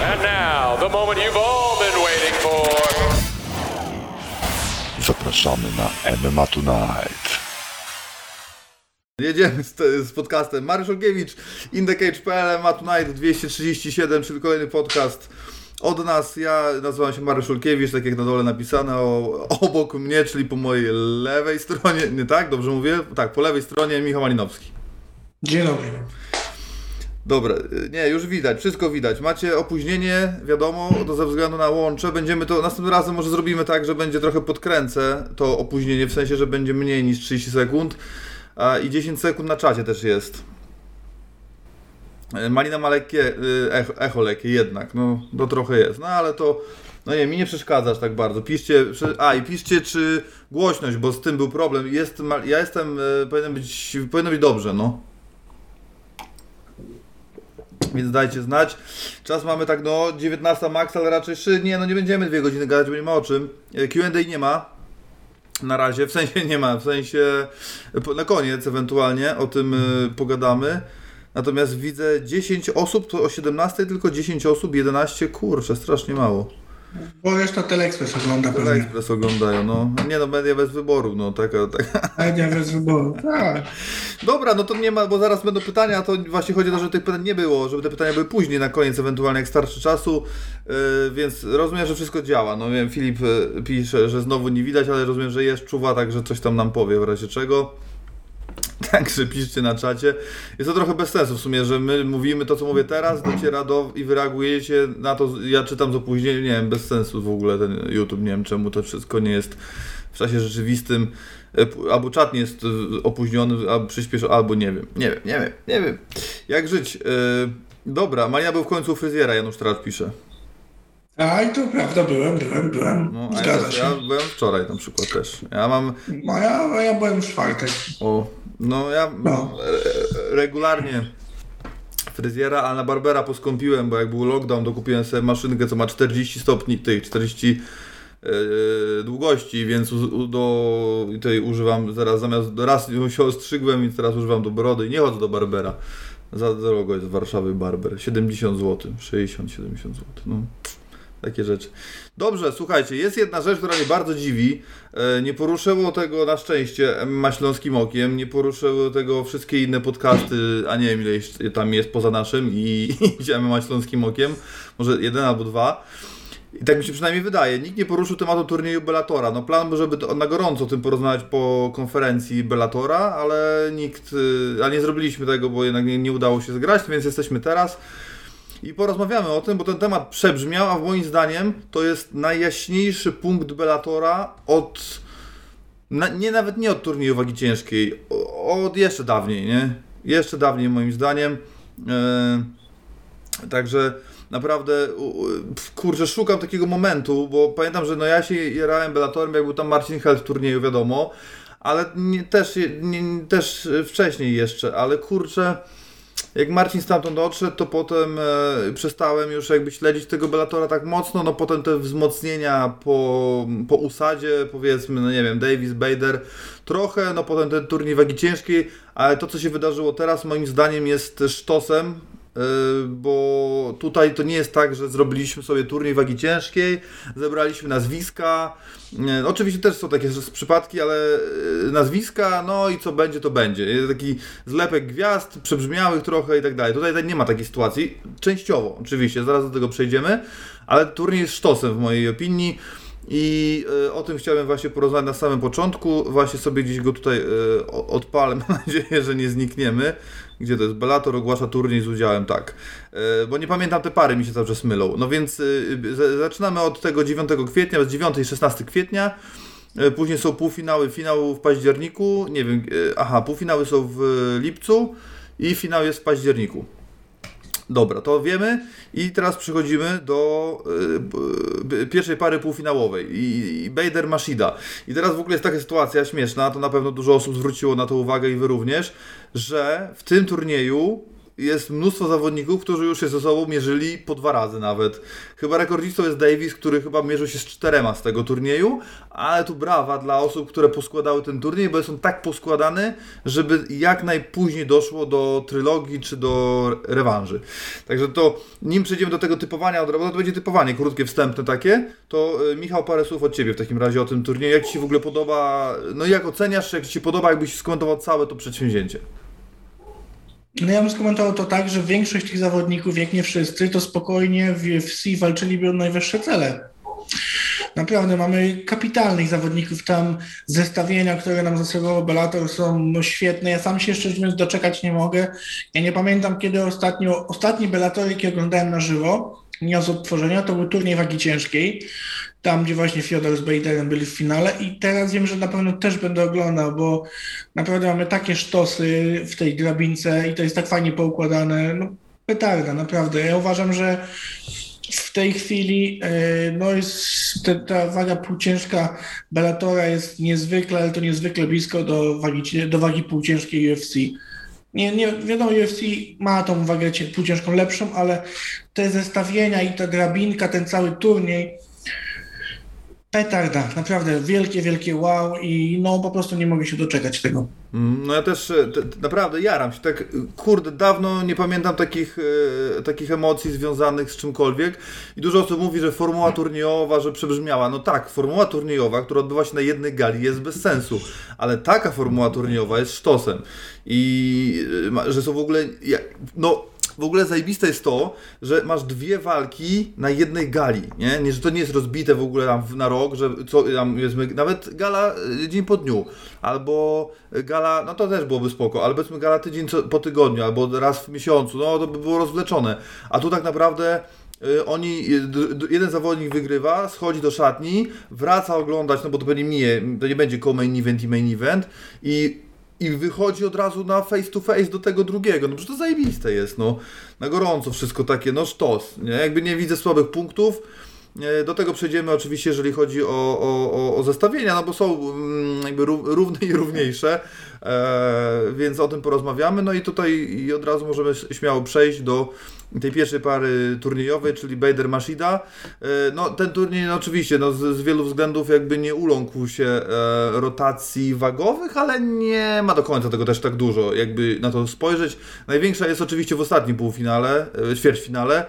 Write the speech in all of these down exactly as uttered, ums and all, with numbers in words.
And now, the moment you've all been waiting for. Zapraszamy na M M A Tonight. Jedziemy z, z podcastem. Mariusz Olkiewicz, InTheCage kropka p l, M M A Tonight dwieście trzydzieści siedem, czyli kolejny podcast od nas. Ja nazywam się Mariusz Olkiewicz, tak jak na dole napisane, o, obok mnie, czyli po mojej lewej stronie, nie tak? Dobrze mówię? Tak, po lewej stronie Michał Malinowski. Dzień dobry. Dobra, nie, już widać, wszystko widać. Macie opóźnienie, wiadomo, to ze względu na łącze. Będziemy to, następnym razem może zrobimy tak, że będzie trochę podkręcę to opóźnienie, w sensie, że będzie mniej niż trzydzieści sekund. A, i dziesięć sekund na czacie też jest. Malina ma lekkie, echo, echo lekkie jednak, no to trochę jest. No ale to, no nie, mi nie przeszkadzasz tak bardzo. Piszcie, a i piszcie czy głośność, bo z tym był problem. Jest, ja jestem, powinien być, powinno być dobrze, no. Więc dajcie znać. Czas mamy tak, no, dziewiętnasta max, ale raczej szy, nie, no nie będziemy dwie godziny gadać, bo nie ma o czym. Q and A nie ma. Na razie, w sensie nie ma, w sensie na koniec ewentualnie o tym y, pogadamy. Natomiast widzę dziesięć osób, to o siedemnastej tylko dziesięć osób, jedenaście, kurczę, strasznie mało. Bo reszta Teleexpress ogląda pewnie. Teleexpress oglądają, no. Nie no, media bez wyboru, no, taka, taka. Media bez wyboru, tak. Dobra, no to nie ma, bo zaraz będą pytania, to właśnie chodzi o to, żeby tych pytań nie było, żeby te pytania były później, na koniec ewentualnie, jak starczy czasu, yy, więc rozumiem, że wszystko działa. No wiem, Filip yy, pisze, że znowu nie widać, ale rozumiem, że jest, czuwa, także coś tam nam powie w razie czego. Także piszcie na czacie. Jest to trochę bez sensu w sumie, że my mówimy to, co mówię teraz, dociera do i wy reagujecie na to, ja czytam z opóźnieniem, nie wiem, bez sensu w ogóle ten YouTube, nie wiem czemu to wszystko nie jest w czasie rzeczywistym, albo czat nie jest opóźniony, albo przyspieszony, albo nie wiem, nie wiem, nie wiem, nie wiem, jak żyć. Yy, dobra, Malina był w końcu u fryzjera, Janusz Tracz pisze. A i to prawda, byłem, byłem, byłem. No, a Zgadza ja, się. ja byłem wczoraj na przykład też. Ja mam... No ja, ja byłem w czwartek. O, no ja No. Re- regularnie fryzjera, a na barbera poskąpiłem, bo jak był lockdown, to kupiłem sobie maszynkę, co ma czterdzieści stopni, tych czterdzieści yy, długości, więc u, u, do tej używam teraz, zamiast raz się ostrzygłem, więc teraz używam do brody i nie chodzę do barbera. Za drogo jest w Warszawie barber, siedemdziesiąt złotych, sześćdziesiąt siedemdziesiąt złotych, no. Takie rzeczy. Dobrze, słuchajcie, jest jedna rzecz, która mnie bardzo dziwi. E, nie poruszyło tego na szczęście M M A Śląskim Okiem, nie poruszyły tego wszystkie inne podcasty, a nie wiem ile jeszcze tam jest poza naszym i, i M M A Śląskim Okiem, może jeden albo dwa. I tak mi się przynajmniej wydaje. Nikt nie poruszył tematu turnieju Bellatora. No plan był, żeby to, na gorąco o tym porozmawiać po konferencji Bellatora, ale nikt, ale nie zrobiliśmy tego, bo jednak nie, nie udało się zgrać, więc jesteśmy teraz. I porozmawiamy o tym, bo ten temat przebrzmiał, a moim zdaniem to jest najjaśniejszy punkt Bellatora od, na, nie nawet nie od turnieju wagi ciężkiej, od jeszcze dawniej, nie? Jeszcze dawniej moim zdaniem. Yy, także naprawdę, kurczę, szukam takiego momentu, bo pamiętam, że no ja się jarałem Bellatorem, jak był tam Marcin Held w turnieju, wiadomo, ale nie, też, nie, też wcześniej jeszcze, ale kurczę, jak Marcin stamtąd odszedł, to potem e, przestałem już jakby śledzić tego Bellatora tak mocno, no potem te wzmocnienia po, po usadzie, powiedzmy, no nie wiem, Davis, Bader, trochę, no potem ten turniej wagi ciężkiej, ale to, co się wydarzyło teraz, moim zdaniem jest sztosem, e, bo tutaj to nie jest tak, że zrobiliśmy sobie turniej wagi ciężkiej, zebraliśmy nazwiska, e, oczywiście też są takie przypadki, ale e, nazwiska, no i co będzie, to będzie. Jest taki zlepek gwiazd, przebrzmiałych trochę i tak dalej. Tutaj nie ma takiej sytuacji, częściowo oczywiście, zaraz do tego przejdziemy, ale turniej jest sztosem w mojej opinii. I y, o tym chciałem właśnie porozmawiać na samym początku, właśnie sobie gdzieś go tutaj y, odpalę, mam nadzieję, że nie znikniemy. Gdzie to jest? Bellator ogłasza turniej z udziałem, tak. Y, bo nie pamiętam, te pary mi się cały czas mylą. No więc y, z, zaczynamy od tego dziewiątego kwietnia, z dziewiątego i szesnastego kwietnia. Y, później są półfinały, finał w październiku, nie wiem, y, aha, półfinały są w lipcu i finał jest w październiku. Dobra, to wiemy i teraz przechodzimy do y, y, pierwszej pary półfinałowej i, i Bader Machida. I teraz w ogóle jest taka sytuacja śmieszna, to na pewno dużo osób zwróciło na to uwagę i wy również, że w tym turnieju jest mnóstwo zawodników, którzy już się ze sobą mierzyli po dwa razy nawet. Chyba rekordzistą jest Davis, który chyba mierzył się z czterema z tego turnieju, ale tu brawa dla osób, które poskładały ten turniej, bo jest on tak poskładany, żeby jak najpóźniej doszło do trylogii czy do rewanży. Także to, nim przejdziemy do tego typowania, od razu to będzie typowanie krótkie, wstępne takie, to Michał, parę słów od Ciebie w takim razie o tym turnieju. Jak Ci się w ogóle podoba, no i jak oceniasz, jak Ci się podoba, jakbyś skomentował całe to przedsięwzięcie? No ja bym skomentował to tak, że większość tych zawodników, jak nie wszyscy, to spokojnie w U F C walczyliby o najwyższe cele. Naprawdę mamy kapitalnych zawodników tam, zestawienia, które nam zaserwował Bellator są no, świetne. Ja sam się szczerze mówiąc doczekać nie mogę. Ja nie pamiętam kiedy ostatnio, ostatni Bellator, jaki oglądałem na żywo, nie od odtworzenia, to był turniej wagi ciężkiej, tam gdzie właśnie Fiodor z Baderem byli w finale i teraz wiem, że na pewno też będę oglądał, bo naprawdę mamy takie sztosy w tej drabince i to jest tak fajnie poukładane, no petarda, naprawdę. Ja uważam, że w tej chwili no jest ta, ta waga półciężka Bellatora jest niezwykle, ale to niezwykle blisko do wagi, do wagi półciężkiej U F C. Nie, nie, wiadomo, U F C ma tą wagę półciężką lepszą, ale te zestawienia i ta drabinka, ten cały turniej, petarda, naprawdę wielkie, wielkie wow i no po prostu nie mogę się doczekać tego. No ja też te, te, naprawdę jaram się, tak kurde, dawno nie pamiętam takich, e, takich emocji związanych z czymkolwiek i dużo osób mówi, że formuła turniejowa, że przebrzmiała. No tak, formuła turniejowa, która odbywa się na jednej gali jest bez sensu, ale taka formuła turniejowa jest sztosem i e, że są w ogóle, no w ogóle zajebiste jest to, że masz dwie walki na jednej gali, nie? nie że to nie jest rozbite w ogóle tam na rok, że co tam jest, nawet gala dzień po dniu, albo gala, no to też byłoby spoko, ale powiedzmy gala tydzień po tygodniu, albo raz w miesiącu, no to by było rozwleczone, a tu tak naprawdę oni, jeden zawodnik wygrywa, schodzi do szatni, wraca oglądać, no bo to pewnie mije, to nie będzie co-main event i main event i I wychodzi od razu na face to face do tego drugiego. No przecież to zajebiste jest, no. Na gorąco wszystko takie, no sztos. Nie? Jakby nie widzę słabych punktów. Do tego przejdziemy oczywiście, jeżeli chodzi o, o, o zestawienia, no bo są jakby równe i równiejsze, e, więc o tym porozmawiamy. No i tutaj i od razu możemy śmiało przejść do tej pierwszej pary turniejowej, czyli Bader Machida. E, no ten turniej no, oczywiście no, z, z wielu względów jakby nie uląkł się e, rotacji wagowych, ale nie ma do końca tego też tak dużo, jakby na to spojrzeć. Największa jest oczywiście w ostatnim półfinale, e, ćwierćfinale.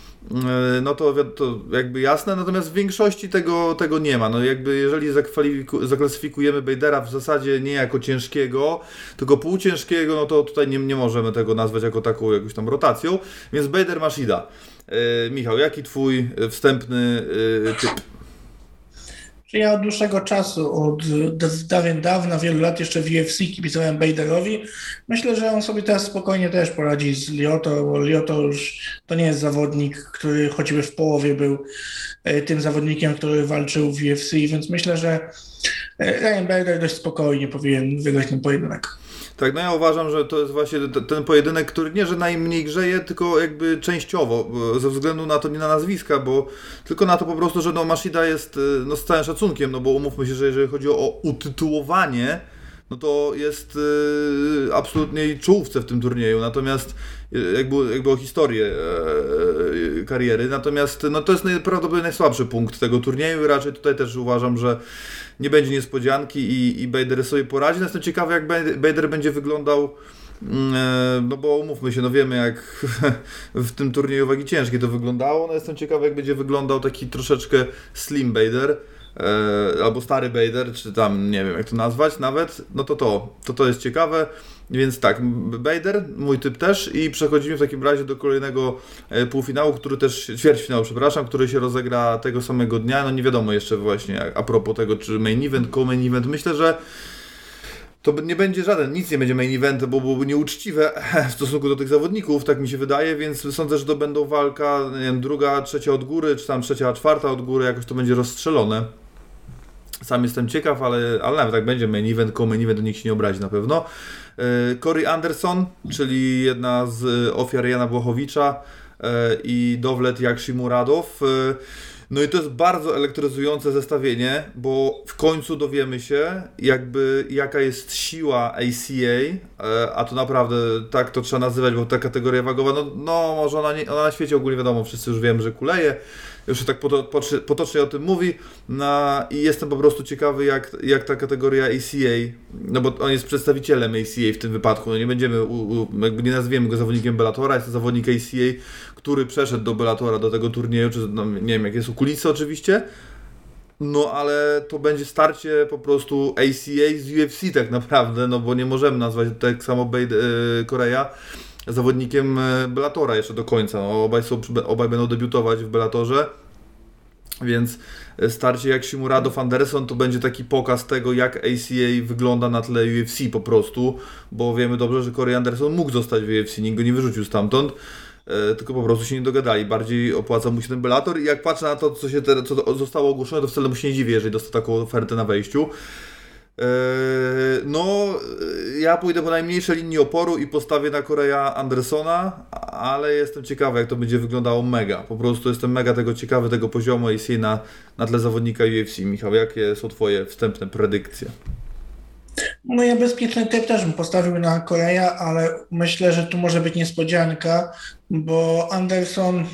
No to, to jakby jasne, natomiast w większości tego, tego nie ma. No jakby jeżeli zaklasyfikujemy Badera w zasadzie nie jako ciężkiego, tylko półciężkiego, no to tutaj nie, nie możemy tego nazwać jako taką jakąś tam rotacją, więc Bader Machida. Yy, Michał, jaki twój wstępny yy, typ? Ja od dłuższego czasu, od dawien dawna, wielu lat jeszcze w U F C kibicowałem Baderowi. Myślę, że on sobie teraz spokojnie też poradzi z Lyoto, bo Lyoto już to nie jest zawodnik, który choćby w połowie był tym zawodnikiem, który walczył w U F C, więc myślę, że Ryan Bader dość spokojnie powinien wygrać ten pojedynek. Tak, no ja uważam, że to jest właśnie ten pojedynek, który nie, że najmniej grzeje, tylko jakby częściowo, ze względu na to, nie na nazwiska, bo tylko na to po prostu, że no Machida jest no, z całym szacunkiem, no bo umówmy się, że jeżeli chodzi o utytułowanie, no to jest y, absolutnie czołówce w tym turnieju, natomiast jakby, jakby o historię e, kariery, natomiast no to jest prawdopodobnie najsłabszy punkt tego turnieju i raczej tutaj też uważam, że nie będzie niespodzianki i, i Bader sobie poradzi. No jestem ciekawy, jak Bader będzie wyglądał, no bo umówmy się, no wiemy jak w tym turnieju wagi ciężkiej to wyglądało, no jestem ciekawy, jak będzie wyglądał taki troszeczkę slim Bader, e, albo stary Bader, czy tam nie wiem jak to nazwać nawet, no to to, to, to jest ciekawe. Więc tak, Bader, mój typ też i przechodzimy w takim razie do kolejnego półfinału, który też, ćwierćfinału, przepraszam, który się rozegra tego samego dnia, no nie wiadomo jeszcze właśnie a propos tego, czy main event, co-main event, myślę, że to nie będzie żaden, nic nie będzie main event, bo byłoby nieuczciwe w stosunku do tych zawodników, tak mi się wydaje, więc sądzę, że to będą walka, nie wiem, druga, trzecia od góry, czy tam trzecia, czwarta od góry, jakoś to będzie rozstrzelone. Sam jestem ciekaw, ale, ale nawet tak będzie main event, co-main event, to nikt się nie obrazi na pewno. Corey Anderson, czyli jedna z ofiar Jana Błachowicza i Dowlet Jakshimuradov. No i to jest bardzo elektryzujące zestawienie, bo w końcu dowiemy się, jakby jaka jest siła A C A, a to naprawdę tak to trzeba nazywać, bo ta kategoria wagowa, no, no może ona, nie, ona na świecie ogólnie wiadomo, wszyscy już wiemy, że kuleje, już się tak potocznie, potocznie o tym mówi, no, i jestem po prostu ciekawy, jak, jak ta kategoria A C A, no bo on jest przedstawicielem A C A w tym wypadku, no nie będziemy, u, u, jakby nie nazwiemy go zawodnikiem Bellatora, jest to zawodnik A C A, który przeszedł do Bellatora, do tego turnieju, czy no, nie wiem, jak jest u kulisy oczywiście, no ale to będzie starcie po prostu A C A z U F C tak naprawdę, no bo nie możemy nazwać tak samo Bade e, Korea zawodnikiem Bellatora jeszcze do końca, no, obaj, są, obaj będą debiutować w Bellatorze, więc starcie jak Shimurado Anderson to będzie taki pokaz tego, jak A C A wygląda na tle U F C po prostu, bo wiemy dobrze, że Corey Anderson mógł zostać w U F C, nikt go nie wyrzucił stamtąd, e, tylko po prostu się nie dogadali, bardziej opłaca mu się ten Bellator i jak patrzę na to, co, się te, co zostało ogłoszone, to wcale mu się nie dziwię, jeżeli dostał taką ofertę na wejściu. No, ja pójdę po najmniejszej linii oporu i postawię na Coreya Andersona, ale jestem ciekawy, jak to będzie wyglądało mega. Po prostu jestem mega tego ciekawy, tego poziomu A C na, na tle zawodnika U F C. Michał, jakie są Twoje wstępne predykcje? No ja bezpieczny typ też bym postawił na Coreya, ale myślę, że tu może być niespodzianka, bo Anderson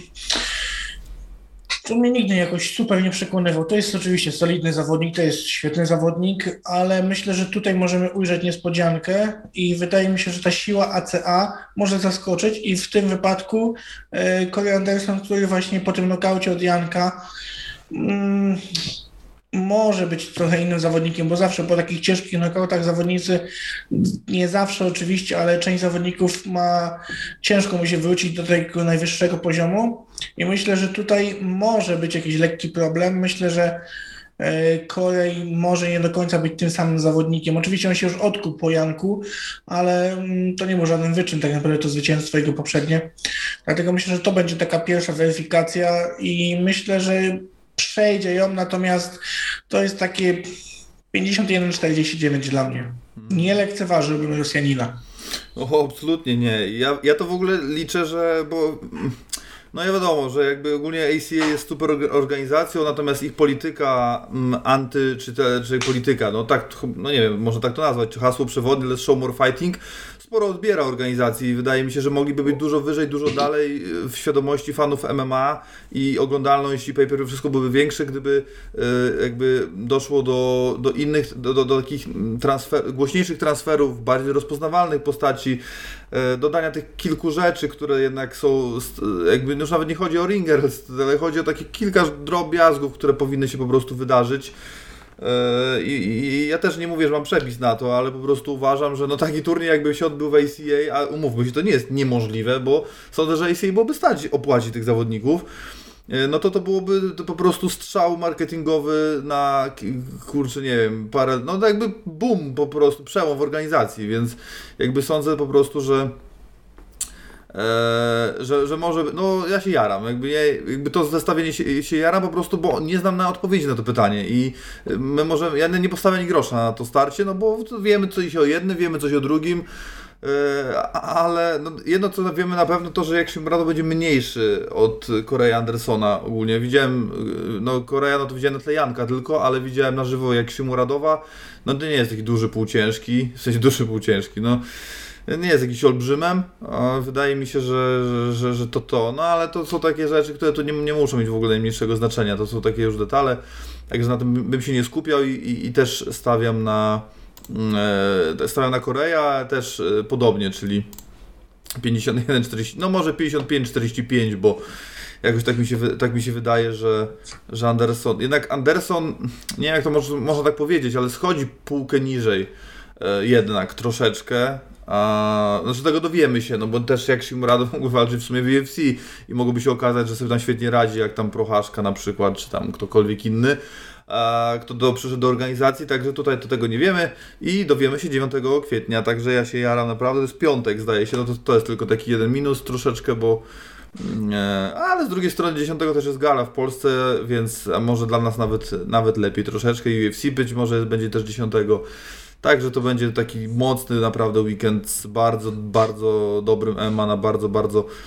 to mnie nigdy jakoś super nie przekonywał. To jest oczywiście solidny zawodnik, to jest świetny zawodnik, ale myślę, że tutaj możemy ujrzeć niespodziankę i wydaje mi się, że ta siła A C A może zaskoczyć i w tym wypadku e, Corey Anderson, który właśnie po tym nokaucie od Janka mm, może być trochę innym zawodnikiem, bo zawsze po takich ciężkich nokautach zawodnicy, nie zawsze oczywiście, ale część zawodników ma ciężko mu się wrócić do tego najwyższego poziomu i myślę, że tutaj może być jakiś lekki problem. Myślę, że Corey może nie do końca być tym samym zawodnikiem. Oczywiście on się już odkuł po Janku, ale to nie był żaden wyczyn, tak naprawdę to zwycięstwo jego poprzednie. Dlatego myślę, że to będzie taka pierwsza weryfikacja i myślę, że przejdzie ją, natomiast to jest takie pięćdziesiąt jeden czterdzieści dziewięć dla mnie. Nie lekceważyłbym Rosjanina. O, absolutnie nie. Ja, ja to w ogóle liczę, że bo no i wiadomo, że jakby ogólnie A C A jest super organizacją, natomiast ich polityka m, anty, czy, te, czy polityka, no tak, no nie wiem, można tak to nazwać, czy hasło przewodnie, let's show more fighting, sporo odbiera organizacji i wydaje mi się, że mogliby być dużo wyżej, dużo dalej w świadomości fanów M M A i oglądalność i pay-per-view, wszystko byłoby większe, gdyby y, jakby doszło do, do innych, do, do, do takich transfer, głośniejszych transferów, bardziej rozpoznawalnych postaci, y, dodania tych kilku rzeczy, które jednak są, jakby już nawet nie chodzi o ringer, ale chodzi o takie kilka drobiazgów, które powinny się po prostu wydarzyć. I, i ja też nie mówię, że mam przepis na to, ale po prostu uważam, że no taki turniej jakby się odbył w A C A, a umówmy się, to nie jest niemożliwe, bo sądzę, że A C A byłoby stać opłacić tych zawodników, no to to byłoby to po prostu strzał marketingowy na, kurczę, nie wiem, parę, no jakby boom, po prostu przełom w organizacji, więc jakby sądzę po prostu, że Eee, że, że może, no ja się jaram, jakby, ja, jakby to zestawienie się, się jaram po prostu, bo nie znam na odpowiedzi na to pytanie i my możemy, ja nie postawię ani grosza na to starcie, no bo wiemy coś o jednym, wiemy coś o drugim, eee, ale no, jedno co wiemy na pewno to, że jak Shimurado będzie mniejszy od Coreya Andersona ogólnie, widziałem, no Coreya, no to widziałem na tle Janka tylko, ale widziałem na żywo jak Shimuradowa, no to nie jest taki duży półciężki, w sensie duży półciężki, no nie jest jakiś olbrzymem, wydaje mi się, że, że, że to to, no ale to są takie rzeczy, które tu nie, nie muszą mieć w ogóle najmniejszego znaczenia, to są takie już detale, także na tym bym się nie skupiał i, i, i też stawiam na e, stawiam na Coreya, też e, podobnie, czyli pięćdziesiąt jeden czterdzieści, no może pięćdziesiąt pięć czterdzieści pięć, bo jakoś tak mi się, tak mi się wydaje, że, że Anderson, jednak Anderson, nie wiem jak to może, można tak powiedzieć, ale schodzi półkę niżej e, jednak troszeczkę. A, znaczy tego dowiemy się, no bo też jak Shimurado mógł walczyć w sumie w U F C i mogłoby się okazać, że sobie tam świetnie radzi, jak tam Prochaszka na przykład, czy tam ktokolwiek inny, a, kto do, przyszedł do organizacji, także tutaj to tego nie wiemy i dowiemy się dziewiątego kwietnia, także ja się jaram naprawdę, to jest piątek zdaje się, no to, to jest tylko taki jeden minus troszeczkę, bo nie, ale z drugiej strony dziesiątego też jest gala w Polsce, więc a może dla nas nawet, nawet lepiej troszeczkę, U F C być może będzie też dziesiątego. Także to będzie taki mocny naprawdę weekend z bardzo, bardzo dobrym M M A na bardzo, bardzo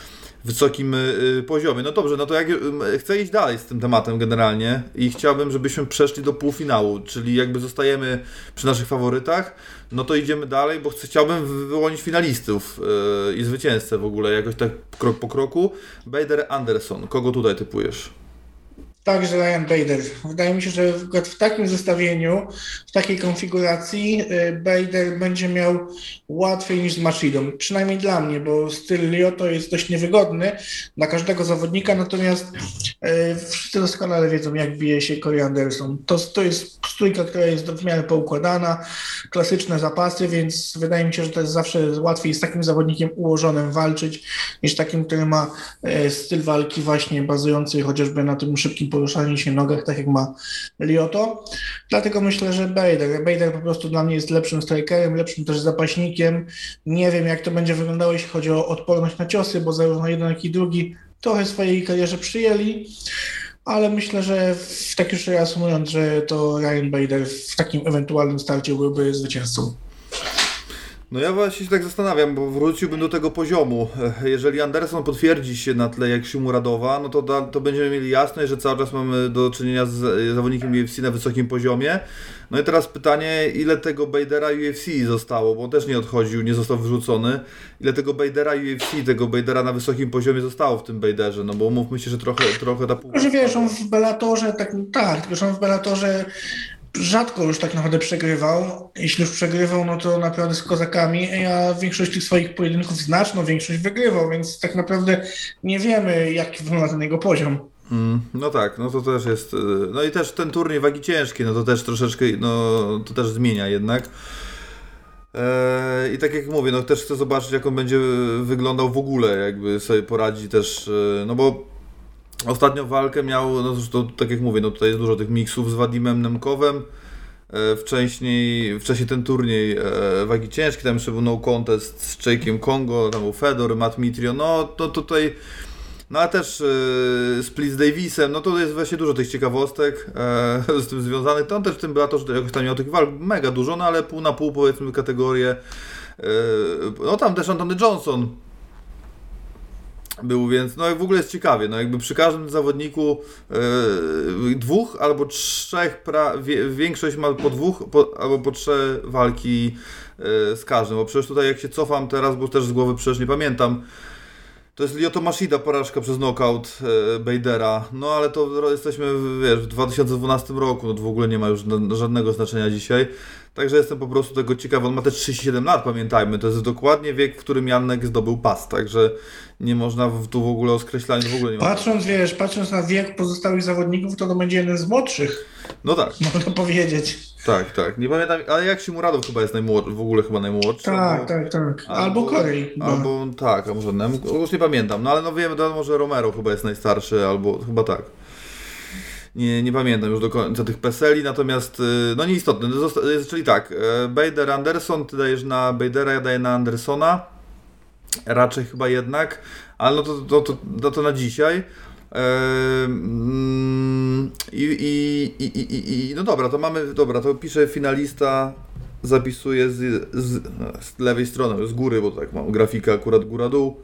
wysokim y, poziomie. No dobrze, no to jak y, chcę iść dalej z tym tematem generalnie i chciałbym, żebyśmy przeszli do półfinału, czyli jakby zostajemy przy naszych faworytach, no to idziemy dalej, bo chcę, chciałbym wyłonić finalistów y, i zwycięzcę w ogóle, jakoś tak krok po kroku. Bader, Anderson, kogo tutaj typujesz? Także Ryan Bader. Wydaje mi się, że w takim zestawieniu, w takiej konfiguracji Bader będzie miał łatwiej niż z Machidą. Przynajmniej dla mnie, bo styl Lyoto jest dość niewygodny dla każdego zawodnika, natomiast e, wszyscy doskonale wiedzą, jak bije się Corey Anderson. To, to jest stójka, która jest w miarę poukładana, klasyczne zapasy, więc wydaje mi się, że to jest zawsze łatwiej z takim zawodnikiem ułożonym walczyć, niż takim, który ma e, styl walki właśnie bazujący chociażby na tym szybkim poruszaniu się nogach, tak jak ma Lyoto. Dlatego myślę, że Bader. Bader po prostu dla mnie jest lepszym strikerem, lepszym też zapaśnikiem. Nie wiem, jak to będzie wyglądało, jeśli chodzi o odporność na ciosy, bo zarówno jeden, jak i drugi trochę w swojej karierze przyjęli, ale myślę, że w, tak już reasumując, że to Ryan Bader w takim ewentualnym starcie byłby zwycięzcą. No ja właśnie się tak zastanawiam, bo wróciłbym do tego poziomu. Jeżeli Anderson potwierdzi się na tle jak Shimuradowa, no to, da, to będziemy mieli jasność, że cały czas mamy do czynienia z zawodnikiem U F C na wysokim poziomie. No i teraz pytanie, ile tego Badera U F C zostało, bo on też nie odchodził, nie został wyrzucony. Ile tego Badera U F C, tego Badera na wysokim poziomie zostało w tym Baderze, no bo umówmy się, że trochę, trochę ta półka... Że wiesz, on w Bellatorze, tak, tak, tylko że on w Bellatorze rzadko już tak naprawdę przegrywał. Jeśli już przegrywał, no to naprawdę z kozakami, a większość tych swoich pojedynków, znaczną większość wygrywał, więc tak naprawdę nie wiemy, jaki wygląda ten jego poziom. Mm, no tak, no to też jest, no i też ten turniej wagi ciężkiej, no to też troszeczkę, no to też zmienia jednak. Eee, I tak jak mówię, no też chcę zobaczyć, jak on będzie wyglądał w ogóle, jakby sobie poradzi też, no bo ostatnią walkę miał, no to, tak jak mówię, no tutaj jest dużo tych miksów z Wadimem Nemkowem. E, wcześniej, wcześniej ten turniej e, wagi ciężkiej, tam jeszcze był no contest z Jake'iem Kongo, tam był Fedor, Matt Mitrio, no to tutaj, no ale też e, split z Davisem, no to jest właśnie dużo tych ciekawostek e, z tym związanych. To on też w tym Bellatorze jakoś tam miał tych walk mega dużo, no ale pół na pół powiedzmy kategorię. E, no tam też Antony Johnson był, więc no w ogóle jest ciekawie, no jakby przy każdym zawodniku yy, dwóch albo trzech, pra, wie, większość ma po dwóch po, albo po trzy walki yy, z każdym, bo przecież tutaj jak się cofam teraz, bo też z głowy przecież nie pamiętam, to jest Lyoto Machida porażka przez knockout yy, Badera, no ale to jesteśmy wiesz, w dwa tysiące dwunastym roku, no to w ogóle nie ma już żadnego znaczenia dzisiaj. Także jestem po prostu tego ciekawy. On ma te trzydzieści siedem lat, pamiętajmy. To jest dokładnie wiek, w którym Janek zdobył pas. Także nie można tu w ogóle o skreślaniu w ogóle nie ma. Patrząc, wiesz, patrząc na wiek pozostałych zawodników, to to będzie jeden z młodszych. No tak. Można powiedzieć. Tak, tak. Nie pamiętam, ale jak Shimuradow chyba jest najmłodszy, w ogóle chyba najmłodszy. Tak, albo, tak, tak. Albo, albo Corey. Albo tak, a może Nem, już nie pamiętam. No ale no wiemy, to może Romero chyba jest najstarszy, albo chyba tak. Nie, nie pamiętam już do końca tych peseli, natomiast no nieistotne. Czyli tak, Bader, Anderson, ty dajesz na Badera, ja daję na Andersona. Raczej chyba jednak, ale no to, to, to, to, to na dzisiaj. I, i, i, i, i no dobra, to mamy, dobra, to pisze finalista, zapisuję z, z, z lewej strony, z góry, bo tak mam grafikę akurat góra-dół.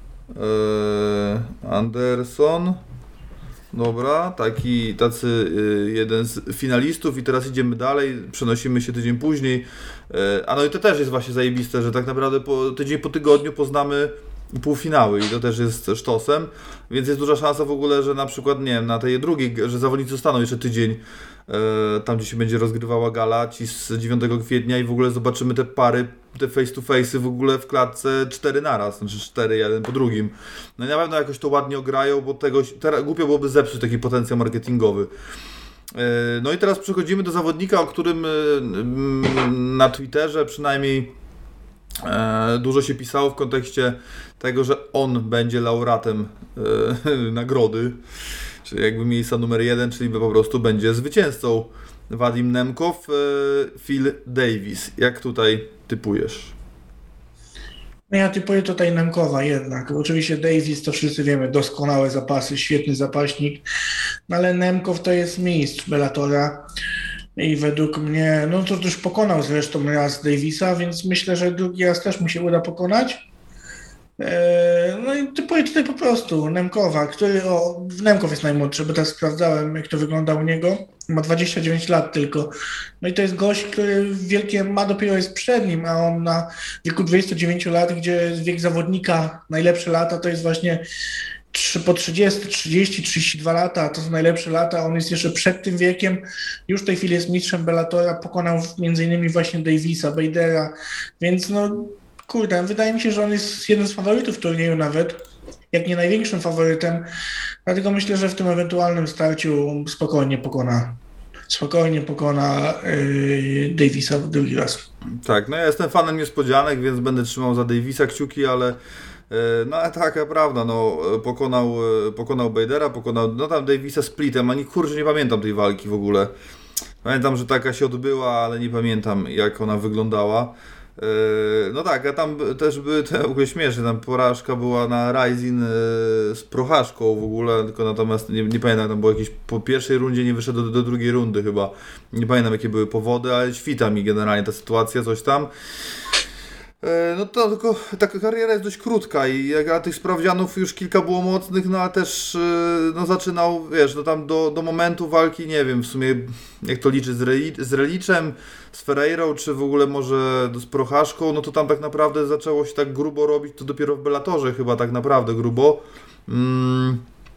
Anderson. Dobra, taki, tacy y, jeden z finalistów i teraz idziemy dalej, przenosimy się tydzień później. Y, a no i to też jest właśnie zajebiste, że tak naprawdę po, tydzień po tygodniu poznamy półfinały i to też jest sztosem, więc jest duża szansa w ogóle, że na przykład, nie wiem, na tej drugiej, że zawodnicy zostaną jeszcze tydzień y, tam, gdzie się będzie rozgrywała gala, ci z dziewiątego kwietnia i w ogóle zobaczymy te pary, te face to face w ogóle w klatce cztery naraz, znaczy cztery jeden po drugim. No i na pewno jakoś to ładnie ograją, bo tego, teraz głupio byłoby zepsuć taki potencjał marketingowy. No i teraz przechodzimy do zawodnika, o którym na Twitterze przynajmniej dużo się pisało w kontekście tego, że on będzie laureatem nagrody, czyli jakby miejsca numer jeden, czyli po prostu będzie zwycięzcą. Wadim Nemkow, Phil Davis. Jak tutaj typujesz? No ja typuję tutaj Nemkowa jednak. Oczywiście Davis to wszyscy wiemy, doskonałe zapasy, świetny zapaśnik, no ale Nemkow to jest mistrz Bellatora i według mnie, no to już pokonał zresztą raz Davisa, więc myślę, że drugi raz też mu się uda pokonać. No i typuję tutaj po prostu Nemkowa, który, o, Nemkow jest najmłodszy, bo teraz sprawdzałem, jak to wygląda u niego. Ma dwadzieścia dziewięć lat tylko. No i to jest gość, który wielkie ma dopiero jest przed nim, a on na wieku dwudziestu dziewięciu lat, gdzie jest wiek zawodnika, najlepsze lata to jest właśnie po trzydzieści, trzydzieści, trzydzieści dwa lata, to są najlepsze lata, on jest jeszcze przed tym wiekiem, już w tej chwili jest mistrzem Bellatora, pokonał między innymi właśnie Davisa, Badera, więc no kurde, wydaje mi się, że on jest jednym z faworytów turnieju nawet, jak nie największym faworytem, dlatego myślę, że w tym ewentualnym starciu spokojnie pokona spokojnie pokona yy, Davisa drugi raz. Tak, no ja jestem fanem niespodzianek, więc będę trzymał za Davisa kciuki, ale no ale taka prawda, no pokonał, pokonał Badera, pokonał, no tam Davisa splitem, ani kurczę nie pamiętam tej walki w ogóle. Pamiętam, że taka się odbyła, ale nie pamiętam jak ona wyglądała. No tak, a tam też były te w ogóle śmieszne, tam porażka była na Rising z Prochaszką w ogóle, tylko natomiast nie, nie pamiętam, tam było jakieś, po pierwszej rundzie nie wyszedł do, do drugiej rundy chyba. Nie pamiętam jakie były powody, ale świta mi generalnie ta sytuacja, coś tam. No to tylko taka kariera jest dość krótka i jak a tych sprawdzianów już kilka było mocnych, no a też no zaczynał, wiesz, no tam do, do momentu walki, nie wiem w sumie jak to liczy z, Reli, z Reliczem, z Ferreirą, czy w ogóle może z Prochaszką, no to tam tak naprawdę zaczęło się tak grubo robić, to dopiero w Bellatorze chyba tak naprawdę grubo. Mm.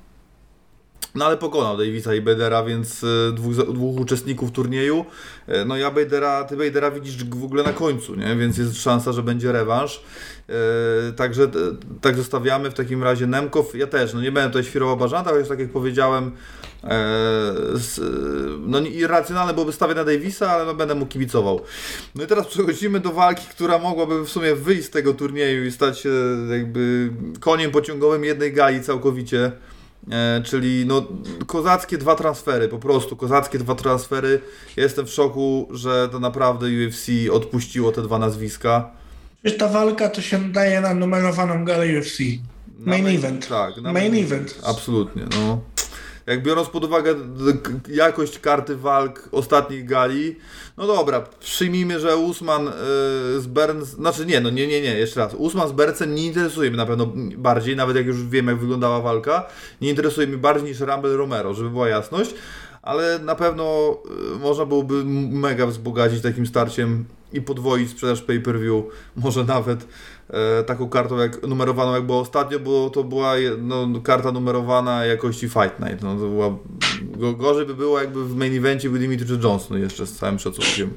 No ale pokonał Davisa i Badera, więc dwóch, dwóch uczestników turnieju. No ja Badera, ty Badera widzisz w ogóle na końcu, nie? Więc jest szansa, że będzie rewanż. E, także tak zostawiamy w takim razie Nemkow. Ja też, no nie będę tutaj świrował Bażanta, chociaż tak jak powiedziałem, e, z, no irracjonalne byłoby stawiać na Davisa, ale no będę mu kibicował. No i teraz przechodzimy do walki, która mogłaby w sumie wyjść z tego turnieju i stać się jakby koniem pociągowym jednej gali całkowicie. E, czyli no kozackie dwa transfery, po prostu kozackie dwa transfery. Ja jestem w szoku, że to naprawdę U F C odpuściło te dwa nazwiska. Wiesz, ta walka to się daje na numerowaną galę U F C. Main, main event. Tak, na main, main event. Absolutnie, no. Jak biorąc pod uwagę jakość karty walk ostatnich gali, no dobra, przyjmijmy, że Usman yy, z Burns, znaczy nie, no nie, nie, nie, jeszcze raz, Usman z Burnsem nie interesuje mnie na pewno bardziej, nawet jak już wiem jak wyglądała walka, nie interesuje mnie bardziej niż Rumble Romero, żeby była jasność, ale na pewno yy, można byłoby mega wzbogacić takim starciem i podwoić sprzedaż pay-per-view, może nawet e, taką kartą jak numerowaną jak było ostatnio, bo to była no, karta numerowana jakości Fight Night. No, to była, go, gorzej by było jakby w main evencie był Dimitri Johnson jeszcze z całym szacunkiem.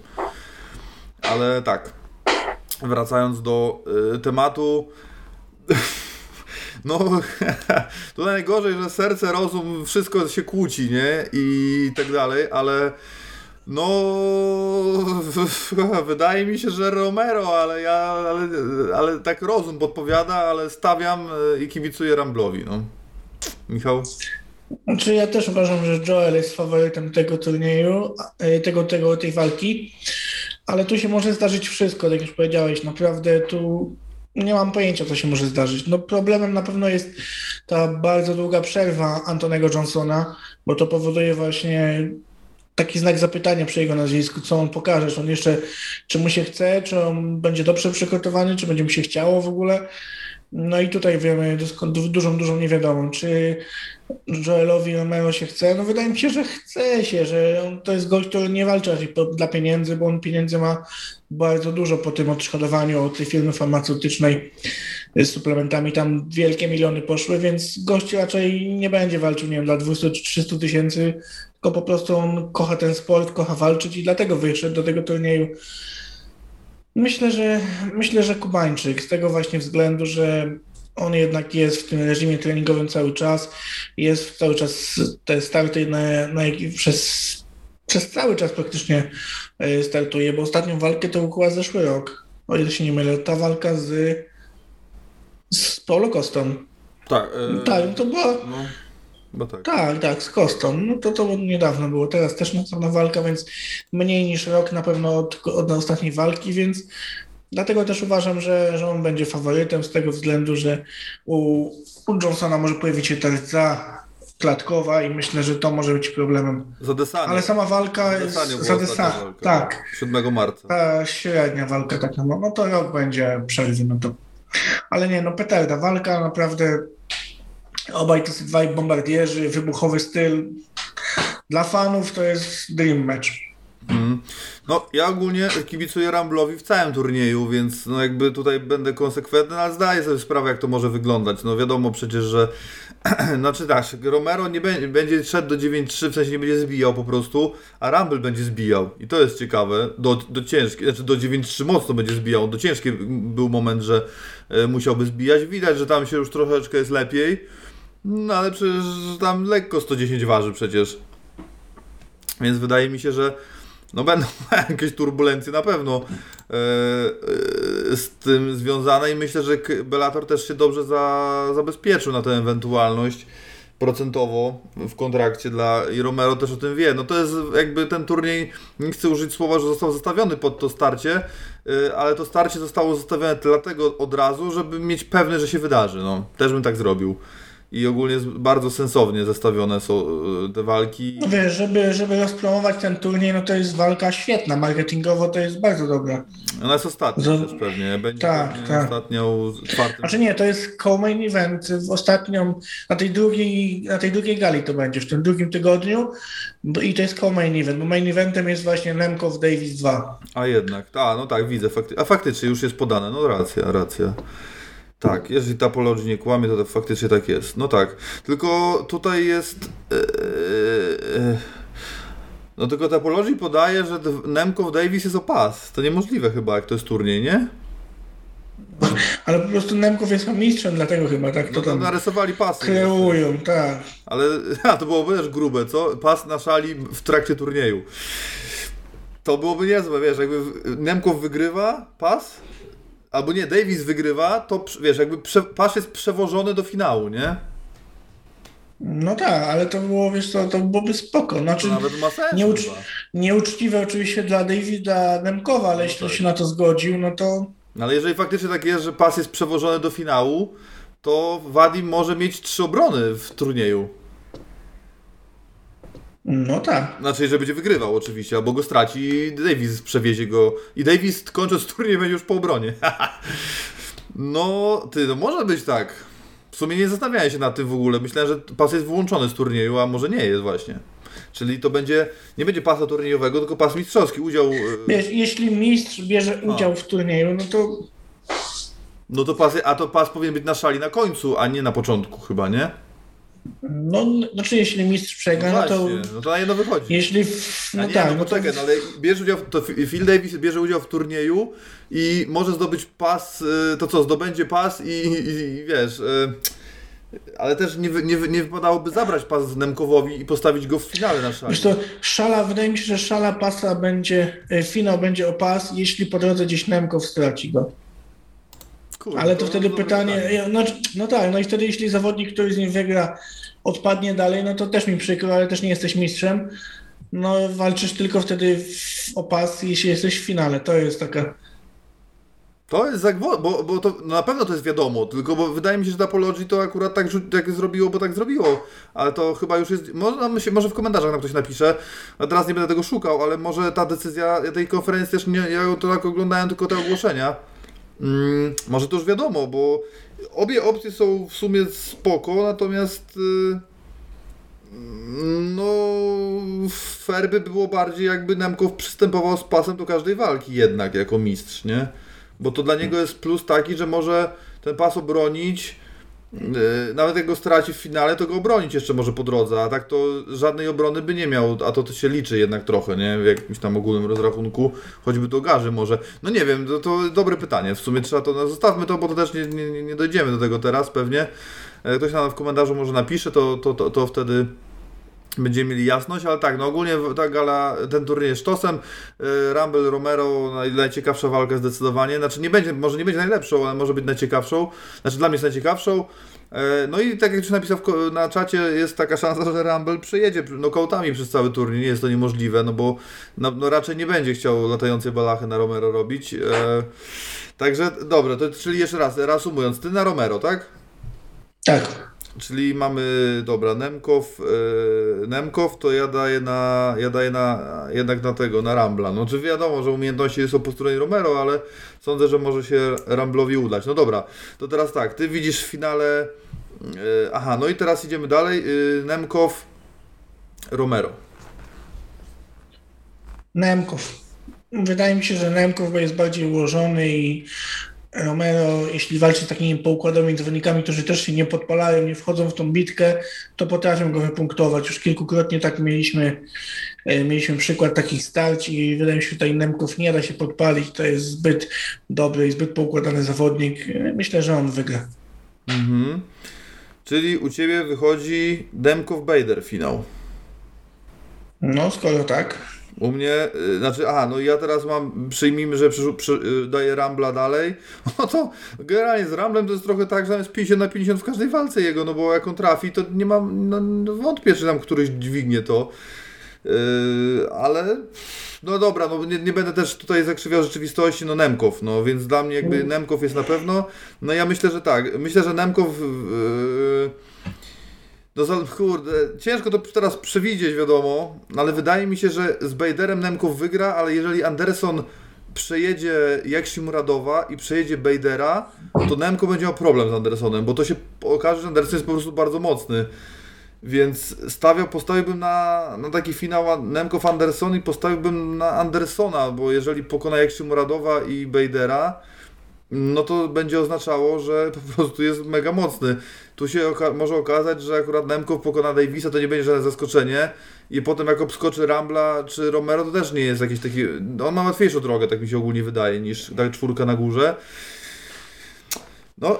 Ale tak, wracając do y, tematu, no to najgorzej, że serce, rozum, wszystko się kłóci, nie? I tak dalej, ale no, wydaje mi się, że Romero, ale ja, ale, ale tak rozum podpowiada, ale stawiam i kibicuję Rumble'owi, no. Michał? Znaczy ja też uważam, że Joel jest faworytem tego turnieju, tego, tego, tej walki, ale tu się może zdarzyć wszystko, tak jak już powiedziałeś, naprawdę tu nie mam pojęcia, co się może zdarzyć. No problemem na pewno jest ta bardzo długa przerwa Antonego Johnsona, bo to powoduje właśnie taki znak zapytania przy jego nazwisku, co on pokaże, czy on jeszcze, czy mu się chce, czy on będzie dobrze przygotowany, czy będzie mu się chciało w ogóle. No i tutaj wiemy dużą, dużą niewiadomą, czy Joelowi Romero się chce. No wydaje mi się, że chce się, że on to jest gość, który nie walczy dla pieniędzy, bo on pieniędzy ma bardzo dużo po tym odszkodowaniu od tej firmy farmaceutycznej z suplementami. Tam wielkie miliony poszły, więc gość raczej nie będzie walczył, nie wiem, dla dwieście czy trzysta tysięcy, tylko po prostu on kocha ten sport, kocha walczyć i dlatego wyszedł do tego turnieju. Myślę, że myślę, że Kubańczyk, z tego właśnie względu, że on jednak jest w tym reżimie treningowym cały czas, jest cały czas te starty na, na, przez, przez cały czas praktycznie startuje, bo ostatnią walkę to był chyba zeszły rok, o ile się nie mylę, ta walka z, z Paulo Costą. Tak, yy, tak, to była... No. Bo tak. tak, tak, z Kostą. No to to niedawno było. Teraz też następna walka, więc mniej niż rok na pewno od, od ostatniej walki, więc dlatego też uważam, że, że on będzie faworytem z tego względu, że u, u Johnsona może pojawić się ta rdza klatkowa i myślę, że to może być problemem. Za Adesanią. Ale sama walka jest za Adesanią. Tak. siódmego marca. Ta średnia walka tak naprawdę. No to rok będzie przerwy, no to Ale nie, no petarda, walka naprawdę, obaj to są dwaj bombardierzy, wybuchowy styl. Dla fanów to jest dream match. Mm. No, ja ogólnie kibicuję Rumble'owi w całym turnieju, więc no jakby tutaj będę konsekwentny, ale zdaję sobie sprawę, jak to może wyglądać. No wiadomo przecież, że znaczy tak, Romero nie będzie, będzie szedł do dziewięć trzy, w sensie nie będzie zbijał po prostu, a Rumble będzie zbijał. I to jest ciekawe, do, do ciężkie, znaczy do dziewięć trzy mocno będzie zbijał, do ciężki był moment, że e, musiałby zbijać. Widać, że tam się już troszeczkę jest lepiej, no ale przecież tam lekko sto dziesięć waży przecież. Więc wydaje mi się, że no będą jakieś turbulencje na pewno e, e, z tym związane i myślę, że Bellator też się dobrze za, zabezpieczył na tę ewentualność procentowo w kontrakcie dla i Romero też o tym wie. No to jest jakby ten turniej, nie chcę użyć słowa, że został zostawiony pod to starcie, e, ale to starcie zostało zostawione dlatego od razu, żeby mieć pewność, że się wydarzy. No, też bym tak zrobił. I ogólnie bardzo sensownie zestawione są te walki. No wiesz, żeby, żeby rozpromować ten turniej, no to jest walka świetna, marketingowo to jest bardzo dobra. Ona jest ostatnia Z... też pewnie, będzie tak, pewnie tak. ostatnią czwartym. Znaczy nie, to jest co-main event, w ostatnią, na tej drugiej, na tej drugiej gali to będzie, w tym drugim tygodniu i to jest co-main event, bo main eventem jest właśnie Nemkov Davis dwa. A jednak, a no tak, widzę, fakty... a faktycznie już jest podane, no racja, racja. Tak, jeżeli Tapology nie kłamie, to, to faktycznie tak jest. No tak, tylko tutaj jest... Yy, yy, no tylko Tapology podaje, że Nemkov Davis jest o pas. To niemożliwe chyba, jak to jest turniej, nie? Ale po prostu Nemkov jest mistrzem, dlatego chyba tak to no to tam narysowali pasy. kreują, jeszcze. Tak. Ale a, to byłoby też grube, co? Pas na szali w trakcie turnieju. To byłoby niezłe, wiesz, jakby Nemkov wygrywa pas... Albo nie, Davis wygrywa, to wiesz, jakby prze, pas jest przewożony do finału, nie? No tak, ale to było, wiesz co, to byłoby spoko. Znaczy, to nawet ma sens nieucz, nieuczciwe oczywiście dla Davida Nemkowa, ale no jeśli tak. się na to zgodził, no to... Ale jeżeli faktycznie tak jest, że pas jest przewożony do finału, to Vadim może mieć trzy obrony w turnieju. No tak. Znaczy, jeżeli będzie wygrywał oczywiście, albo go straci i Davis przewiezie go. I Davis kończąc turniej będzie już po obronie. No, ty, no może być tak. W sumie nie zastanawiałem się nad tym w ogóle. Myślałem, że pas jest wyłączony z turnieju, a może nie jest właśnie. Czyli to będzie, nie będzie pasa turniejowego, tylko pas mistrzowski. Udział... Wiesz, jeśli mistrz bierze udział a. w turnieju, no to... No to pas, a to pas powinien być na szali na końcu, a nie na początku chyba, nie? No, znaczy jeśli mistrz przegra, no, no to... No to na jedno wychodzi. Jeśli... W, no a nie, tak, no, no poczekaj, to... no ale bierze udział, to Phil Davis bierze udział w turnieju i może zdobyć pas, to co, zdobędzie pas i, i, i wiesz... Ale też nie, nie, nie wypadałoby zabrać pas Nemkowowi i postawić go w finale na szali. Wiesz to, szala, wydaje mi się, że szala pasa będzie, finał będzie o pas, jeśli po drodze gdzieś Nemkow straci go. Kurde, ale to, to wtedy pytanie, pytanie. No, no tak, no i wtedy jeśli zawodnik, który z nim wygra, odpadnie dalej, no to też mi przykro, ale też nie jesteś mistrzem. No walczysz tylko wtedy w, o pas, jeśli jesteś w finale. To jest taka... To jest zagwo... bo, bo to no na pewno to jest wiadomo, tylko bo wydaje mi się, że Tapology to akurat tak, tak zrobiło, bo tak zrobiło, ale to chyba już jest, może, może w komentarzach nam ktoś napisze, a teraz nie będę tego szukał, ale może ta decyzja, ja tej konferencji też nie, ja to tak oglądałem tylko te ogłoszenia, hmm, może to już wiadomo, bo obie opcje są w sumie spoko, natomiast yy, no fair by było bardziej jakby Nemkow przystępował z pasem do każdej walki jednak jako mistrz, nie? Bo to dla niego jest plus taki, że może ten pas obronić, yy, nawet jak go straci w finale, to go obronić jeszcze może po drodze, a tak to żadnej obrony by nie miał, a to, to się liczy jednak trochę, nie? W jakimś tam ogólnym rozrachunku, choćby do garzy może. No nie wiem, to, to dobre pytanie, w sumie trzeba to, no zostawmy to, bo to też nie, nie, nie dojdziemy do tego teraz pewnie. Ktoś nam w komentarzu może napisze, to, to, to, to wtedy... będziemy mieli jasność, ale tak, no ogólnie ta gala, ten turniej jest sztosem. Rumble, Romero, najciekawsza walka zdecydowanie. Znaczy nie będzie, może nie będzie najlepszą, ale może być najciekawszą. Znaczy dla mnie jest najciekawszą. No i tak jak już napisał na czacie, jest taka szansa, że Rumble przejedzie nokautami przez cały turniej. Nie jest to niemożliwe, no bo no, no raczej nie będzie chciał latającej balachy na Romero robić. E, także dobra, to czyli jeszcze raz, reasumując, ty na Romero, tak? Tak. Czyli mamy, dobra, Nemkow, yy, Nemkow to ja daję na, ja daję na, jednak na tego, na Rambla. No czy wiadomo, że umiejętności są po stronie Romero, ale sądzę, że może się Ramblowi udać. No dobra, to teraz tak, ty widzisz w finale, yy, aha, no i teraz idziemy dalej, yy, Nemkow, Romero. Nemkow. Wydaje mi się, że Nemkow jest bardziej ułożony i Romero, jeśli walczy z takimi poukładowymi zawodnikami, którzy też się nie podpalają, nie wchodzą w tą bitkę, to potrafią go wypunktować. Już kilkukrotnie tak mieliśmy, mieliśmy przykład takich starć i wydaje mi się, że tutaj Nemkow nie da się podpalić. To jest zbyt dobry i zbyt poukładany zawodnik. Myślę, że on wygra. Mhm. Czyli u Ciebie wychodzi Nemkow-Bader finał. No, skoro tak. U mnie, y, znaczy, aha, no ja teraz mam, przyjmijmy, że przy, przy, y, daję Rambla dalej, no to generalnie z Ramblem to jest trochę tak, że jest pięćdziesiąt na pięćdziesiąt w każdej walce jego, no bo jak on trafi, to nie mam, no, no wątpię, czy tam któryś dźwignie to, yy, ale no dobra, no nie, nie będę też tutaj zakrzywiał rzeczywistości, no Nemkow, no więc dla mnie jakby Nemkow jest na pewno, no ja myślę, że tak, myślę, że Nemkow... Yy, No za, kurde, ciężko to teraz przewidzieć, wiadomo, ale wydaje mi się, że z Baderem Nemkow wygra, ale jeżeli Anderson przejedzie Jaksimuradowa i przejedzie Badera, to Nemkow będzie miał problem z Andersonem, bo to się okaże, że Anderson jest po prostu bardzo mocny. Więc stawiał, postawiłbym na, na taki finał Nemkow-Anderson i postawiłbym na Andersona, bo jeżeli pokona Jaksimuradowa i Badera, no to będzie oznaczało, że po prostu jest mega mocny. Tu się oka- może okazać, że akurat Nemkow pokona Davisa, to nie będzie żadne zaskoczenie i potem jak obskoczy Rambla czy Romero, to też nie jest jakiś taki... On ma łatwiejszą drogę, tak mi się ogólnie wydaje, niż ta czwórka na górze. No...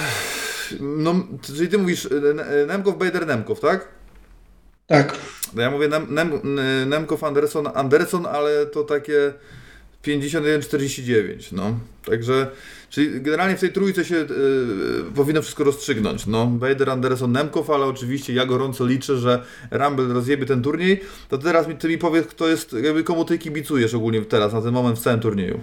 no czyli ty mówisz Nemkow, Bader, Nemkow, tak? Tak. No ja mówię Nem- Nem- Nemkow, Anderson, Anderson, ale to takie... pięćdziesiąt jeden czterdzieści dziewięć, no. Także, czyli generalnie w tej trójce się yy, powinno wszystko rozstrzygnąć, no. Bader, Anderson, Nemkow, ale oczywiście ja gorąco liczę, że Rumble rozjebie ten turniej. To teraz mi, ty mi powiedz, kto jest, jakby komu ty kibicujesz ogólnie teraz, na ten moment w całym turnieju.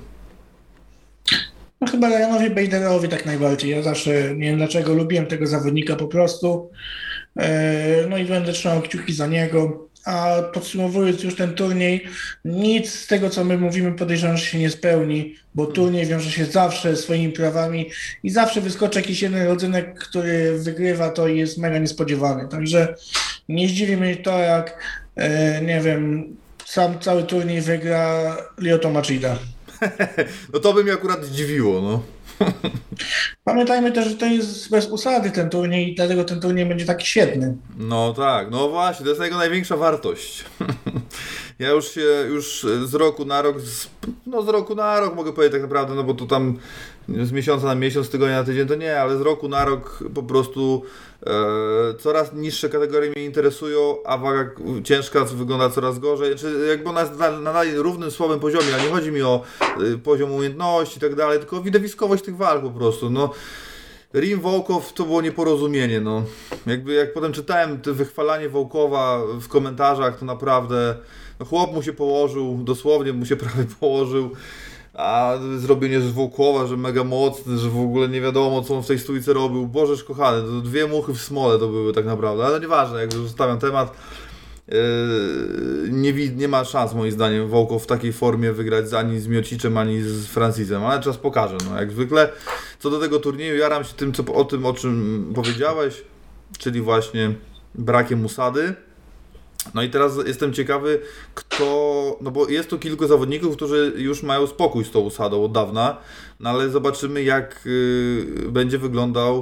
No chyba Ryanowi Baderowi tak najbardziej. Ja zawsze, nie wiem dlaczego, lubiłem tego zawodnika po prostu. Yy, no i będę trzymał kciuki za niego. A podsumowując już ten turniej, nic z tego, co my mówimy, podejrzewam, że się nie spełni, bo turniej wiąże się zawsze swoimi prawami i zawsze wyskoczy jakiś jeden rodzynek, który wygrywa to i jest mega niespodziewany. Także nie zdziwi mnie to, jak, e, nie wiem, sam cały turniej wygra Lyoto Machida. No to by mnie akurat zdziwiło, no. Pamiętajmy też, że to jest bez usady ten turniej i dlatego ten turniej będzie taki świetny. No tak, no właśnie, to jest jego największa wartość. Ja już się, już z roku na rok, z, no z roku na rok mogę powiedzieć tak naprawdę, no bo to tam z miesiąca na miesiąc, z tygodnia na tydzień to nie, ale z roku na rok po prostu e, coraz niższe kategorie mnie interesują, a waga ciężka wygląda coraz gorzej, czy jakby ona jest na, na równym, słabym poziomie, ale nie chodzi mi o e, poziom umiejętności i tak dalej, tylko o widowiskowość tych walk po prostu, no. Rim Wołkow to było nieporozumienie, no. Jakby jak potem czytałem to wychwalanie Wołkowa w komentarzach, to naprawdę no chłop mu się położył, dosłownie mu się prawie położył, a zrobienie z Wołkowa, że mega mocny, że w ogóle nie wiadomo co on w tej stójce robił. Bożeż kochany, to dwie muchy w smole to były tak naprawdę, ale nieważne, jak zostawiam temat. Yy, nie, nie ma szans moim zdaniem Wołkow w takiej formie wygrać ani z Miociczem, ani z Francisem, ale czas pokaże, no jak zwykle. Co do tego turnieju, jaram się tym, co, o tym, o czym powiedziałeś, czyli właśnie brakiem usady. No i teraz jestem ciekawy, kto, no bo jest tu kilku zawodników, którzy już mają spokój z tą usadą od dawna, no ale zobaczymy jak yy, będzie wyglądał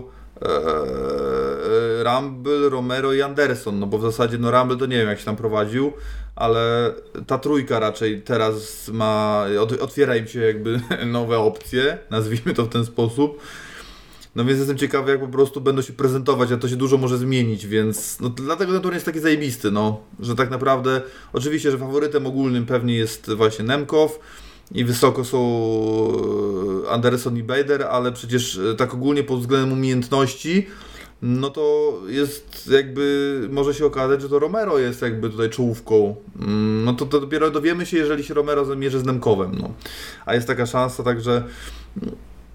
Rumble, Romero i Anderson, no bo w zasadzie no Rumble to nie wiem jak się tam prowadził, ale ta trójka raczej teraz ma, otwiera im się jakby nowe opcje, nazwijmy to w ten sposób. No więc jestem ciekawy jak po prostu będą się prezentować, a to się dużo może zmienić, więc no dlatego ten turniej jest taki zajebisty, no, że tak naprawdę oczywiście, że faworytem ogólnym pewnie jest właśnie Nemkow, i wysoko są Anderson i Bader, ale przecież tak ogólnie pod względem umiejętności, no to jest jakby, może się okazać, że to Romero jest jakby tutaj czołówką. No to, to dopiero dowiemy się, jeżeli się Romero zamierzy z Nemkowem, no. A jest taka szansa, także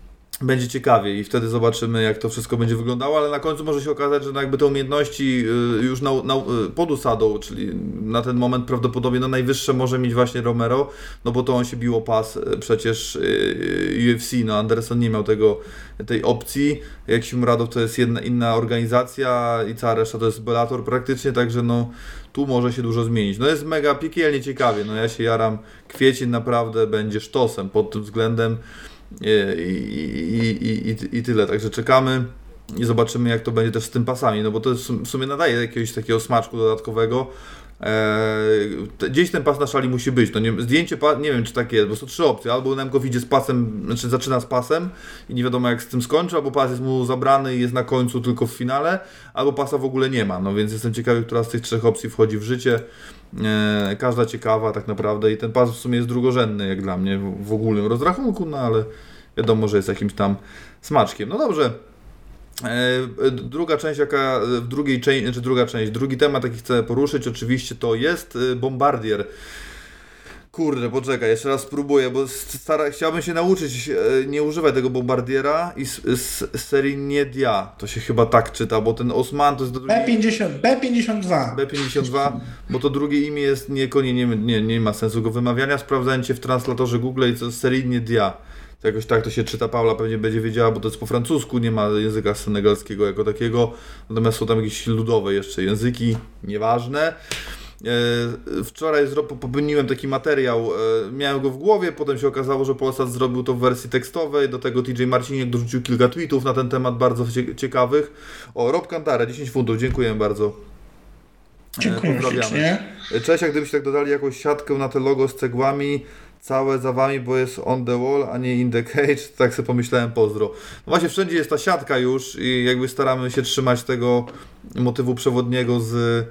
będzie ciekawie i wtedy zobaczymy, jak to wszystko będzie wyglądało, ale na końcu może się okazać, że no jakby te umiejętności już na, na, pod usadą, czyli na ten moment prawdopodobnie no najwyższe może mieć właśnie Romero, no bo to on się biło pas przecież U F C, no Anderson nie miał tego, tej opcji, jak się Muradow to jest jedna inna organizacja i cała reszta to jest Bellator praktycznie, także no tu może się dużo zmienić. No jest mega piekielnie ciekawie, no ja się jaram, kwiecień naprawdę będzie sztosem pod tym względem. I, i, i, i, i tyle, także czekamy i zobaczymy, jak to będzie też z tym pasami, no bo to jest, w sumie nadaje jakiegoś takiego smaczku dodatkowego. Eee, gdzieś ten pas na szali musi być, no nie, zdjęcie, pa, nie wiem czy takie jest, bo są trzy opcje, albo Nemcow idzie z pasem, znaczy zaczyna z pasem i nie wiadomo jak z tym skończy, albo pas jest mu zabrany i jest na końcu tylko w finale, albo pasa w ogóle nie ma, no więc jestem ciekawy, która z tych trzech opcji wchodzi w życie. Eee, każda ciekawa tak naprawdę i ten pas w sumie jest drugorzędny jak dla mnie w, w ogólnym rozrachunku, no ale wiadomo, że jest jakimś tam smaczkiem. No dobrze, eee, druga część, jaka w drugiej części, czy druga część, drugi temat, jaki chcę poruszyć oczywiście to jest Bombardier. Kurde, poczekaj, jeszcze raz spróbuję, bo stara, chciałbym się nauczyć e, nie używać tego Bombardiera i z, z serii Niedia, to się chyba tak czyta, bo ten Osman to jest... Drugi... B pięćdziesiąt, B pięćdziesiąt dwa. B pięćdziesiąt dwa, bo to drugie imię jest nie, nie, nie, nie ma sensu go wymawiania, sprawdzałem cię w translatorze Google i to jest serii Niedia. To jakoś tak to się czyta, Paula pewnie będzie wiedziała, bo to jest po francusku, nie ma języka senegalskiego jako takiego, natomiast są tam jakieś ludowe jeszcze języki, nieważne. Wczoraj popełniłem taki materiał, miałem go w głowie, potem się okazało, że Polsat zrobił to w wersji tekstowej, do tego T J Marciniak dorzucił kilka tweetów na ten temat bardzo ciekawych. O, Rob Kantara, dziesięć funtów, dziękuję bardzo. Dziękuję. Pozdrawiamy. Cześć, a gdybyście tak dodali jakąś siatkę na te logo z cegłami, całe za wami, bo jest on the wall, a nie in the cage, tak sobie pomyślałem, pozdro. No właśnie wszędzie jest ta siatka już i jakby staramy się trzymać tego motywu przewodniego z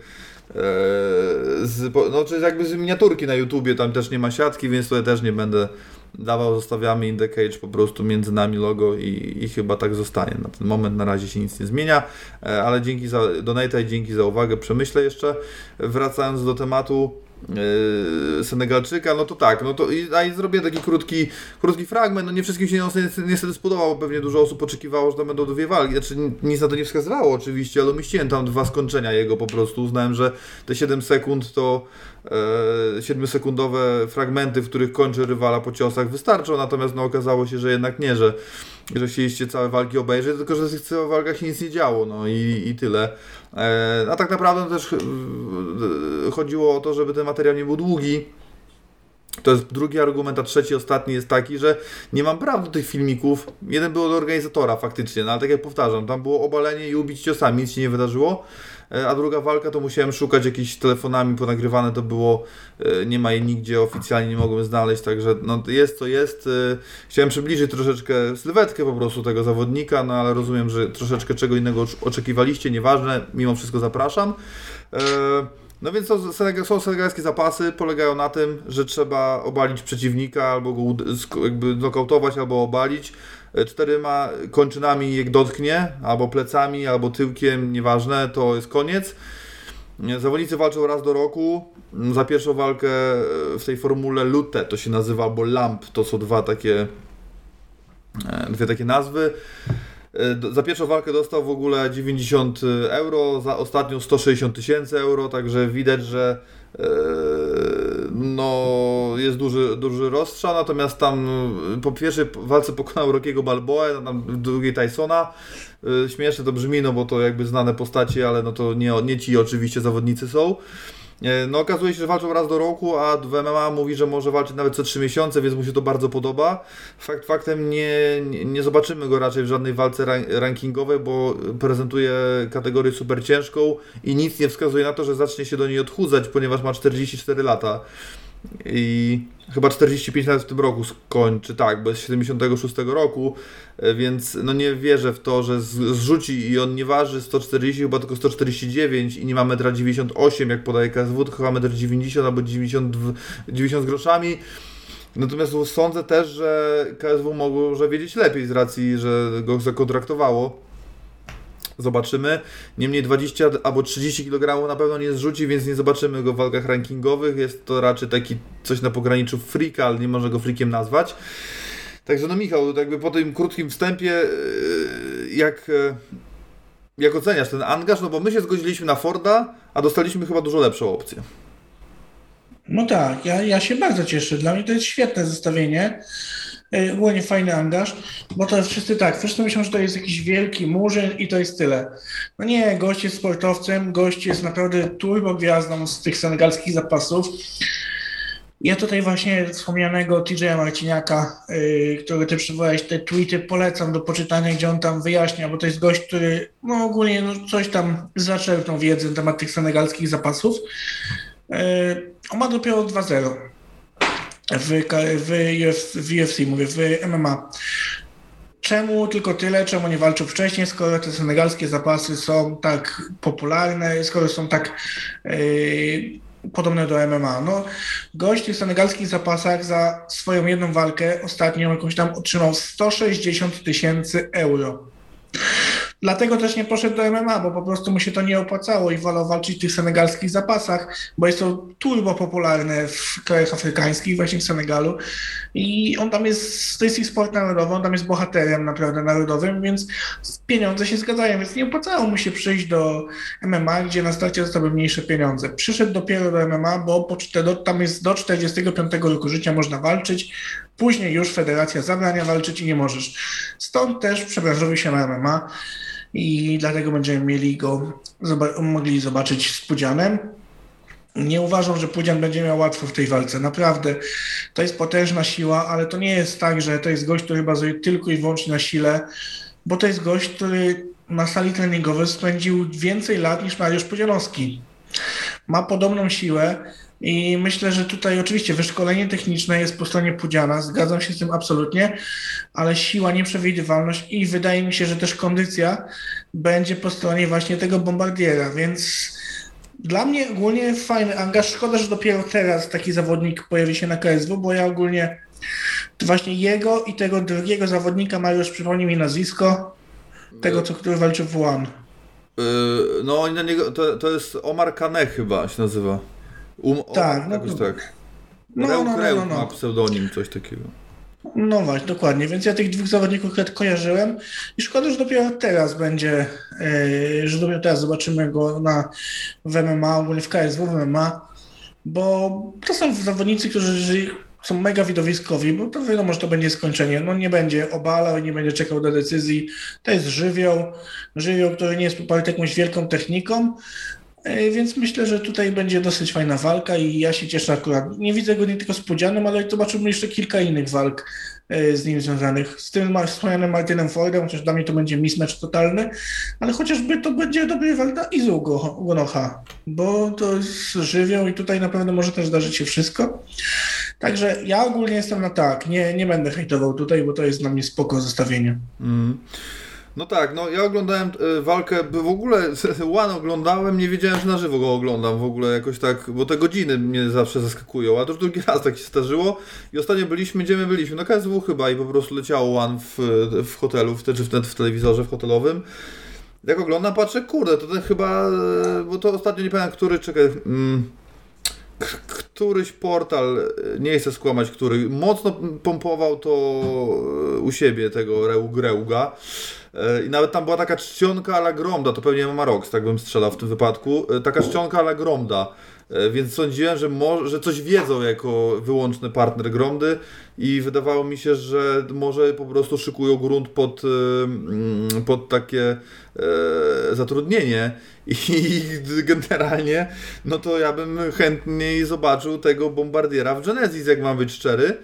Z, no, czy jakby z miniaturki na YouTubie, tam też nie ma siatki, więc tutaj też nie będę dawał, zostawiamy in the cage po prostu między nami logo i, i chyba tak zostanie. Na ten moment na razie się nic nie zmienia, ale dzięki za donate i dzięki za uwagę, przemyślę jeszcze. Wracając do tematu Yy, Senegalczyka, no to tak, no to i, a i zrobię taki krótki, krótki fragment, no nie wszystkim się niestety spodobał, bo pewnie dużo osób oczekiwało, że to będą dwie walki, znaczy nic na to nie wskazywało oczywiście, ale umieściłem tam dwa skończenia jego po prostu, uznałem, że te siedem sekund to e, siedmiosekundowe fragmenty, w których kończy rywala po ciosach wystarczą, natomiast no okazało się, że jednak nie, że, że chcieliście całe walki obejrzeć, tylko że w tych całych walkach się nic nie działo, no i, i tyle. E, a tak naprawdę no, też e, chodziło o to, żeby ten materiał nie był długi. To jest drugi argument, a trzeci, ostatni jest taki, że nie mam praw do tych filmików. Jeden był od organizatora faktycznie, no ale tak jak powtarzam, tam było obalenie i ubić ciosami, nic się nie wydarzyło. A druga walka to musiałem szukać jakimiś telefonami ponagrywane, to było, nie ma jej nigdzie, oficjalnie nie mogłem znaleźć, także no jest co jest. Chciałem przybliżyć troszeczkę sylwetkę po prostu tego zawodnika, no ale rozumiem, że troszeczkę czego innego oczekiwaliście, nieważne, mimo wszystko zapraszam. No więc są, są senegalskie zapasy, polegają na tym, że trzeba obalić przeciwnika, albo go jakby nokautować, albo obalić czterema kończynami, jak dotknie, albo plecami, albo tyłkiem, nieważne, to jest koniec. Zawodnicy walczą raz do roku. Za pierwszą walkę w tej formule Lute to się nazywa, albo Lamp, to są dwa takie, dwie takie nazwy. Za pierwszą walkę dostał w ogóle dziewięćdziesiąt euro, za ostatnią sto sześćdziesiąt tysięcy euro, także widać, że yy, no, jest duży, duży rozstrzał, natomiast tam po pierwszej walce pokonał Rockiego Balboę, tam w drugiej Tysona. Yy, śmieszne to brzmi, no bo to jakby znane postacie, ale no to nie, nie ci oczywiście zawodnicy są. No okazuje się, że walczą raz do roku, a w M M A mówi, że może walczyć nawet co trzy miesiące, więc mu się to bardzo podoba. Fakt faktem nie, nie, nie zobaczymy go raczej w żadnej walce rankingowej, bo prezentuje kategorię super ciężką i nic nie wskazuje na to, że zacznie się do niej odchudzać, ponieważ ma czterdzieści cztery lata. I chyba czterdzieści pięć lat w tym roku skończy, tak, bo jest z siedemdziesiątego szóstego roku, więc no nie wierzę w to, że zrzuci i on nie waży sto czterdzieści, chyba tylko sto czterdzieści dziewięć i nie ma jeden dziewięćdziesiąt osiem, jak podaje K S W, tylko ma jeden dziewięćdziesiąt albo dziewięćdziesiąt, dziewięćdziesiąt z groszami. Natomiast sądzę też, że K S W może wiedzieć lepiej z racji, że go zakontraktowało. Zobaczymy. Niemniej dwadzieścia albo trzydzieści kilogramów na pewno nie zrzuci, więc nie zobaczymy go w walkach rankingowych. Jest to raczej taki coś na pograniczu freaka, ale nie można go freakiem nazwać. Także no Michał, jakby po tym krótkim wstępie, jak, jak oceniasz ten angaż? No bo my się zgodziliśmy na Forda, a dostaliśmy chyba dużo lepszą opcję. No tak, ja, ja się bardzo cieszę. Dla mnie to jest świetne zestawienie. Ogólnie fajny angaż, bo to wszyscy tak, wszyscy myślą, że to jest jakiś wielki murzyn i to jest tyle. No nie, gość jest sportowcem, gość jest naprawdę turbo gwiazdą z tych senegalskich zapasów. Ja tutaj właśnie wspomnianego T J Marciniaka, yy, który ty przywołałeś, te tweety polecam do poczytania, gdzie on tam wyjaśnia, bo to jest gość, który no ogólnie no, coś tam zaczerpnął wiedzę na temat tych senegalskich zapasów. Yy, on ma dopiero dwa zero. W, w, w U F C, mówię, w M M A. Czemu tylko tyle? Czemu nie walczył wcześniej, skoro te senegalskie zapasy są tak popularne, skoro są tak yy, podobne do M M A? No, gość w tych senegalskich zapasach za swoją jedną walkę ostatnią jakąś tam otrzymał sto sześćdziesiąt tysięcy euro. Dlatego też nie poszedł do M M A, bo po prostu mu się to nie opłacało i wolał walczyć w tych senegalskich zapasach, bo jest to turbo popularne w krajach afrykańskich, właśnie w Senegalu. I on tam jest, to jest ich sport narodowy, on tam jest bohaterem naprawdę narodowym, więc pieniądze się zgadzają, więc nie opłacało mu się przyjść do M M A, gdzie na starcie dostały mniejsze pieniądze. Przyszedł dopiero do M M A, bo po, tam jest do czterdziestego piątego roku życia można walczyć, później już federacja zabrania walczyć i nie możesz. Stąd też przebranżowił się na M M A. I dlatego będziemy mieli go, zoba- mogli zobaczyć z Pudzianem. Nie uważam, że Pudzian będzie miał łatwo w tej walce. Naprawdę, to jest potężna siła, ale to nie jest tak, że to jest gość, który bazuje tylko i wyłącznie na sile, bo to jest gość, który na sali treningowej spędził więcej lat niż Mariusz Pudzianowski. Ma podobną siłę i myślę, że tutaj oczywiście wyszkolenie techniczne jest po stronie Pudziana, zgadzam się z tym absolutnie, ale siła, nieprzewidywalność i wydaje mi się, że też kondycja będzie po stronie właśnie tego Bombardiera, więc dla mnie ogólnie fajny angaż. Szkoda, że dopiero teraz taki zawodnik pojawi się na K S W, bo ja ogólnie właśnie jego i tego drugiego zawodnika, Mariusz, przypomnij mi nazwisko, tego, co, który walczył w One. Yy, no na niego, to, to jest Omar Kane chyba się nazywa. Um, tak, Omar, no, tak. No, Reuk, no, no, Reuk no, no. ma pseudonim, coś takiego. No właśnie, dokładnie, więc ja tych dwóch zawodników ko- kojarzyłem i szkoda, że dopiero teraz będzie, yy, że dopiero teraz zobaczymy go na, w M M A, ogólnie w K S W, w M M A, bo to są zawodnicy, którzy są mega widowiskowi, bo to wiadomo, że to będzie skończenie. No nie będzie obalał, nie będzie czekał do decyzji. To jest żywioł, żywioł, który nie jest poparty jakąś wielką techniką, więc myślę, że tutaj będzie dosyć fajna walka i ja się cieszę akurat. Nie widzę go nie tylko z Pudzianem, ale zobaczymy jeszcze kilka innych walk z nim związanych. Z tym wspomnianym Martinem Fordem, chociaż dla mnie to będzie mismatch totalny, ale chociażby to będzie dobry walk na Izu Ugonoha, bo to jest żywioł i tutaj na pewno może też zdarzyć się wszystko. Także ja ogólnie jestem na tak, nie, nie będę hejtował tutaj, bo to jest dla mnie spoko zestawienie. Mm. No tak, no ja oglądałem y, walkę, by w ogóle One oglądałem, nie wiedziałem, że na żywo go oglądam w ogóle jakoś tak, bo te godziny mnie zawsze zaskakują, a to już drugi raz tak się zdarzyło i ostatnio byliśmy, gdzie my byliśmy, no K S W chyba i po prostu leciało One w, w hotelu, w, czy w, w telewizorze w hotelowym. Jak oglądam, patrzę, kurde, to ten chyba, bo to ostatnio nie pamiętam, który, czekaj, mm, któryś portal, nie chcę skłamać, który mocno pompował to u siebie, tego Reug Reuga. I nawet tam była taka czcionka a la Gromda, to pewnie Marox, tak bym strzelał w tym wypadku, taka czcionka a la Gromda, więc sądziłem, że, mo- że coś wiedzą jako wyłączny partner Gromdy i wydawało mi się, że może po prostu szykują grunt pod, pod takie e, zatrudnienie i generalnie no to ja bym chętniej zobaczył tego Bombardiera w Genesis, jak mam być szczery, e,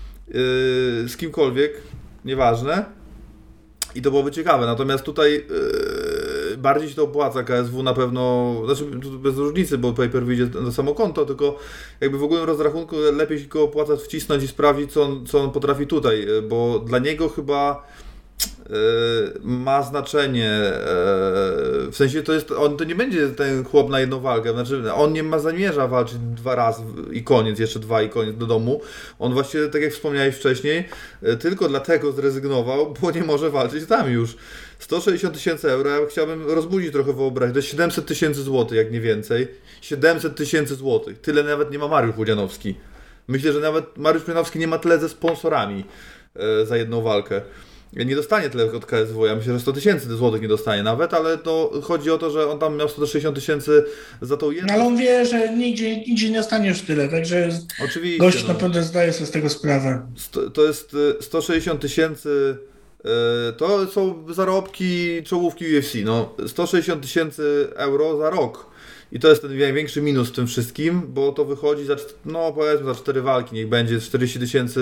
z kimkolwiek, nieważne. I to byłoby ciekawe, natomiast tutaj yy, bardziej się to opłaca K S W na pewno, znaczy bez różnicy, bo pay-per-view idzie na samo konto, tylko jakby w ogóle rozrachunku lepiej się go opłaca wcisnąć i sprawdzić, co on, co on potrafi tutaj, bo dla niego chyba yy, ma znaczenie, yy, w sensie to jest, on to nie będzie ten chłop na jedną walkę, znaczy on nie ma zamierza walczyć dwa razy i koniec, jeszcze dwa i koniec do domu. On właśnie, tak jak wspomniałeś wcześniej, yy, tylko dlatego zrezygnował, bo nie może walczyć tam już. sto sześćdziesiąt tysięcy euro, ja chciałbym rozbudzić trochę wyobraźnię, to jest siedemset tysięcy złotych, jak nie więcej. siedemset tysięcy złotych, tyle nawet nie ma Mariusz Pudzianowski. Myślę, że nawet Mariusz Pudzianowski nie ma tyle ze sponsorami. za jedną walkę. Nie dostanie tyle od K S W, ja myślę, że sto tysięcy złotych nie dostanie nawet, ale to chodzi o to, że on tam miał sto sześćdziesiąt tysięcy za tą jedną. No, ale on wie, że nigdzie, nigdzie nie dostanie już tyle, także oczywiście, gość no. naprawdę zdaje sobie z tego sprawę. To jest sto sześćdziesiąt tysięcy, to są zarobki czołówki U F C, no sto sześćdziesiąt tysięcy euro za rok. I to jest ten największy minus w tym wszystkim, bo to wychodzi za, no powiedzmy za cztery walki, niech będzie czterdzieści tysięcy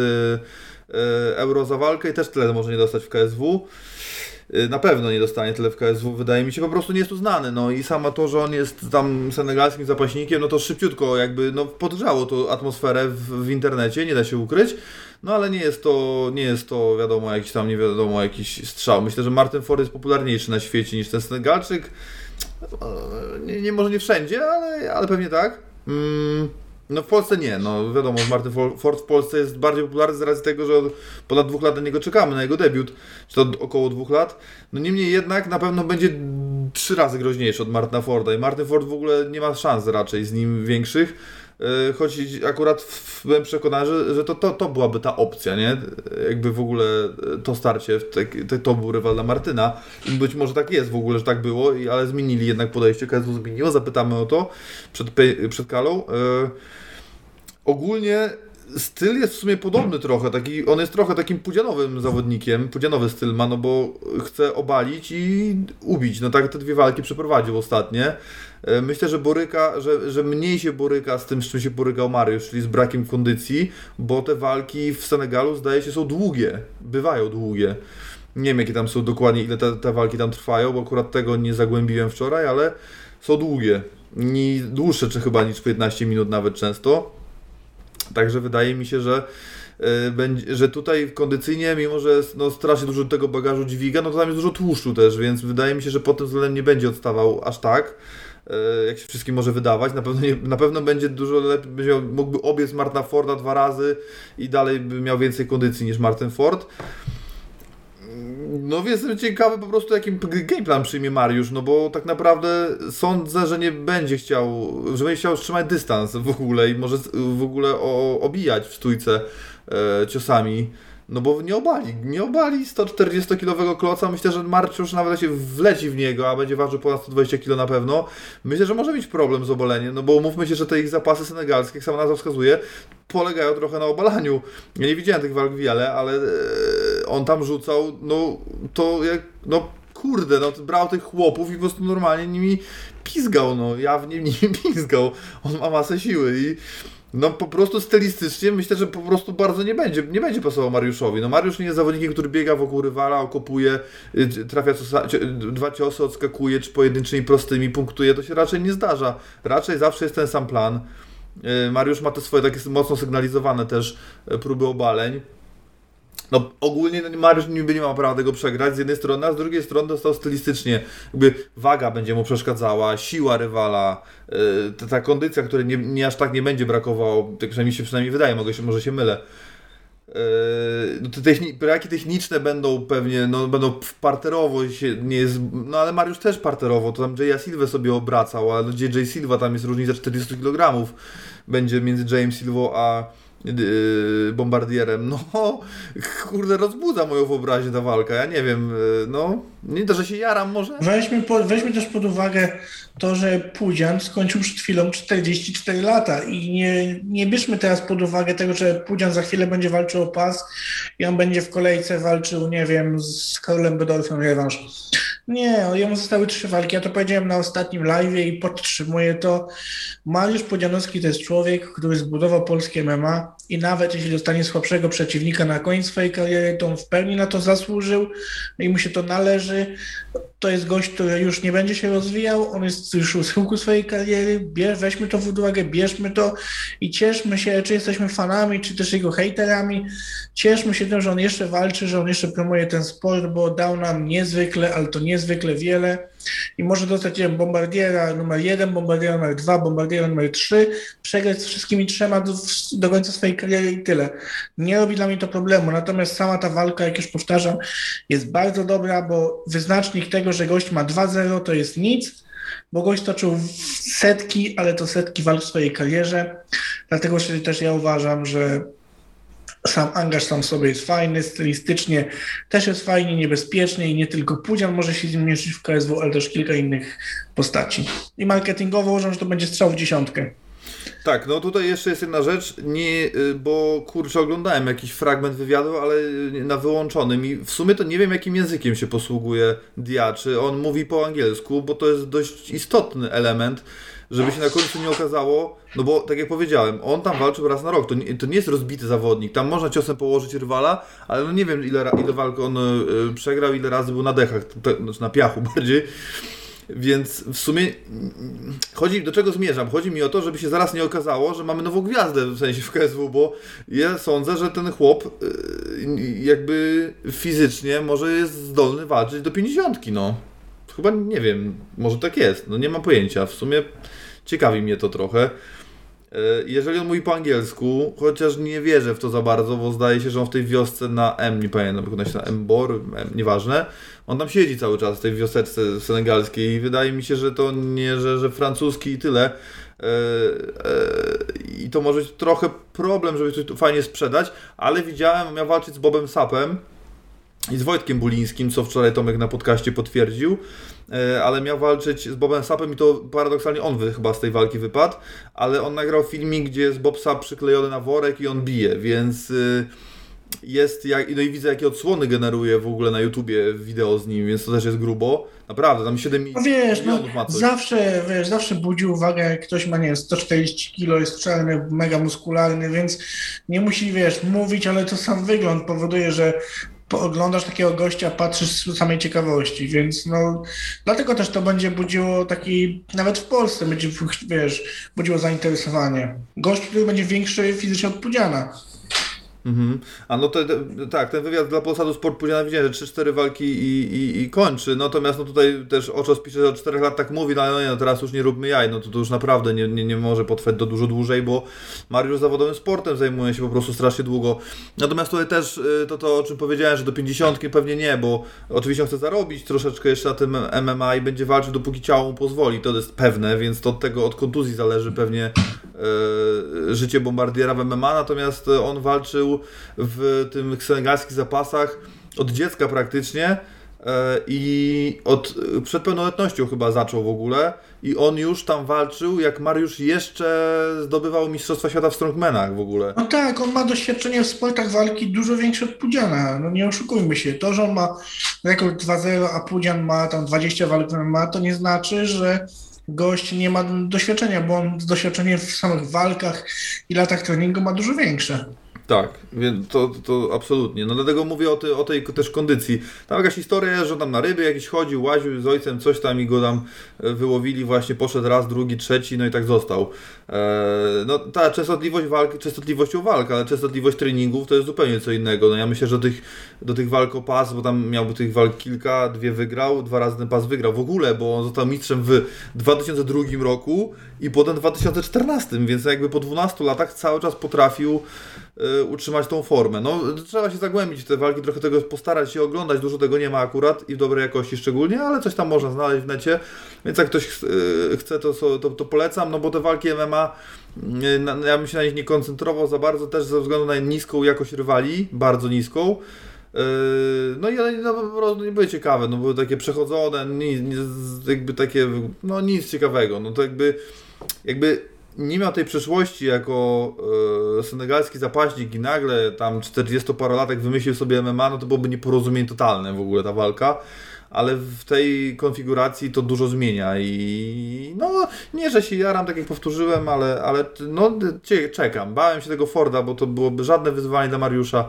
euro za walkę i też tyle może nie dostać w K S W. Na pewno nie dostanie tyle w K S W, wydaje mi się, po prostu nie jest uznany. No i sama to, że on jest tam senegalskim zapaśnikiem, no to szybciutko jakby no, podgrzało tą atmosferę w, w internecie, nie da się ukryć. No ale nie jest to, nie jest to wiadomo, jakiś tam nie wiadomo, jakiś strzał. Myślę, że Martin Ford jest popularniejszy na świecie niż ten Senegalczyk. Nie, nie może nie wszędzie, ale, ale pewnie tak. Mm. No w Polsce nie, no wiadomo, Martin Ford w Polsce jest bardziej popularny z racji tego, że od ponad dwóch lat na niego czekamy, na jego debiut, czy to około dwóch lat. No niemniej jednak na pewno będzie trzy razy groźniejszy od Martina Forda i Martin Ford w ogóle nie ma szans raczej z nim większych, choć akurat byłem przekonany, że, że to, to, to byłaby ta opcja, nie? Jakby w ogóle to starcie, to, to był rywal dla Martyna. I być może tak jest w ogóle, że tak było, ale zmienili jednak podejście, K S W zmieniło, zapytamy o to przed, przed Kalą. Ogólnie styl jest w sumie podobny trochę, taki, on jest trochę takim pudzianowym zawodnikiem, pudzianowy styl ma, no bo chce obalić i ubić, no tak te dwie walki przeprowadził ostatnie. Myślę, że boryka, że, że mniej się boryka z tym, z czym się borykał Mariusz, czyli z brakiem kondycji, bo te walki w Senegalu zdaje się są długie, bywają długie. Nie wiem jakie tam są dokładnie, ile te, te walki tam trwają, bo akurat tego nie zagłębiłem wczoraj, ale są długie, nie, dłuższe czy chyba niż piętnaście minut nawet często. Także wydaje mi się, że, yy, będzie, że tutaj kondycyjnie, mimo że no, strasznie dużo tego bagażu dźwiga, no to tam jest dużo tłuszczu też, więc wydaje mi się, że pod tym względem nie będzie odstawał aż tak, yy, jak się wszystkim może wydawać. Na pewno, nie, na pewno będzie dużo lepiej, będzie, mógłby obiec Martina Forda dwa razy i dalej by miał więcej kondycji niż Martin Ford. No więc jestem ciekawy po prostu jakim gameplan przyjmie Mariusz, no bo tak naprawdę sądzę, że nie będzie chciał, że będzie chciał trzymać dystans w ogóle i może w ogóle o, obijać w stójce e, ciosami, no bo nie obali, nie obali sto czterdziestokilowego kloca, myślę, że Mariusz nawet się wleci w niego, a będzie ważył ponad sto dwadzieścia kilo na pewno, myślę, że może mieć problem z obaleniem, no bo umówmy się, że te ich zapasy senegalskie, jak sama nazwa wskazuje, polegają trochę na obalaniu. Ja nie widziałem tych walk wiele, ale e, on tam rzucał, no to jak, no kurde, no brał tych chłopów i po prostu normalnie nimi pizgał, no jawnie nimi pizgał. On ma masę siły i no po prostu stylistycznie myślę, że po prostu bardzo nie będzie, nie będzie pasował Mariuszowi. No Mariusz nie jest zawodnikiem, który biega wokół rywala, okopuje, trafia cosa, dwa ciosy, odskakuje, czy pojedynczymi prostymi punktuje, to się raczej nie zdarza. Raczej zawsze jest ten sam plan. Mariusz ma te swoje takie mocno sygnalizowane też próby obaleń. No ogólnie Mariusz niby nie ma prawa tego przegrać z jednej strony, a z drugiej strony dostał stylistycznie, jakby waga będzie mu przeszkadzała, siła rywala, yy, ta, ta kondycja, której nie, nie aż tak nie będzie brakowało, tak przynajmniej się przynajmniej wydaje, mogę się, może się mylę. Yy, no te techni- braki techniczne będą pewnie, no będą parterowo, się nie jest, no ale Mariusz też parterowo, to tam Jaya Silva sobie obracał, ale gdzie Jay Silva, tam jest różnica czterdzieści kilogramów, będzie między Jayem Silvą a Yy, bombardierem, no kurde, rozbudza moją wyobraźnię ta walka, ja nie wiem, yy, no nie to, że się jaram może. Weźmy, po, weźmy też pod uwagę to, że Pudzian skończył przed chwilą czterdzieści cztery lata i nie, nie bierzmy teraz pod uwagę tego, że Pudzian za chwilę będzie walczył o pas i on będzie w kolejce walczył, nie wiem, z Karolem Bedorfem rewanż. Nie, jemu zostały trzy walki, ja to powiedziałem na ostatnim live'ie i podtrzymuję to. Mariusz Pudzianowski to jest człowiek, który zbudował polskie M M A i nawet jeśli dostanie słabszego przeciwnika na koniec swojej kariery, to on w pełni na to zasłużył i mu się to należy. To jest gość, który już nie będzie się rozwijał, on jest już u schyłku swojej kariery, Bierz, weźmy to pod uwagę, bierzmy to i cieszmy się, czy jesteśmy fanami, czy też jego hejterami, cieszmy się tym, że on jeszcze walczy, że on jeszcze promuje ten sport, bo dał nam niezwykle, ale to niezwykle wiele i może dostać wiem, bombardiera numer jeden, bombardiera numer dwa, bombardiera numer trzy, przegrać z wszystkimi trzema do, do końca swojej kariery i tyle. Nie robi dla mnie to problemu, natomiast sama ta walka, jak już powtarzam, jest bardzo dobra, bo wyznacznik tego, że gość ma dwa zero, to jest nic, bo gość toczył setki, ale to setki walk w swojej karierze, dlatego też ja uważam, że Sam angaż sam w sobie jest fajny, stylistycznie też jest fajnie, niebezpiecznie i nie tylko Pudzian może się zmierzyć w K S W, ale też kilka innych postaci. I marketingowo uważam, że to będzie strzał w dziesiątkę. Tak, no tutaj jeszcze jest jedna rzecz, nie, bo kurczę, oglądałem jakiś fragment wywiadu, ale na wyłączonym i w sumie to nie wiem, jakim językiem się posługuje Dia, czy on mówi po angielsku, bo to jest dość istotny element, żeby się na końcu nie okazało, no bo tak jak powiedziałem, on tam walczył raz na rok, to nie, to nie jest rozbity zawodnik, tam można ciosem położyć rywala, ale no nie wiem ile, ile walk on y, przegrał, ile razy był na dechach, to, znaczy na piachu bardziej. Więc w sumie chodzi, do czego zmierzam? Chodzi mi o to, żeby się zaraz nie okazało, że mamy nową gwiazdę w sensie w K S W, bo ja sądzę, że ten chłop jakby fizycznie może jest zdolny walczyć do pięćdziesiątki, no. Chyba nie wiem, może tak jest, no nie mam pojęcia, w sumie ciekawi mnie to trochę. Jeżeli on mówi po angielsku, chociaż nie wierzę w to za bardzo, bo zdaje się, że on w tej wiosce na M, nie pamiętam, jak ona się na Mbor, M, nieważne, on tam siedzi cały czas w tej wioseczce senegalskiej i wydaje mi się, że to nie, że, że francuski i tyle. Yy, yy, I to może być trochę problem, żeby coś tu fajnie sprzedać, ale widziałem, miał walczyć z Bobem Sapem i z Wojtkiem Bulińskim, co wczoraj Tomek na podcaście potwierdził, ale miał walczyć z Bobem Sapem i to paradoksalnie on wy, chyba z tej walki wypadł, ale on nagrał filmik, gdzie jest Bob Sap przyklejony na worek i on bije, więc jest, jak, no i widzę jakie odsłony generuje w ogóle na YouTubie wideo z nim, więc to też jest grubo, naprawdę, tam siedem no wiesz, milionów no, ma coś. Zawsze, wiesz, zawsze budzi uwagę, jak ktoś ma, nie wiem, sto czterdzieści kilo, jest czarny, mega muskularny, więc nie musi, wiesz, mówić, ale to sam wygląd powoduje, że oglądasz takiego gościa, patrzysz z samej ciekawości, więc no dlatego też to będzie budziło taki, nawet w Polsce będzie, wiesz, budziło zainteresowanie. Gość, który będzie większy fizycznie od Pudziana. Mhm. A no to, te, tak, ten wywiad dla Polsatu Sport Pudziana widziałem, że trzy cztery walki i, i, i kończy, natomiast no tutaj też Oczos pisze, że od czterech lat tak mówi, no ale no nie, no teraz już nie róbmy jaj, no to, to już naprawdę nie, nie, nie może potrwać do dużo dłużej, bo Mariusz zawodowym sportem zajmuje się po prostu strasznie długo. Natomiast tutaj też to, to o czym powiedziałem, że do pięćdziesiątki pewnie nie, bo oczywiście on chce zarobić troszeczkę jeszcze na tym M M A i będzie walczył dopóki ciało mu pozwoli, to jest pewne, więc to od tego, od kontuzji zależy pewnie e, życie bombardiera w M M A, natomiast on walczył w tym senegalskich zapasach od dziecka praktycznie i od, przed pełnoletnością chyba zaczął w ogóle i on już tam walczył, jak Mariusz jeszcze zdobywał Mistrzostwa Świata w strongmanach w ogóle. No tak, on ma doświadczenie w sportach walki dużo większe od Pudziana, no nie oszukujmy się. To, że on ma rekord dwa zero, a Pudzian ma tam dwadzieścia walk w M M A, to nie znaczy, że gość nie ma doświadczenia, bo on doświadczenie w samych walkach i latach treningu ma dużo większe. Tak, więc to, to absolutnie. No dlatego mówię o, ty, o tej też kondycji. Tam jakaś historia, że tam na ryby jakiś chodził, łaził z ojcem, coś tam i go tam wyłowili, właśnie poszedł raz, drugi, trzeci, no i tak został. Eee, no ta częstotliwość walki, częstotliwością walk, ale częstotliwość treningów to jest zupełnie co innego. No ja myślę, że do tych, do tych walk o pas, bo tam miałby tych walk kilka, dwie wygrał, dwa razy ten pas wygrał w ogóle, bo on został mistrzem w dwa tysiące drugim roku i potem w dwa tysiące czternastym, więc jakby po dwunastu latach cały czas potrafił utrzymać tą formę. No trzeba się zagłębić w te walki, trochę tego postarać się oglądać, dużo tego nie ma akurat i w dobrej jakości szczególnie, ale coś tam można znaleźć w necie, więc jak ktoś chce, to, to, to polecam, no bo te walki M M A, ja bym się na nich nie koncentrował za bardzo, też ze względu na niską jakość rywali, bardzo niską. No i no, po prostu nie były ciekawe, no były takie przechodzone, nic, jakby takie, no nic ciekawego, no to jakby, jakby nie miał tej przeszłości jako e, senegalski zapaśnik i nagle tam czterdziestoparolatek wymyślił sobie M M A, no to byłoby nieporozumienie totalne w ogóle ta walka, ale w tej konfiguracji to dużo zmienia i no nie, że się jaram, tak jak powtórzyłem, ale, ale no czekam, bałem się tego Forda, bo to byłoby żadne wyzwanie dla Mariusza,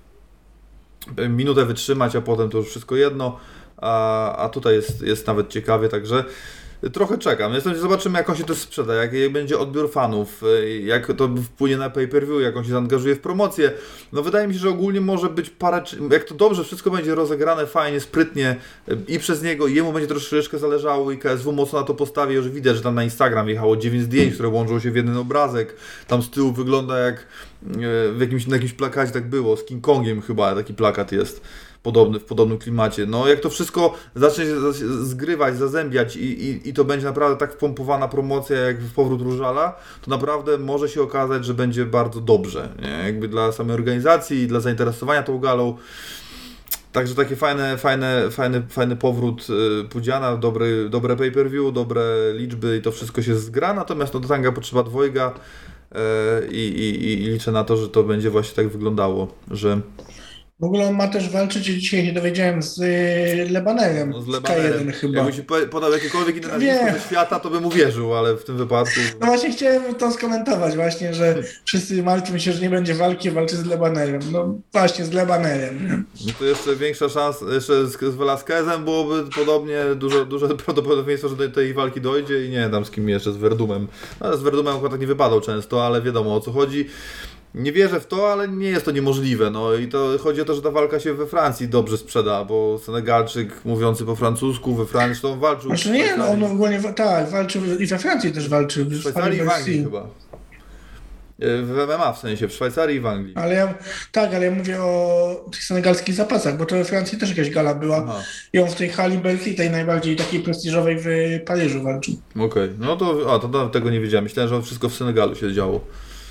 minutę wytrzymać, a potem to już wszystko jedno, a, a tutaj jest, jest nawet ciekawie, także trochę czekam. Jestem, zobaczymy, jak on się to sprzeda, jak, jak będzie odbiór fanów, jak to wpłynie na pay-per-view, jak on się zaangażuje w promocję. No wydaje mi się, że ogólnie może być parę, jak to dobrze wszystko będzie rozegrane fajnie, sprytnie i przez niego, i jemu będzie troszeczkę zależało i K S W mocno na to postawi. Już widać, że tam na Instagram wjechało dziewięć zdjęć, które łączą się w jeden obrazek. Tam z tyłu wygląda jak w jakimś, na jakimś plakacie tak było, z King Kongiem chyba taki plakat jest. podobny, w podobnym klimacie. No jak to wszystko zacznie się zgrywać, zazębiać i, i, i to będzie naprawdę tak wpompowana promocja jak w Powrót Różala, to naprawdę może się okazać, że będzie bardzo dobrze, nie? Jakby dla samej organizacji i dla zainteresowania tą galą. Także taki fajny, fajny, fajny, fajny powrót y, Pudziana, dobry, dobre pay-per-view, dobre liczby i to wszystko się zgra, natomiast no, do tanga potrzeba dwojga y, i, i, i liczę na to, że to będzie właśnie tak wyglądało, że... W ogóle on ma też walczyć, dzisiaj się dowiedziałem, z y, Lebanerem, no, z K jeden chyba. Jakby ci podał jakiekolwiek inne nazwisko ze świata, to bym uwierzył, ale w tym wypadku... No właśnie chciałem to skomentować właśnie, że wszyscy martwią się, że nie będzie walki, walczy z Lebanerem. No właśnie, z Lebanerem. No to jeszcze większa szansa, jeszcze z, z Velasquezem byłoby podobnie, dużo, duże prawdopodobieństwo, że do tej walki dojdzie i nie tam z kim jeszcze, z Verdumem. No, z Verdumem akurat tak nie wypadał często, ale wiadomo o co chodzi. Nie wierzę w to, ale nie jest to niemożliwe. No i to chodzi o to, że ta walka się we Francji dobrze sprzeda, bo Senegalczyk mówiący po francusku we Francji, zresztą walczył. Znaczy nie, no on ogólnie tak, walczył i we Francji też walczył. W Szwajcarii i w Anglii chyba. W M M A w sensie, w Szwajcarii i w Anglii. Ale ja, tak, ale ja mówię o tych senegalskich zapasach, bo to we Francji też jakaś gala była. Aha. I on w tej hali Bercy, tej najbardziej takiej prestiżowej w Paryżu walczył. Okej, okay. No to, a, to tego nie wiedziałem. Myślałem, że wszystko w Senegalu się działo.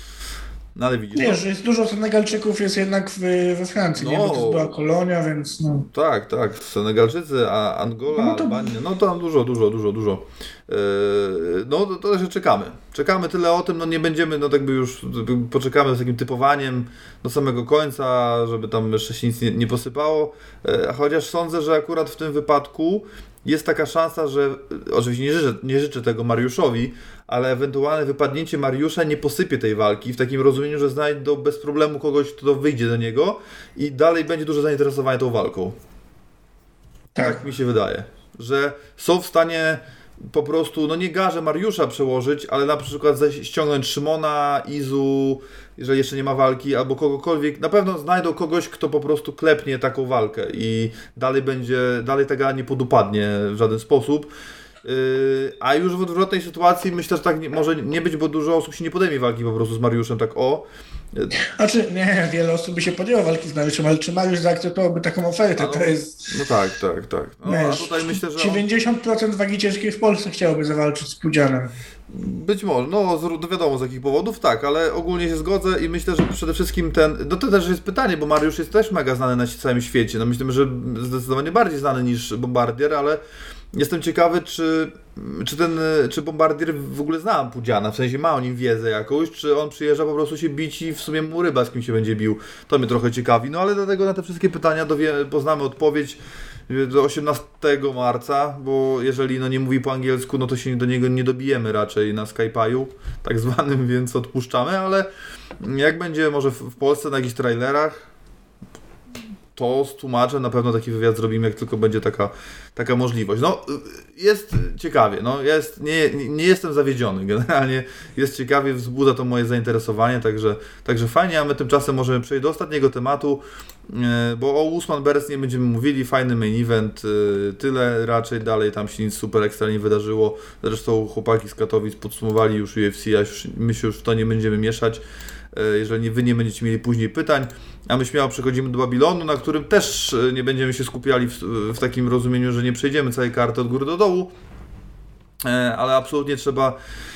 No ale widzisz. Nie, że jest dużo Senegalczyków jest jednak w, we Francji, no, nie? Bo to była kolonia, więc no. Tak, tak. Senegalczycy, a Angola, no to... Albania, no tam dużo, dużo, dużo, dużo. Yy, no to, to się czekamy. Czekamy tyle o tym, no nie będziemy, no tak by już poczekamy z takim typowaniem do samego końca, żeby tam jeszcze się nic nie, nie posypało. Yy, chociaż sądzę, że akurat w tym wypadku jest taka szansa, że oczywiście nie życzę, nie życzę tego Mariuszowi, ale ewentualne wypadnięcie Mariusza nie posypie tej walki w takim rozumieniu, że znajdą bez problemu kogoś, kto wyjdzie do niego i dalej będzie duże zainteresowanie tą walką. Tak, tak mi się wydaje, że są w stanie po prostu, no nie garze Mariusza przełożyć, ale na przykład ściągnąć Szymona, Izu, jeżeli jeszcze nie ma walki, albo kogokolwiek, na pewno znajdą kogoś, kto po prostu klepnie taką walkę i dalej będzie, dalej ta gala nie podupadnie w żaden sposób. Yy, a już w odwrotnej sytuacji myślę, że tak nie, może nie być, bo dużo osób się nie podejmie walki po prostu z Mariuszem, tak o. Znaczy, nie, wiele osób by się podjęło walki z Mariuszem, ale czy Mariusz zaakceptowałby taką ofertę, no, to jest... No tak, tak, tak. No, wiesz, a tutaj myślę, że dziewięćdziesiąt procent wagi ciężkiej w Polsce chciałoby zawalczyć z Pudzianem. Być może, no z, wiadomo z jakich powodów, tak, ale ogólnie się zgodzę i myślę, że przede wszystkim ten, no to też jest pytanie, bo Mariusz jest też mega znany na całym świecie, no myślę, że zdecydowanie bardziej znany niż Bombardier, ale jestem ciekawy, czy, czy ten, czy Bombardier w ogóle zna Pudziana, w sensie ma o nim wiedzę jakąś, czy on przyjeżdża po prostu się bić i w sumie mu ryba, z kim się będzie bił, to mnie trochę ciekawi, no ale dlatego na te wszystkie pytania dowie, poznamy odpowiedź do osiemnastego marca, bo jeżeli no nie mówi po angielsku, no to się do niego nie dobijemy raczej na Skype'u, tak zwanym, więc odpuszczamy, ale jak będzie może w Polsce na jakichś trailerach, to z tłumaczem na pewno taki wywiad zrobimy, jak tylko będzie taka, taka możliwość. No, jest ciekawie, no, jest, nie, nie jestem zawiedziony, generalnie jest ciekawie, wzbudza to moje zainteresowanie, także, także fajnie, a my tymczasem możemy przejść do ostatniego tematu, bo o Usman Beres nie będziemy mówili, fajny main event, tyle raczej, dalej tam się nic super ekstra nie wydarzyło, zresztą chłopaki z Katowic podsumowali już U F C, a już, my się już w to nie będziemy mieszać, jeżeli wy nie będziecie mieli później pytań, a my śmiało przechodzimy do Babilonu, na którym też nie będziemy się skupiali w, w takim rozumieniu, że nie przejdziemy całej karty od góry do dołu, ale absolutnie trzeba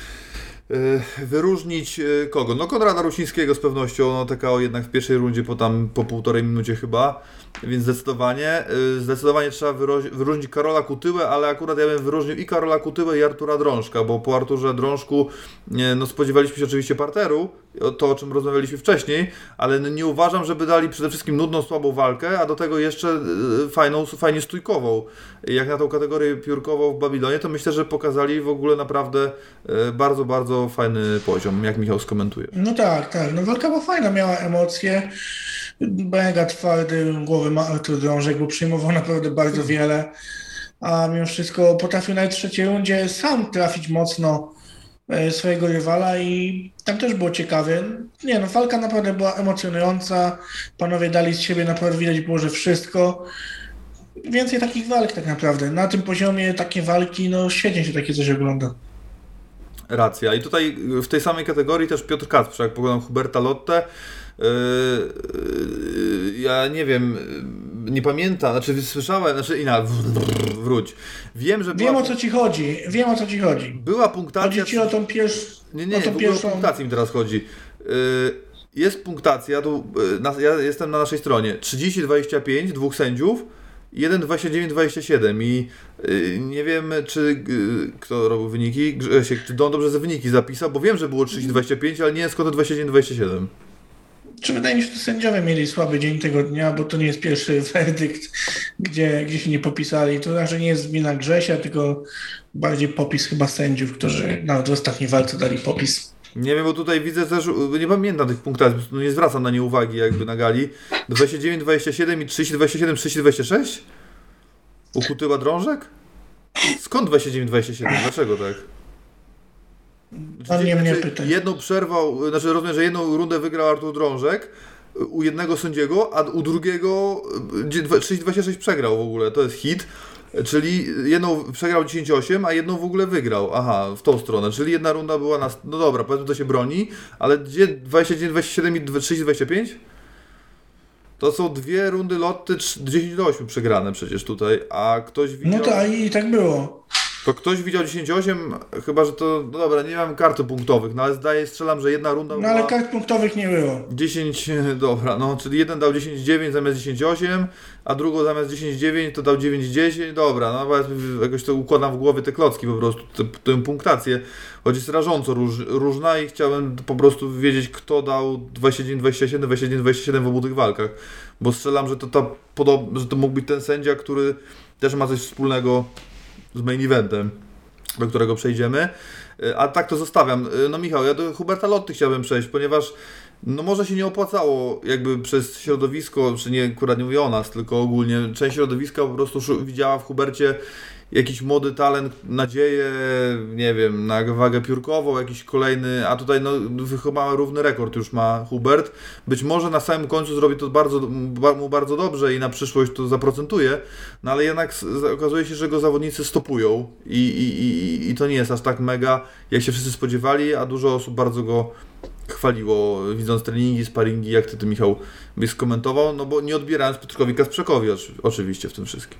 wyróżnić kogo? No Konrada Rusińskiego z pewnością, no T K O jednak w pierwszej rundzie po tam po półtorej minucie chyba, więc zdecydowanie, zdecydowanie trzeba wyróżnić Karola Kutyłę, ale akurat ja bym wyróżnił i Karola Kutyłę i Artura Drążka, bo po Arturze Drążku no spodziewaliśmy się oczywiście parteru, to o czym rozmawialiśmy wcześniej, ale nie uważam, żeby dali przede wszystkim nudną, słabą walkę, a do tego jeszcze fajną, fajnie stójkową. Jak na tą kategorię piórkową w Babilonie, to myślę, że pokazali w ogóle naprawdę bardzo, bardzo fajny poziom. Jak Michał skomentuje? No tak, tak. No walka była fajna, miała emocje. Mega twardy głowy ma Artur Drążek, bo przyjmował naprawdę bardzo wiele, a mimo wszystko potrafił nawet w trzeciej rundzie sam trafić mocno swojego rywala i tam też było ciekawie. Nie no, walka naprawdę była emocjonująca, panowie dali z siebie, naprawdę widać było, że wszystko. Więcej takich walk tak naprawdę. Na tym poziomie takie walki, no świetnie się takie coś ogląda. Racja. I tutaj w tej samej kategorii też Piotr Kacprzak, jak poglądam Huberta Lotte. Yy, ja nie wiem, nie pamiętam, znaczy słyszałem, znaczy inaczej, wróć. Wiem, że była... Wiem, o co ci chodzi, wiem, o co ci chodzi. Była punktacja... Chodzi ci o tą pierwszą... Nie, nie, o tą w ogóle pierwszą... o punktacji mi teraz chodzi. Jest punktacja, tu, ja jestem na naszej stronie, trzydzieści dwadzieścia pięć, dwóch sędziów, jeden dwadzieścia dziewięć dwadzieścia siedem i nie wiem, czy kto robił wyniki, Grzesiek, czy Don dobrze ze wyniki zapisał, bo wiem, że było trzydzieści dwadzieścia pięć, ale nie jest skąd dwadzieścia dziewięć dwadzieścia siedem. Czy wydaje mi się, że sędziowie mieli słaby dzień tego dnia, bo to nie jest pierwszy werdykt, gdzie, gdzie się nie popisali. To znaczy nie jest wina Grzesia, tylko bardziej popis chyba sędziów, którzy nawet w ostatniej walce dali popis. Nie wiem, bo tutaj widzę też, nie pamiętam tych punktów, no nie zwracam na nie uwagi jakby na gali. dwadzieścia dziewięć dwadzieścia siedem i trzydzieści dwadzieścia siedem trzydzieści dwadzieścia sześć? U Kutyła Drążek? Skąd dwadzieścia dziewięć dwadzieścia siedem? Dlaczego tak? Pan nie mnie pyta. Jedną przerwał, znaczy rozumiem, że jedną rundę wygrał Artur Drążek u jednego sędziego, a u drugiego trzydzieści dwadzieścia sześć przegrał w ogóle, to jest hit. Czyli jedną przegrał dziesięć osiem, a jedną w ogóle wygrał. Aha, w tą stronę. Czyli jedna runda była na... No dobra, powiedzmy, to się broni, ale gdzie dwadzieścia dziewięć dwadzieścia siedem i trzydzieści dwadzieścia pięć? To są dwie rundy lotty dziesięć do ośmiu przegrane przecież tutaj, a ktoś widział... No to i tak było. To ktoś widział dziesięć osiem, chyba że to... No dobra, nie mam karty punktowych, no ale zdaję, strzelam, że jedna runda No była... ale kart punktowych nie było. dziesięć, dobra, no, czyli jeden dał dziesięć dziewięć zamiast dziesięć osiem, a drugą zamiast dziesięć dziewięć to dał dziewięć dziesięć, dobra, no jakoś to układam w głowie te klocki po prostu, tę, tę punktację, choć jest rażąco róż, różna i chciałem po prostu wiedzieć, kto dał dwadzieścia dziewięć dwadzieścia siedem, dwadzieścia dziewięć dwadzieścia siedem w obu tych walkach, bo strzelam, że to, ta, podob, że to mógł być ten sędzia, który też ma coś wspólnego z main eventem, do którego przejdziemy. A tak to zostawiam. No Michał, ja do Huberta Lotty chciałbym przejść, ponieważ no może się nie opłacało jakby przez środowisko, czy nie akurat nie mówię o nas, tylko ogólnie część środowiska po prostu widziała w Hubercie jakiś młody talent, nadzieję, nie wiem, na wagę piórkową, jakiś kolejny, a tutaj no chyba równy rekord już ma Hubert. Być może na samym końcu zrobi to bardzo, mu bardzo dobrze i na przyszłość to zaprocentuje, no ale jednak okazuje się, że go zawodnicy stopują i, i, i, i to nie jest aż tak mega, jak się wszyscy spodziewali, a dużo osób bardzo go chwaliło, widząc treningi, sparingi, jak ty to, Michał, byś skomentował, no bo nie odbierając Piotrkowi Kasprzakowi oczywiście w tym wszystkim.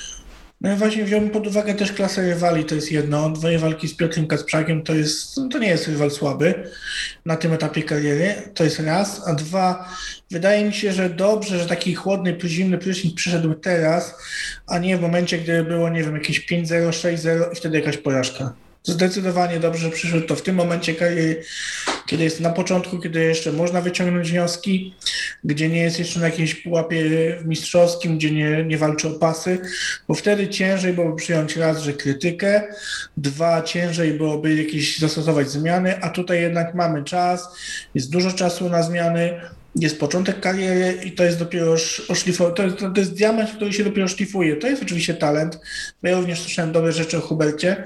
No ja właśnie wziąłem pod uwagę też klasę rywali, to jest jedno. Dwie walki z Piotrem Kasprzakiem to jest, to nie jest rywal słaby na tym etapie kariery, to jest raz, a dwa, wydaje mi się, że dobrze, że taki chłodny, zimny prysznic przyszedł teraz, a nie w momencie, gdy było, nie wiem, jakieś pięć zero, sześć zero i wtedy jakaś porażka. Zdecydowanie dobrze, że przyszedł to w tym momencie kariery, kiedy jest na początku, kiedy jeszcze można wyciągnąć wnioski, gdzie nie jest jeszcze na jakiejś pułapie mistrzowskim, gdzie nie, nie walczy o pasy, bo wtedy ciężej byłoby przyjąć raz, że krytykę, dwa, ciężej byłoby jakieś zastosować zmiany, a tutaj jednak mamy czas, jest dużo czasu na zmiany, jest początek kariery i to jest dopiero oszlifowanie, to jest, to jest diament, który się dopiero szlifuje. To jest oczywiście talent, bo ja również słyszałem dobre rzeczy o Hubercie.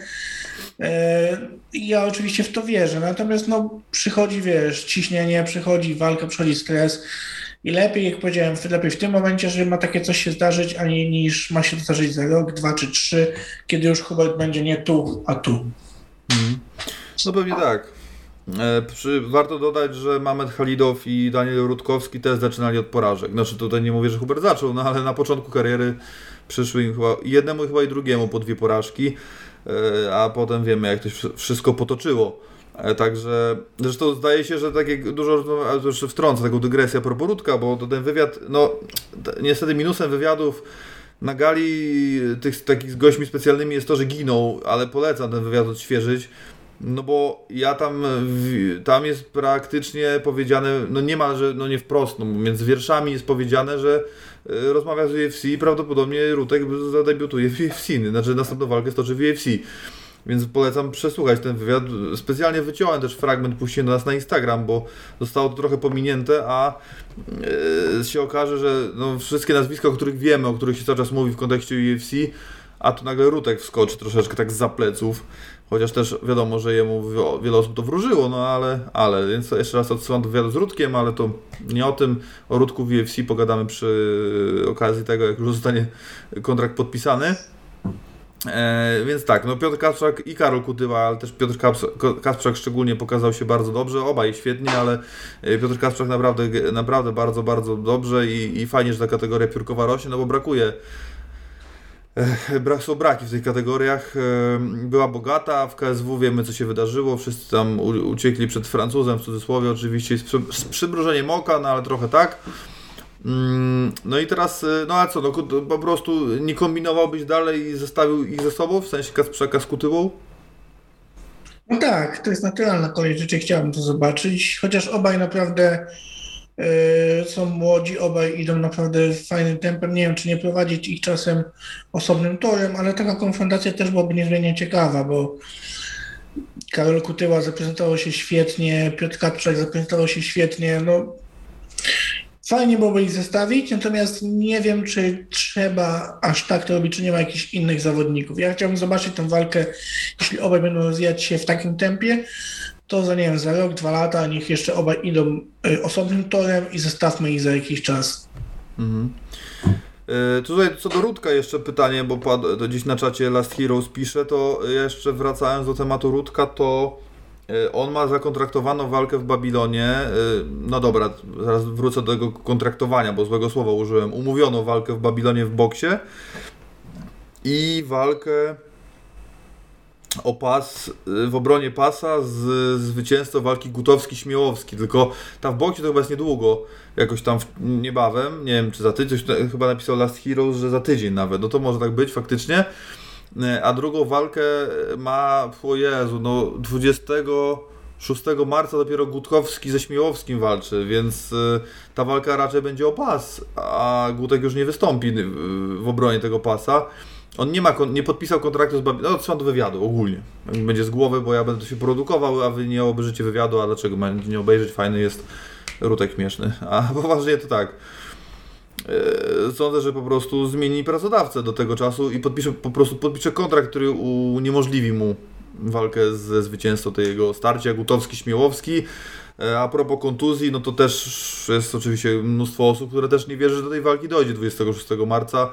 I ja oczywiście w to wierzę, natomiast no przychodzi, wiesz, ciśnienie, przychodzi walka, przychodzi stres i lepiej, jak powiedziałem, lepiej w tym momencie, że ma takie coś się zdarzyć, a nie niż ma się to zdarzyć za rok, dwa czy trzy, kiedy już Hubert będzie nie tu, a tu. Hmm. No pewnie tak. E, przy, warto dodać, że Mamed Halidow i Daniel Rutkowski też zaczynali od porażek. Znaczy tutaj nie mówię, że Hubert zaczął, no ale na początku kariery przyszły im chyba jednemu chyba i drugiemu po dwie porażki. A potem wiemy, jak to się wszystko potoczyło. Także zresztą zdaje się, że tak jak dużo, no, już wtrącę taką dygresję a propos Rutka, bo to ten wywiad, no niestety minusem wywiadów na gali tych takich z gośćmi specjalnymi jest to, że giną, ale polecam ten wywiad odświeżyć. No bo ja tam, tam jest praktycznie powiedziane, no niemalże, no nie wprost, no między wierszami jest powiedziane, że rozmawia z U F C i prawdopodobnie Rutek zadebiutuje w U F C, znaczy następną walkę stoczy w U F C. Więc polecam przesłuchać ten wywiad. Specjalnie wyciąłem też fragment, puściłem do nas na Instagram, bo zostało to trochę pominięte, a yy, się okaże, że no, wszystkie nazwiska, o których wiemy, o których się cały czas mówi w kontekście U F C, a tu nagle Rutek wskoczy troszeczkę tak zza pleców. Chociaż też wiadomo, że jemu wiele osób to wróżyło, no ale, ale, więc jeszcze raz odsyłam do wywiadu z Rutkiem, ale to nie o tym, o Rutku w U F C pogadamy przy okazji tego, jak już zostanie kontrakt podpisany. E, więc tak, no Piotr Kasprzak i Karol Kutyła, ale też Piotr Kasprzak szczególnie pokazał się bardzo dobrze, obaj świetnie, ale Piotr Kasprzak naprawdę, naprawdę bardzo, bardzo dobrze i, i fajnie, że ta kategoria piórkowa rośnie, no bo brakuje, e, są braki w tych kategoriach, e, była bogata, w K S W wiemy co się wydarzyło, wszyscy tam u, uciekli przed Francuzem, w cudzysłowie oczywiście, z, przy, z przymrużeniem oka, no ale trochę tak. No i teraz, no a co, no po prostu nie kombinowałbyś dalej i zostawił ich ze sobą, w sensie Kasprzaka z Kutyłą? No tak, to jest naturalna kolej rzeczy, chciałbym to zobaczyć, chociaż obaj naprawdę yy, są młodzi, obaj idą naprawdę fajnym tempem, nie wiem czy nie prowadzić ich czasem osobnym torem, ale taka konfrontacja też byłaby niezmiernie ciekawa, bo Karol Kutyła zaprezentował się świetnie, Piotr Kasprzak zaprezentował się świetnie, no fajnie byłoby ich zestawić, natomiast nie wiem, czy trzeba aż tak to robić, czy nie ma jakichś innych zawodników. Ja chciałbym zobaczyć tę walkę, jeśli obaj będą rozwijać się w takim tempie, to za, nie wiem, za rok, dwa lata, niech jeszcze obaj idą osobnym torem i zestawmy ich za jakiś czas. Mhm. Yy, tutaj co do Rudka jeszcze pytanie, bo padł, to gdzieś na czacie Last Heroes pisze, to jeszcze wracając do tematu Rudka, to on ma zakontraktowaną walkę w Babilonie, no dobra, zaraz wrócę do tego kontraktowania, bo złego słowa użyłem, umówiono walkę w Babilonie w boksie i walkę o pas, w obronie pasa z zwycięzcą walki Gutowski-Śmiałowski, tylko ta w boksie to chyba jest niedługo, jakoś tam niebawem, nie wiem czy za tydzień, chyba napisał Last Heroes, że za tydzień nawet, no to może tak być faktycznie. A drugą walkę ma, o Jezu, no dwudziestego szóstego marca dopiero Gutkowski ze Śmiałowskim walczy, więc ta walka raczej będzie o pas, a Gutek już nie wystąpi w obronie tego pasa. On nie ma, nie podpisał kontraktu z Babilonem, no trzeba do wywiadu ogólnie. Będzie z głowy, bo ja będę się produkował, a wy nie obejrzycie wywiadu, a dlaczego macie nie obejrzeć? Fajny jest Rutek śmieszny, a poważnie to tak. Sądzę, że po prostu zmieni pracodawcę do tego czasu i podpisze, po prostu podpisze kontrakt, który uniemożliwi mu walkę ze zwycięzcą tego starcia, Gutowski-Śmiałowski. A propos kontuzji, no to też jest oczywiście mnóstwo osób, które też nie wierzy, że do tej walki dojdzie dwudziestego szóstego marca,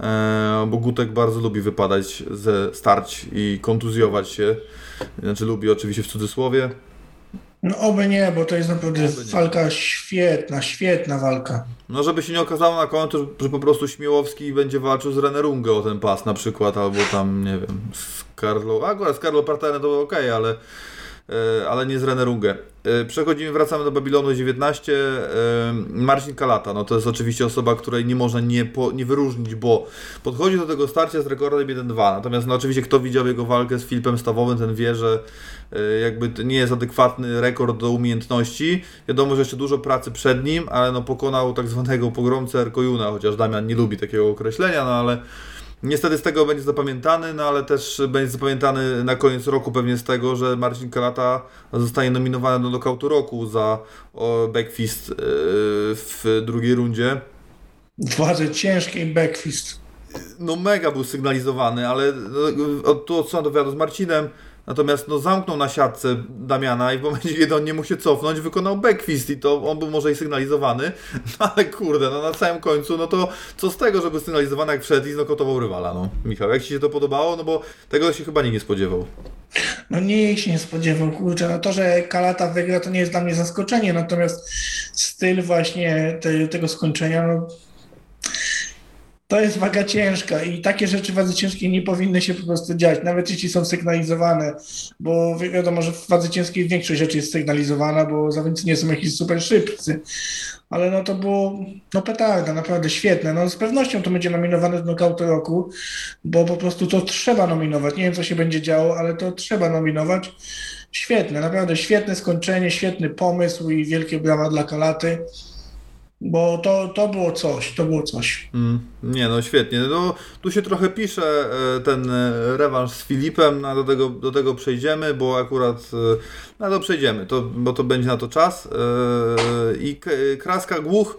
bo Gutek bardzo lubi wypadać ze starć i kontuzjować się, znaczy lubi oczywiście w cudzysłowie. No oby nie, bo to jest naprawdę walka świetna, świetna walka. No żeby się nie okazało na końcu, że po prostu Śmiałowski będzie walczył z René Runge o ten pas na przykład, albo tam, nie wiem, z Carlo, akurat z Carlo Partanen to okej, okay, ale, ale nie z René Runge. Przechodzimy, wracamy do Babilonu dziewiętnaście. Marcin Kalata, no to jest oczywiście osoba, której nie można nie, po, nie wyróżnić, bo podchodzi do tego starcia z rekordem jeden dwa. Natomiast no oczywiście kto widział jego walkę z Filipem Stawowym, ten wie, że jakby to nie jest adekwatny rekord do umiejętności. Wiadomo, że jeszcze dużo pracy przed nim, ale no pokonał tak zwanego pogromcę Erkojuna, chociaż Damian nie lubi takiego określenia, no ale niestety z tego będzie zapamiętany, no ale też będzie zapamiętany na koniec roku pewnie z tego, że Marcin Kalata zostanie nominowany do knockoutu roku za backfist w drugiej rundzie. Władze ciężkiej backfist. No mega był sygnalizowany, ale no, tu odsłonę do wywiadu z Marcinem. Natomiast no, zamknął na siatce Damiana i w momencie, kiedy on nie mógł się cofnąć, wykonał backfist i to on był może i sygnalizowany, no ale kurde, no na samym końcu, no to co z tego, że był sygnalizowany jak wszedł i znokautował rywala, no. Michał, jak Ci się to podobało? No bo tego się chyba nikt nie spodziewał. No nikt się nie spodziewał, kurczę, no to, że Kalata wygra, to nie jest dla mnie zaskoczenie, natomiast styl właśnie te, tego skończenia, no to jest waga ciężka i takie rzeczy w wadze ciężkiej nie powinny się po prostu dziać, nawet jeśli są sygnalizowane, bo wiadomo, że w wadze ciężkiej większość rzeczy jest sygnalizowana, bo zawodnicy nie są jakieś super szybcy, ale no to było, no petarda, naprawdę świetne, no z pewnością to będzie nominowane do knockoutu roku, bo po prostu to trzeba nominować, nie wiem co się będzie działo, ale to trzeba nominować, świetne, naprawdę świetne skończenie, świetny pomysł i wielkie brawa dla Kalaty. Bo to, to było coś, to było coś. Mm, nie no, świetnie. No, tu się trochę pisze ten rewanż z Filipem, no, do, tego, do tego przejdziemy, bo akurat, no to przejdziemy, to, bo to będzie na to czas. I Kraska Głuch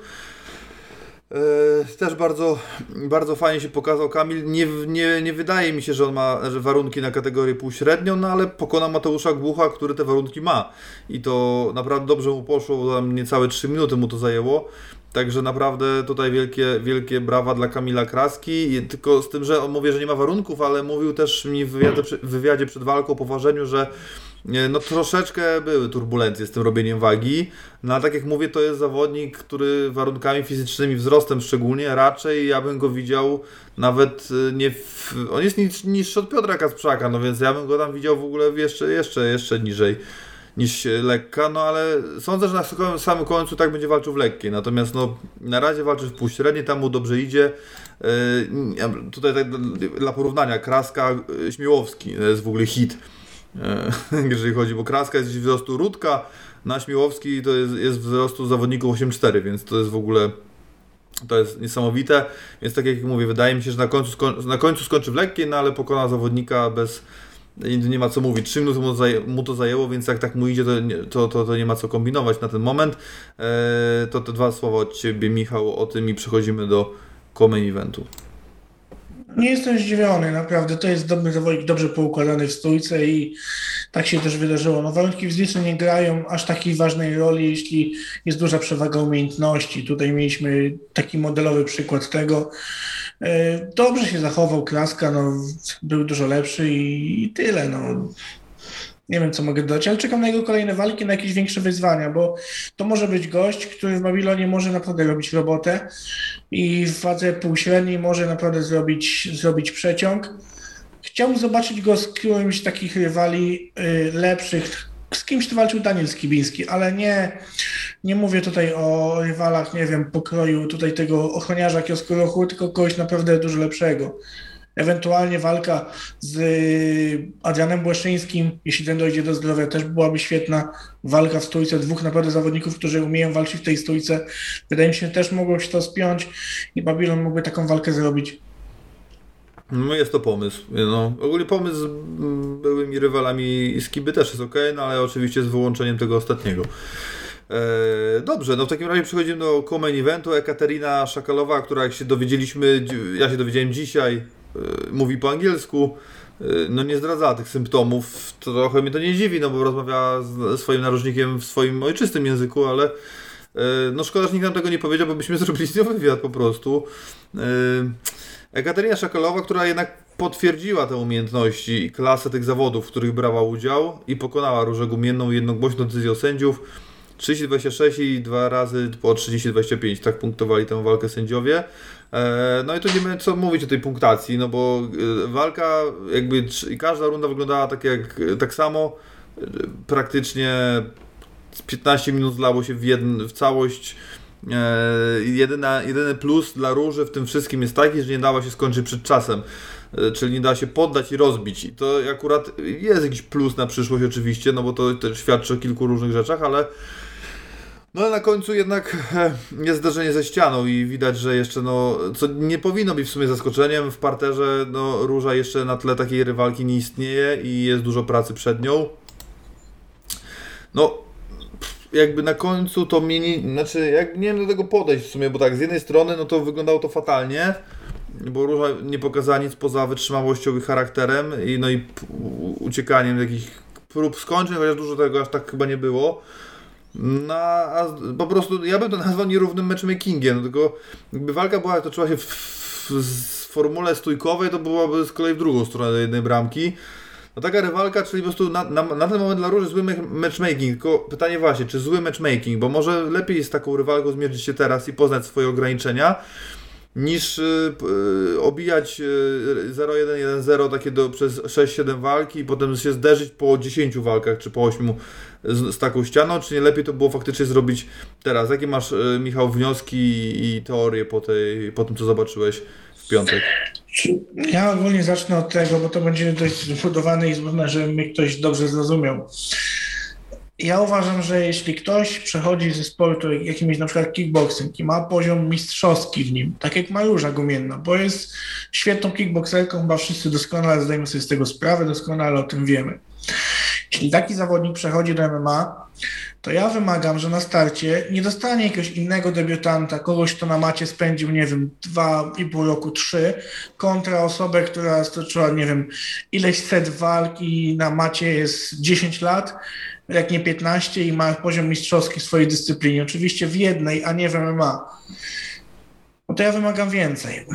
też bardzo, bardzo fajnie się pokazał Kamil. Nie, nie, nie wydaje mi się, że on ma że warunki na kategorię półśrednią, no ale pokonał Mateusza Głucha, który te warunki ma. I to naprawdę dobrze mu poszło, tam niecałe trzy minuty mu to zajęło. Także naprawdę tutaj wielkie, wielkie brawa dla Kamila Kraski, tylko z tym, że on mówi, że nie ma warunków, ale mówił też mi w wywiadzie, w wywiadzie przed walką po ważeniu, że no troszeczkę były turbulencje z tym robieniem wagi, no a tak jak mówię, to jest zawodnik, który warunkami fizycznymi, wzrostem szczególnie, raczej ja bym go widział nawet nie w... on jest niższy od Piotra Kasprzaka, no więc ja bym go tam widział w ogóle jeszcze, jeszcze, jeszcze niżej niż lekka, no ale sądzę, że na samym końcu tak będzie walczył w lekkiej, natomiast no na razie walczy w półśredniej, tam mu dobrze idzie. Yy, tutaj tak dla porównania, Kraska, Śmiłowski jest w ogóle hit, yy, jeżeli chodzi, bo Kraska jest wzrostu Rutka, na Śmiłowski to jest, jest wzrostu zawodników osiem cztery, więc to jest w ogóle to jest niesamowite, więc tak jak mówię, wydaje mi się, że na końcu, skoń, na końcu skończy w lekkiej, no ale pokona zawodnika bez nie ma co mówić, trzy minuty mu, zaję, mu to zajęło, więc jak tak mu idzie, to, to, to, to nie ma co kombinować na ten moment. Eee, to te dwa słowa od Ciebie, Michał, o tym i przechodzimy do co-main eventu. Nie jestem zdziwiony, naprawdę, to jest dobry zawodnik, dobrze poukładany w stójce i tak się też wydarzyło. No, warunki fizyczne nie grają aż takiej ważnej roli, jeśli jest duża przewaga umiejętności. Tutaj mieliśmy taki modelowy przykład tego. Dobrze się zachował Kraska, no, był dużo lepszy i, i tyle. No. Nie wiem, co mogę dodać, ale czekam na jego kolejne walki, na jakieś większe wyzwania, bo to może być gość, który w Babilonie może naprawdę robić robotę i w wadze półśredniej może naprawdę zrobić, zrobić przeciąg. Chciałbym zobaczyć go z którymś z takich rywali y, lepszych, z kimś tu walczył Daniel Skibiński, ale nie, nie mówię tutaj o rywalach, nie wiem, pokroju tutaj tego ochroniarza kiosku Ruchu, tylko kogoś naprawdę dużo lepszego. Ewentualnie walka z Adrianem Błeszczyńskim, jeśli ten dojdzie do zdrowia, też byłaby świetna walka w stójce. Dwóch naprawdę zawodników, którzy umieją walczyć w tej stójce. Wydaje mi się, że też mogło się to spiąć i Babilon mógłby taką walkę zrobić. No jest to pomysł. No, ogólnie pomysł z byłymi rywalami Skiby też jest ok, no ale oczywiście z wyłączeniem tego ostatniego. Eee, dobrze, no w takim razie przechodzimy do co-main eventu. Ekaterina Szakalowa, która jak się dowiedzieliśmy, ja się dowiedziałem dzisiaj, e, mówi po angielsku, e, no nie zdradzała tych symptomów. Trochę mnie to nie dziwi, no bo rozmawiała z swoim narożnikiem w swoim ojczystym języku, ale e, no szkoda, że nikt nam tego nie powiedział, bo byśmy zrobili z nią wywiad po prostu. E, Ekaterina Szakalowa, która jednak potwierdziła te umiejętności i klasę tych zawodów, w których brała udział i pokonała Różę Gumienną jednogłośną decyzją sędziów. trzydzieści dwadzieścia sześć i dwa razy po trzydzieści dwadzieścia pięć, tak punktowali tę walkę sędziowie. No i tu nie wiem co mówić o tej punktacji, no bo walka jakby i każda runda wyglądała tak jak tak samo. Praktycznie piętnaście minut zlało się w, jedn, w całość. Jedyna, jedyny plus dla Róży w tym wszystkim jest taki, że nie dała się skończyć przed czasem, czyli nie da się poddać i rozbić. I to akurat jest jakiś plus na przyszłość oczywiście, no bo to też świadczy o kilku różnych rzeczach, ale no na końcu jednak jest zdarzenie ze ścianą i widać, że jeszcze no, co nie powinno być w sumie zaskoczeniem, w parterze no Róża jeszcze na tle takiej rywalki nie istnieje i jest dużo pracy przed nią. No jakby na końcu to mieli, znaczy jak nie wiem do tego podejść w sumie, bo tak z jednej strony no to wyglądało to fatalnie, bo Róża nie pokazała nic poza wytrzymałością i charakterem i no i p- uciekaniem jakichś prób skończeń, chociaż dużo tego aż tak chyba nie było. No a po prostu ja bym to nazwał nierównym matchmakingiem, no, tylko jakby walka była, toczyła się w, w, w formule stójkowej, to byłaby z kolei w drugą stronę do jednej bramki. No taka rywalka, czyli po prostu na, na, na ten moment dla Róży zły matchmaking, tylko pytanie właśnie, czy zły matchmaking, bo może lepiej jest taką rywalką zmierzyć się teraz i poznać swoje ograniczenia, niż y, y, obijać y, zero jeden jeden zero takie do, przez sześć siedem walki i potem się zderzyć po dziesięciu walkach czy po ośmiu z, z taką ścianą, czy nie lepiej to było faktycznie zrobić teraz? Jakie masz, y, Michał, wnioski i, i teorie po, tej, po tym, co zobaczyłeś w piątek? Ja ogólnie zacznę od tego, bo to będzie dość zbudowane i zgodne, żeby mnie ktoś dobrze zrozumiał. Ja uważam, że jeśli ktoś przechodzi ze sportu jakimś na przykład kickboxing i ma poziom mistrzowski w nim, tak jak ma Róża Gumienna, bo jest świetną kickboxerką, chyba wszyscy doskonale zdajemy sobie z tego sprawę, doskonale o tym wiemy. Jeśli taki zawodnik przechodzi do M M A, to ja wymagam, że na starcie nie dostanie jakiegoś innego debiutanta, kogoś, kto na macie spędził, nie wiem, dwa i pół roku, trzy, kontra osobę, która stoczyła, nie wiem, ileś set walk i na macie jest dziesięć lat jak nie piętnaście i ma poziom mistrzowski w swojej dyscyplinie. Oczywiście w jednej, a nie w M M A. No to ja wymagam więcej.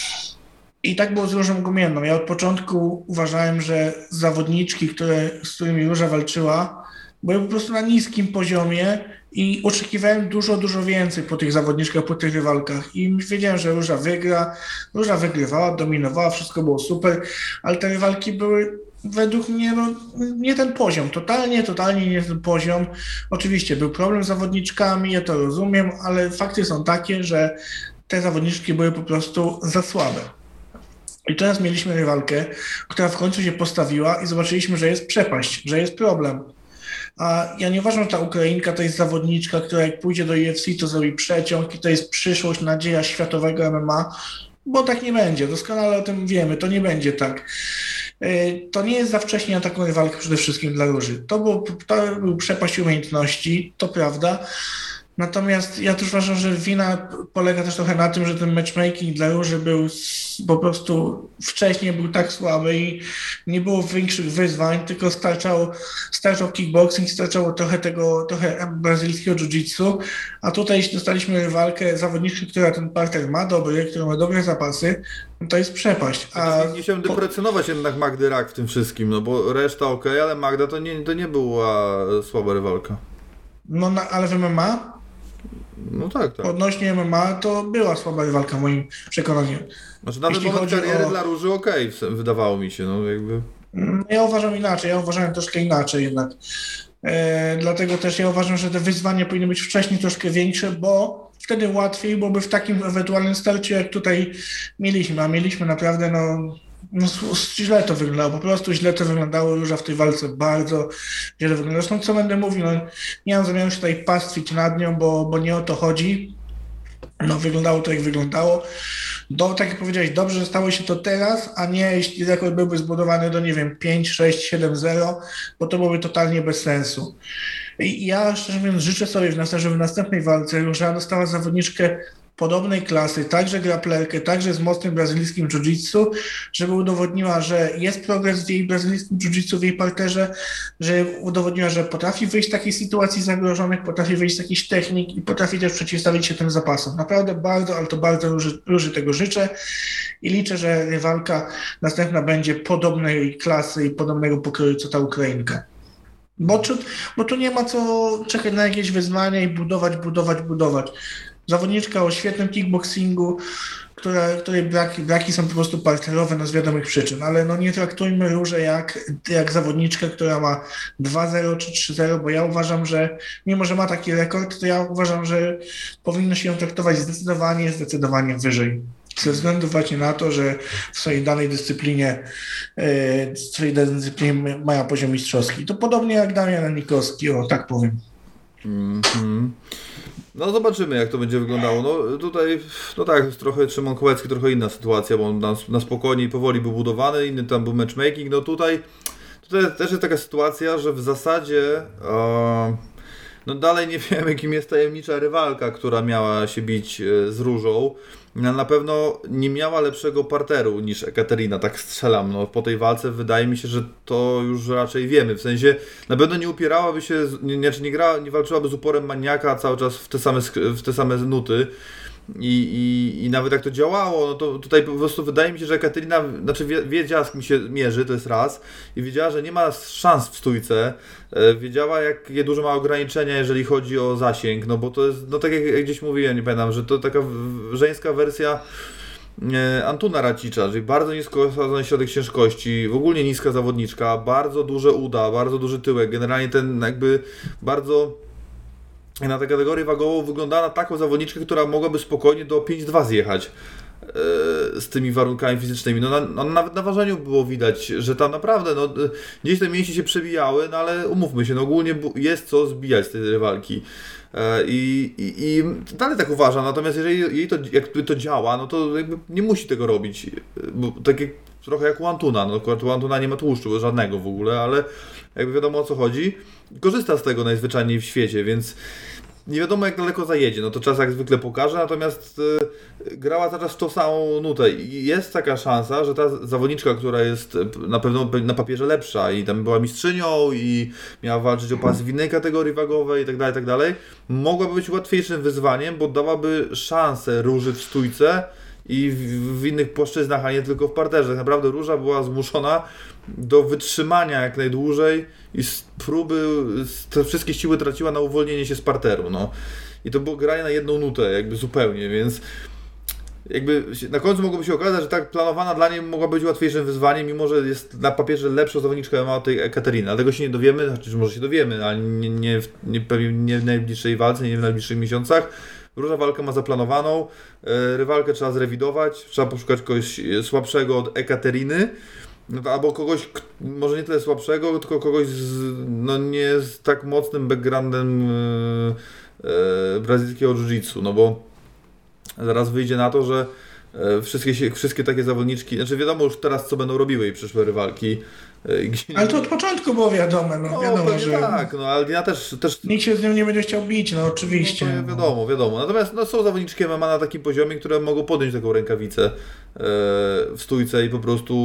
I tak było z Różą Gumienną. Ja od początku uważałem, że zawodniczki, które, z którymi Róża walczyła, były po prostu na niskim poziomie i oczekiwałem dużo, dużo więcej po tych zawodniczkach, po tych rywalkach. I wiedziałem, że Róża wygra. Róża wygrywała, dominowała, wszystko było super, ale te rywalki były według mnie no, nie ten poziom. Totalnie, totalnie nie ten poziom. Oczywiście był problem z zawodniczkami, ja to rozumiem, ale fakty są takie, że te zawodniczki były po prostu za słabe. I teraz mieliśmy rywalkę, która w końcu się postawiła i zobaczyliśmy, że jest przepaść, że jest problem. A ja nie uważam, że ta Ukrainka to jest zawodniczka, która jak pójdzie do U F C, to zrobi przeciąg i to jest przyszłość, nadzieja światowego M M A, bo tak nie będzie. Doskonale o tym wiemy, to nie będzie tak. To nie jest za wcześnie na taką rywalkę przede wszystkim dla Róży. To był, to był przepaść umiejętności, to prawda. Natomiast ja też uważam, że wina polega też trochę na tym, że ten matchmaking dla Róży był po prostu wcześniej był tak słaby i nie było większych wyzwań, tylko starczał, starczał kickboxing, starczało trochę tego, trochę brazylijskiego jiu-jitsu, a tutaj dostaliśmy rywalkę zawodniczki, która ten parter ma dobry, która ma dobre zapasy, no to jest przepaść. A nie, nie chciałem deprecjonować jednak Magdy Rak w tym wszystkim, no bo reszta okej, okay, ale Magda to nie, to nie była słaba rywalka. No, na, ale w M M A? No tak, tak. Odnośnie M M A to była słaba rywalka w moim przekonaniu. Znaczy na ten moment kariery o... dla Róży okej, okay, wydawało mi się, no jakby. Ja uważam inaczej, ja uważam troszkę inaczej jednak. E, dlatego też ja uważam, że te wyzwania powinny być wcześniej troszkę większe, bo wtedy łatwiej byłoby w takim ewentualnym starciu, jak tutaj mieliśmy, a mieliśmy naprawdę no... No, źle to wyglądało, po prostu źle to wyglądało. Róża w tej walce bardzo źle wyglądało. Zresztą co będę mówił, no, nie mam zamiaru się tutaj pastwić nad nią, bo, bo nie o to chodzi. No wyglądało to jak wyglądało. Do, tak jak powiedziałeś, dobrze, że stało się to teraz, a nie jeśli rekord byłby zbudowany do, nie wiem, pięć, sześć, siedem, zero, bo to byłoby totalnie bez sensu. I ja szczerze mówiąc życzę sobie, żeby w następnej walce Róża dostała zawodniczkę podobnej klasy, także graplerkę, także z mocnym brazylijskim jiu-jitsu, żeby udowodniła, że jest progres w jej brazylijskim jiu-jitsu, w jej parterze, że udowodniła, że potrafi wyjść z takiej sytuacji zagrożonych, potrafi wyjść z jakichś technik i potrafi też przeciwstawić się tym zapasom. Naprawdę bardzo, ale to bardzo Róży, Róży tego życzę i liczę, że rywalka następna będzie podobnej klasy i podobnego pokroju, co ta Ukrainka. Bo, bo tu nie ma co czekać na jakieś wyzwania i budować, budować, budować. Zawodniczka o świetnym kickboxingu, która, której braki, braki są po prostu parterowe no z wiadomych przyczyn, ale no nie traktujmy Różę jak, jak zawodniczkę, która ma dwa zero czy trzy zero, bo ja uważam, że mimo, że ma taki rekord, to ja uważam, że powinno się ją traktować zdecydowanie, zdecydowanie wyżej. Ze względu właśnie na to, że w swojej danej dyscyplinie w swojej danej dyscyplinie ma poziom mistrzowski. To podobnie jak Damian Nikowski, o tak powiem. Mm-hmm. No zobaczymy, jak to będzie wyglądało. No tutaj, no tak, jest trochę Szymon Kołecki, trochę inna sytuacja, bo on na, na spokojnie i powoli był budowany, inny tam był matchmaking. No tutaj, tutaj też jest taka sytuacja, że w zasadzie e, no dalej nie wiemy, kim jest tajemnicza rywalka, która miała się bić z Różą. Na pewno nie miała lepszego parteru niż Ekaterina, tak strzelam. No, po tej walce wydaje mi się, że to już raczej wiemy. W sensie na pewno nie upierałaby się, nie, nie, nie, gra, nie walczyłaby z uporem maniaka cały czas w te same, w te same nuty. I, i, I nawet jak to działało, no to tutaj po prostu wydaje mi się, że Ekaterina znaczy wie, wiedziała, z kim się mierzy, to jest raz, i wiedziała, że nie ma szans w stójce, e, wiedziała, jakie duże ma ograniczenia, jeżeli chodzi o zasięg, no bo to jest, no tak jak, jak gdzieś mówiłem, nie pamiętam, że to taka w, żeńska wersja e, Antuna Racicza, czyli bardzo nisko osadzony środek ciężkości, w ogóle niska zawodniczka, bardzo duże uda, bardzo duży tyłek, generalnie ten jakby bardzo... Na tę kategorię wagową wyglądała na taką zawodniczkę, która mogłaby spokojnie do pięć dwa zjechać yy, z tymi warunkami fizycznymi. No, na, no nawet na ważeniu było widać, że tam naprawdę no, gdzieś te mięśnie się przebijały, no ale umówmy się, no ogólnie jest co zbijać z tej rywalki. Yy, i, i dalej tak uważam, natomiast jeżeli jej to, jakby to działa, no to jakby nie musi tego robić. Bo tak jak, trochę jak u Antuna, no akurat u Antuna nie ma tłuszczu żadnego w ogóle, ale jakby wiadomo o co chodzi. Korzysta z tego najzwyczajniej w świecie, więc nie wiadomo jak daleko zajedzie, no to czas jak zwykle pokaże, natomiast y, grała cały czas w tą samą nutę i jest taka szansa, że ta zawodniczka, która jest na pewno na papierze lepsza i tam była mistrzynią i miała walczyć o pas w innej kategorii wagowej i tak dalej, tak dalej, mogłaby być łatwiejszym wyzwaniem, bo dawaby szansę Róży w stójce i w, w innych płaszczyznach, a nie tylko w parterze. Tak naprawdę Róża była zmuszona do wytrzymania jak najdłużej i z próby, te wszystkie siły traciła na uwolnienie się z parteru, no. I to było granie na jedną nutę, jakby zupełnie, więc jakby na końcu mogłoby się okazać, że tak planowana dla niej mogła być łatwiejszym wyzwaniem, mimo że jest na papierze lepszą zawodniczką M M A od tej Ekateryny. Ale tego się nie dowiemy, znaczy może się dowiemy, ale nie, nie, nie, pewnie nie w najbliższej walce, nie w najbliższych miesiącach. Róża walkę ma zaplanowaną, rywalkę trzeba zrewidować, trzeba poszukać kogoś słabszego od Ekateryny, no to albo kogoś, może nie tyle słabszego, tylko kogoś z, no nie z tak mocnym backgroundem e, e, brazylijskiego jiu-jitsu, no bo zaraz wyjdzie na to, że e, wszystkie, wszystkie takie zawodniczki, znaczy wiadomo już teraz co będą robiły jej przyszłe rywalki. E, gdzie... Ale to od początku było wiadome, no, no wiadomo, że tak, no ale ja też, też... nikt się z nią nie będzie chciał bić, no oczywiście. No, to wiadomo, wiadomo. Natomiast no, są zawodniczki M M A na takim poziomie, które mogą podjąć taką rękawicę e, w stójce i po prostu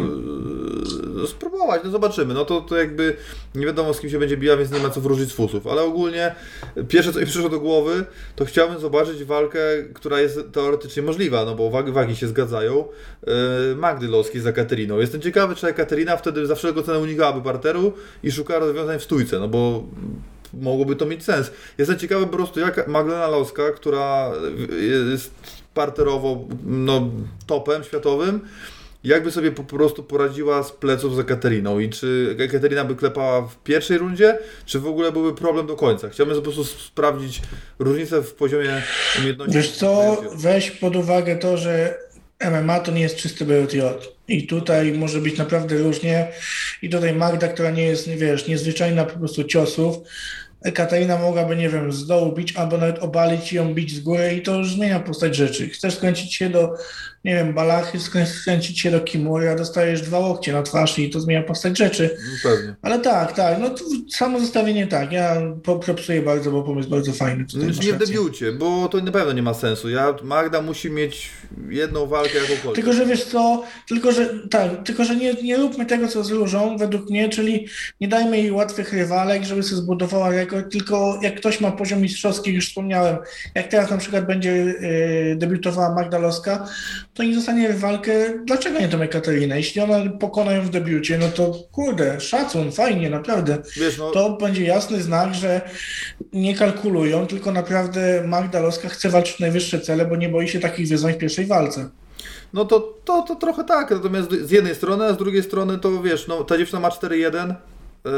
e, spróbować, no zobaczymy. No to, to jakby nie wiadomo z kim się będzie biła, więc nie ma co wróżyć z fusów. Ale ogólnie pierwsze co mi przyszło do głowy, to chciałbym zobaczyć walkę, która jest teoretycznie możliwa, no bo wagi, wagi się zgadzają. E, Magdy Loskiej z Ekateryną. Jestem ciekawy, czy Ekateryna wtedy za wszelką cenę unikałaby parteru i szukała rozwiązań w stójce, no bo mogłoby to mieć sens. Jestem ciekawy po prostu jak Magdalena Loska, która jest parterowo no, topem światowym, jakby sobie po prostu poradziła z pleców z Ekateryną i czy Ekateryna by klepała w pierwszej rundzie, czy w ogóle byłby problem do końca. Chciałbym po prostu sprawdzić różnicę w poziomie umiejętności. Wiesz co, weź pod uwagę to, że M M A to nie jest czysty B J J. I tutaj może być naprawdę różnie. I tutaj Magda, która nie jest, wiesz, niezwyczajna po prostu ciosów, Ekateryna mogłaby, nie wiem, z dołu bić, albo nawet obalić i ją bić z góry i to już zmienia postać rzeczy. Chcesz skręcić się do, nie wiem, balachy, skręcić się do kimury, a dostajesz dwa łokcie na twarz i to zmienia postać rzeczy. No pewnie. Ale tak, tak, no to samo zestawienie tak, ja propsuję bardzo, bo pomysł bardzo fajny. Znaczy nie w debiucie, bo to na pewno nie ma sensu. Ja, Magda musi mieć jedną walkę jakąkolwiek. Tylko, że wiesz co, tylko, że tak, tylko, że nie, nie róbmy tego, co z Różą, według mnie, czyli nie dajmy jej łatwych rywalek, żeby sobie zbudowała rekord, tylko jak ktoś ma poziom mistrzowski, już wspomniałem, jak teraz na przykład będzie yy, debiutowała Magda Loska, to nie zostanie rywalkę, dlaczego nie tą Ekaterynę? Jeśli ona pokona ją w debiucie, no to kurde, szacun, fajnie, naprawdę. Wiesz, no... To będzie jasny znak, że nie kalkulują, tylko naprawdę Magda Loska chce walczyć w najwyższe cele, bo nie boi się takich wyzwań w pierwszej walce. No to, to, to trochę tak, natomiast z jednej strony, a z drugiej strony to wiesz, no ta dziewczyna ma cztery jeden yy,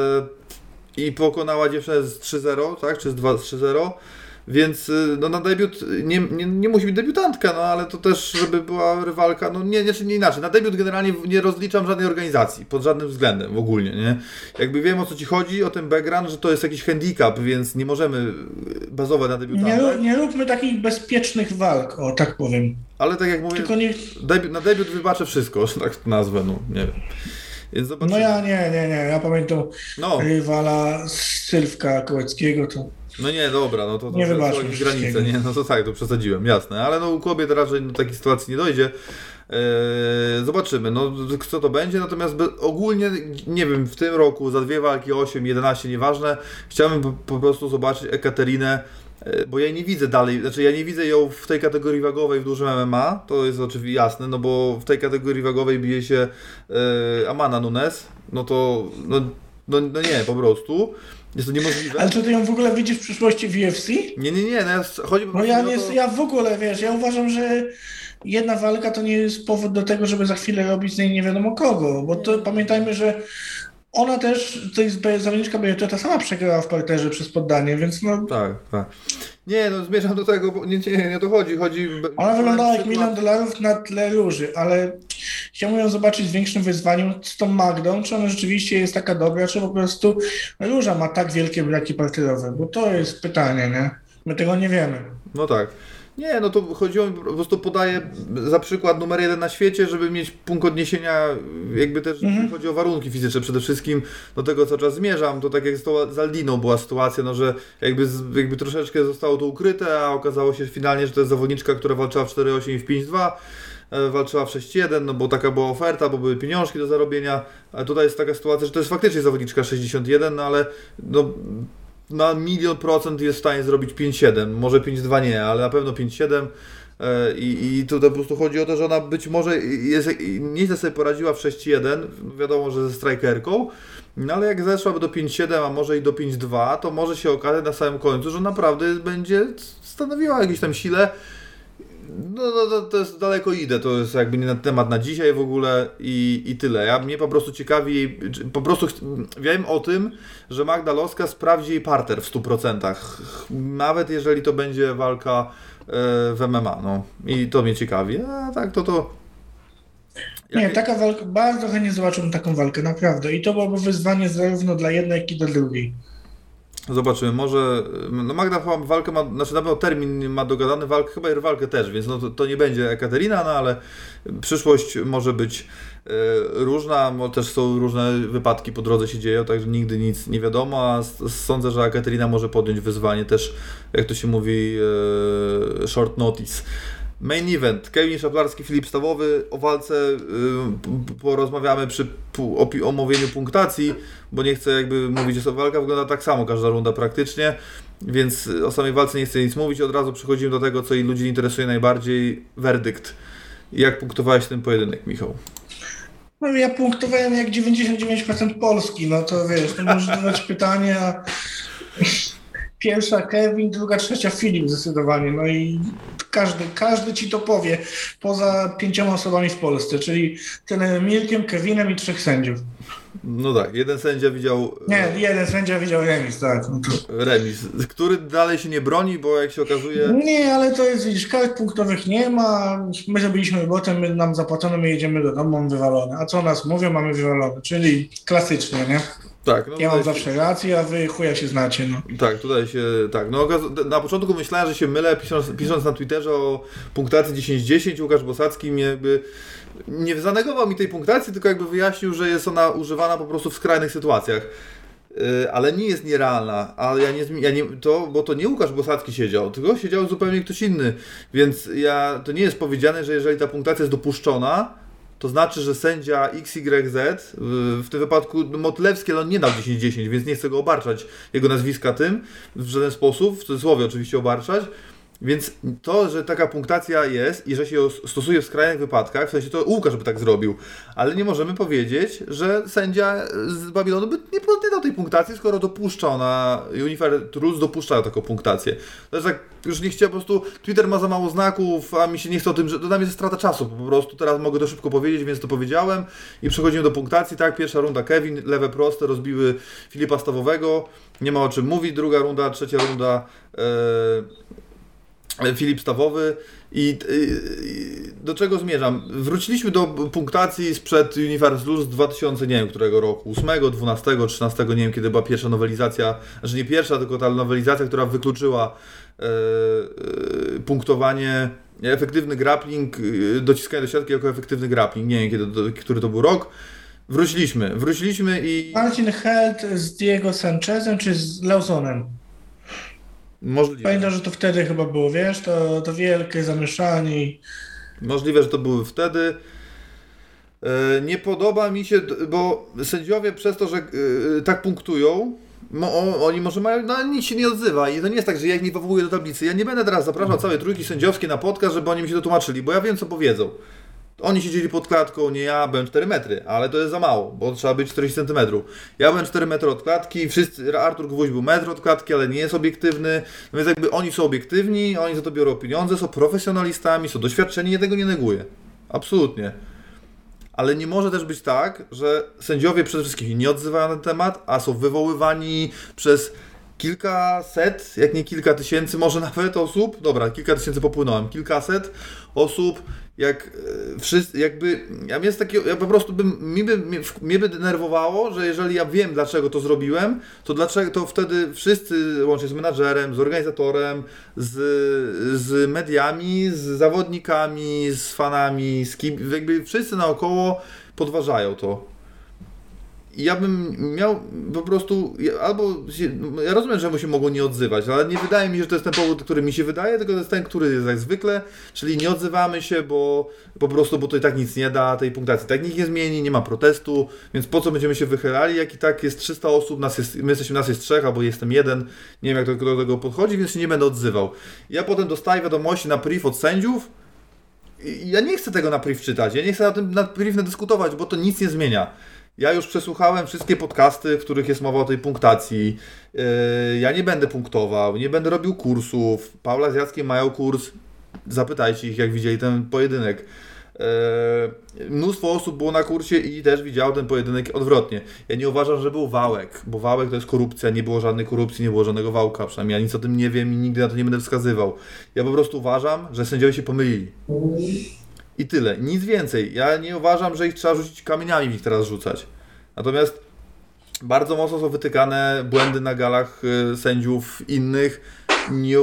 i pokonała dziewczynę z trzy zero, tak, czy z dwa trzy zero, więc no na debiut nie, nie, nie musi być debiutantka, no ale to też, żeby była rywalka, no nie, nie, nie inaczej. Na debiut generalnie nie rozliczam żadnej organizacji, pod żadnym względem w ogóle, nie? Jakby wiem o co ci chodzi, o ten background, że to jest jakiś handicap, więc nie możemy bazować na debiutantach. Nie, nie róbmy takich bezpiecznych walk, o tak powiem. Ale tak jak mówię, Tylko nie... debiut, na debiut wybaczę wszystko, że tak nazwę, no nie wiem. Więc no ja nie, nie, nie, ja pamiętam no. rywala Sylwka Kołeckiego, to... No nie, dobra, no to, to nie są jakieś granice, nie, no to tak, to przesadziłem, jasne, ale no u kobiet raczej do takiej sytuacji nie dojdzie. Eee, zobaczymy, no co to będzie, natomiast be, ogólnie, nie wiem, w tym roku za dwie walki, osiem, jedenaście, nieważne, chciałbym po, po prostu zobaczyć Ekaterynę, e, bo ja nie widzę dalej, znaczy ja nie widzę ją w tej kategorii wagowej w dużym M M A, to jest oczywiście jasne, no bo w tej kategorii wagowej bije się e, Amanda Nunes, no to, no, no, no nie, po prostu. Jest to niemożliwe. Ale czy ty ją w ogóle widzisz w przyszłości w U F C? Nie, nie, nie. No ja, chodzi po no ja, nie, to... ja w ogóle, wiesz, ja uważam, że jedna walka to nie jest powód do tego, żeby za chwilę robić z niej nie wiadomo kogo, bo to pamiętajmy, że ona też, to jest zawodniczka B J J, ta sama przegrała w parterze przez poddanie, więc no... Tak, tak. Nie, no zmierzam do tego, bo nie, nie, nie to chodzi, chodzi... Ona wyglądała jak milion dolarów na tle Róży, ale chciałbym ją zobaczyć z większym wyzwaniem z tą Magdą, czy ona rzeczywiście jest taka dobra, czy po prostu Róża ma tak wielkie braki parterowe, bo to jest pytanie, nie? My tego nie wiemy. No tak. Nie, no to chodziło mi, po prostu podaję za przykład numer jeden na świecie, żeby mieć punkt odniesienia, jakby też mhm. chodzi o warunki fizyczne przede wszystkim, do tego cały czas zmierzam, to tak jak z Aldiną była sytuacja, no że jakby, jakby troszeczkę zostało to ukryte, a okazało się finalnie, że to jest zawodniczka, która walczyła w cztery osiem i w pięć dwa, walczyła w sześć jeden, no bo taka była oferta, bo były pieniążki do zarobienia, a tutaj jest taka sytuacja, że to jest faktycznie zawodniczka sześćdziesiąt jeden, no ale no na milion procent jest w stanie zrobić pięć siedem, może pięć dwa nie, ale na pewno pięć siedem i, i tutaj po prostu chodzi o to, że ona być może jest, nieźle sobie poradziła w sześć jeden, wiadomo, że ze strikerką, no ale jak zeszłaby do pięć siedem, a może i do pięć dwa, to może się okazać na samym końcu, że naprawdę będzie stanowiła jakieś tam sile. No, no to, to jest daleko idę, to jest jakby nie na temat na dzisiaj w ogóle i, i tyle. Ja, mnie po prostu ciekawi, po prostu wiem o tym, że Magda Loska sprawdzi jej parter w stu procentach, nawet jeżeli to będzie walka e, w M M A, no i to mnie ciekawi, a tak to to... Nie, taka walka, bardzo chętnie zobaczymy taką walkę, naprawdę i to byłoby wyzwanie zarówno dla jednej, jak i dla drugiej. Zobaczymy, może, no Magda walkę ma, znaczy na pewno termin ma dogadany, walkę, chyba i walkę też, więc no to, to nie będzie Ekaterina, no ale przyszłość może być e, różna, bo też są różne wypadki po drodze się dzieją, także nigdy nic nie wiadomo, a sądzę, że Ekaterina może podjąć wyzwanie też, jak to się mówi, e, short notice. Main event, Kevin Szaplarski, Filip Stawowy, o walce y, porozmawiamy przy pu- omówieniu punktacji, bo nie chcę jakby mówić, że walka wygląda tak samo, każda runda praktycznie, więc o samej walce nie chcę nic mówić, od razu przechodzimy do tego, co i ludzi interesuje najbardziej, werdykt. Jak punktowałeś ten pojedynek, Michał? No ja punktowałem jak dziewięćdziesiąt dziewięć procent Polski, no to wiesz, to możesz zadać pytania... Pierwsza Kevin, druga, trzecia Filip zdecydowanie, no i każdy, każdy ci to powie, poza pięcioma osobami w Polsce, czyli trenerem Mirkiem, Kevinem i trzech sędziów. No tak, jeden sędzia widział... Nie, jeden sędzia widział remis, tak. No to... Remis, który dalej się nie broni, bo jak się okazuje... Nie, ale to jest, widzisz, kart punktowych nie ma, my zrobiliśmy robotę, my nam zapłacono, my jedziemy do domu, mamy wywalone. A co nas mówią, mamy wywalone, czyli klasycznie, nie? Tak, no ja mam się... zawsze rację, a wy chuja się znacie. No. Tak, tutaj się, tak, no na początku myślałem, że się mylę, pisząc, pisząc na Twitterze o punktacji dziesięć dziesięć, Łukasz Bosacki mnie jakby nie zanegował mi tej punktacji, tylko jakby wyjaśnił, że jest ona używana po prostu w skrajnych sytuacjach. Yy, ale nie jest nierealna, ale ja nie, ja nie, to, bo to nie Łukasz Bosacki siedział, tylko siedział zupełnie ktoś inny, więc ja, to nie jest powiedziane, że jeżeli ta punktacja jest dopuszczona, to znaczy, że sędzia X Y Z, w tym wypadku Motlewski, ale on nie dał dziesięć dziesięć, więc nie chcę go obarczać, jego nazwiska tym, w żaden sposób, w cudzysłowie oczywiście obarczać. Więc to, że taka punktacja jest i że się ją stosuje w skrajnych wypadkach, w sensie to Łukasz by tak zrobił, ale nie możemy powiedzieć, że sędzia z Babilonu by nie dał tej punktacji, skoro dopuszcza ona, Unified Rules dopuszczają taką punktację. To jest tak, już nie chciałem, po prostu Twitter ma za mało znaków, a mi się nie chce o tym, że to dla mnie jest strata czasu, po prostu teraz mogę to szybko powiedzieć, więc to powiedziałem i przechodzimy do punktacji. Tak, pierwsza runda Kevin, lewe proste, rozbiły Filipa Stawowego, nie ma o czym mówić, druga runda, trzecia runda yy... Filip Stawowy i, i do czego zmierzam? Wróciliśmy do punktacji sprzed Unified Rules z dwa tysiące, nie wiem którego roku, ósmego, dwunastego, trzynastego, nie wiem kiedy była pierwsza nowelizacja, znaczy nie pierwsza, tylko ta nowelizacja, która wykluczyła e, e, punktowanie, efektywny grappling, dociskanie do siatki jako efektywny grappling, nie wiem kiedy, do, który to był rok. Wróciliśmy, wróciliśmy i... Marcin Held z Diego Sanchezem czy z Lawsonem? Możliwe. Pamiętam, że to wtedy chyba było, wiesz, to, to wielkie zamieszanie. Możliwe, że to były wtedy. Nie podoba mi się, bo sędziowie przez to, że tak punktują, oni może mają, no nic się nie odzywa i to nie jest tak, że ja ich nie powołuję do tablicy. Ja nie będę teraz zapraszał całej trójki sędziowskiej na podcast, żeby oni mi się to tłumaczyli, bo ja wiem co powiedzą. Oni siedzieli pod klatką, nie ja, byłem cztery metry, ale to jest za mało, bo trzeba być czterdzieści centymetrów. Ja byłem cztery metry od klatki, wszyscy, Artur Gwóźdź był metr od klatki, ale nie jest obiektywny, no więc jakby oni są obiektywni, oni za to biorą pieniądze, są profesjonalistami, są doświadczeni, ja tego nie neguję. Absolutnie. Ale nie może też być tak, że sędziowie przede wszystkim nie odzywają na ten temat, a są wywoływani przez kilkaset, jak nie kilka tysięcy, może nawet osób, dobra, kilka tysięcy popłynąłem, kilkaset osób, jak e, wszyscy, jakby, ja jest taki, ja po prostu bym, mi by, mnie, mnie by denerwowało, że jeżeli ja wiem, dlaczego to zrobiłem, to dlaczego, to wtedy wszyscy, łącznie z menadżerem, z organizatorem, z, z mediami, z zawodnikami, z fanami, z kim, jakby wszyscy naokoło podważają to. I ja bym miał po prostu, albo, się, ja rozumiem, że mu się mogło nie odzywać, ale nie wydaje mi się, że to jest ten powód, który mi się wydaje, tylko to jest ten, który jest jak zwykle, czyli nie odzywamy się, bo po prostu, bo to i tak nic nie da, tej punktacji tak nikt nie zmieni, nie ma protestu, więc po co będziemy się wychylali, jak i tak jest trzysta osób, nas jest, my jesteśmy, nas jest trzech, albo jestem jeden, nie wiem jak to do tego podchodzi, więc się nie będę odzywał. Ja potem dostaję wiadomości na priv od sędziów i ja nie chcę tego na priv czytać, ja nie chcę na tym na priv dyskutować, bo to nic nie zmienia. Ja już przesłuchałem wszystkie podcasty, w których jest mowa o tej punktacji. Yy, ja nie będę punktował, nie będę robił kursów. Paula z Jackiem mają kurs. Zapytajcie ich, jak widzieli ten pojedynek. Yy, mnóstwo osób było na kursie i też widziało ten pojedynek odwrotnie. Ja nie uważam, że był wałek, bo wałek to jest korupcja, nie było żadnej korupcji, nie było żadnego wałka, przynajmniej ja nic o tym nie wiem i nigdy na to nie będę wskazywał. Ja po prostu uważam, że sędziowie się pomylili. I tyle, nic więcej. Ja nie uważam, że ich trzeba rzucić kamieniami, w ich teraz rzucać. Natomiast bardzo mocno są wytykane błędy na galach y, sędziów innych nie,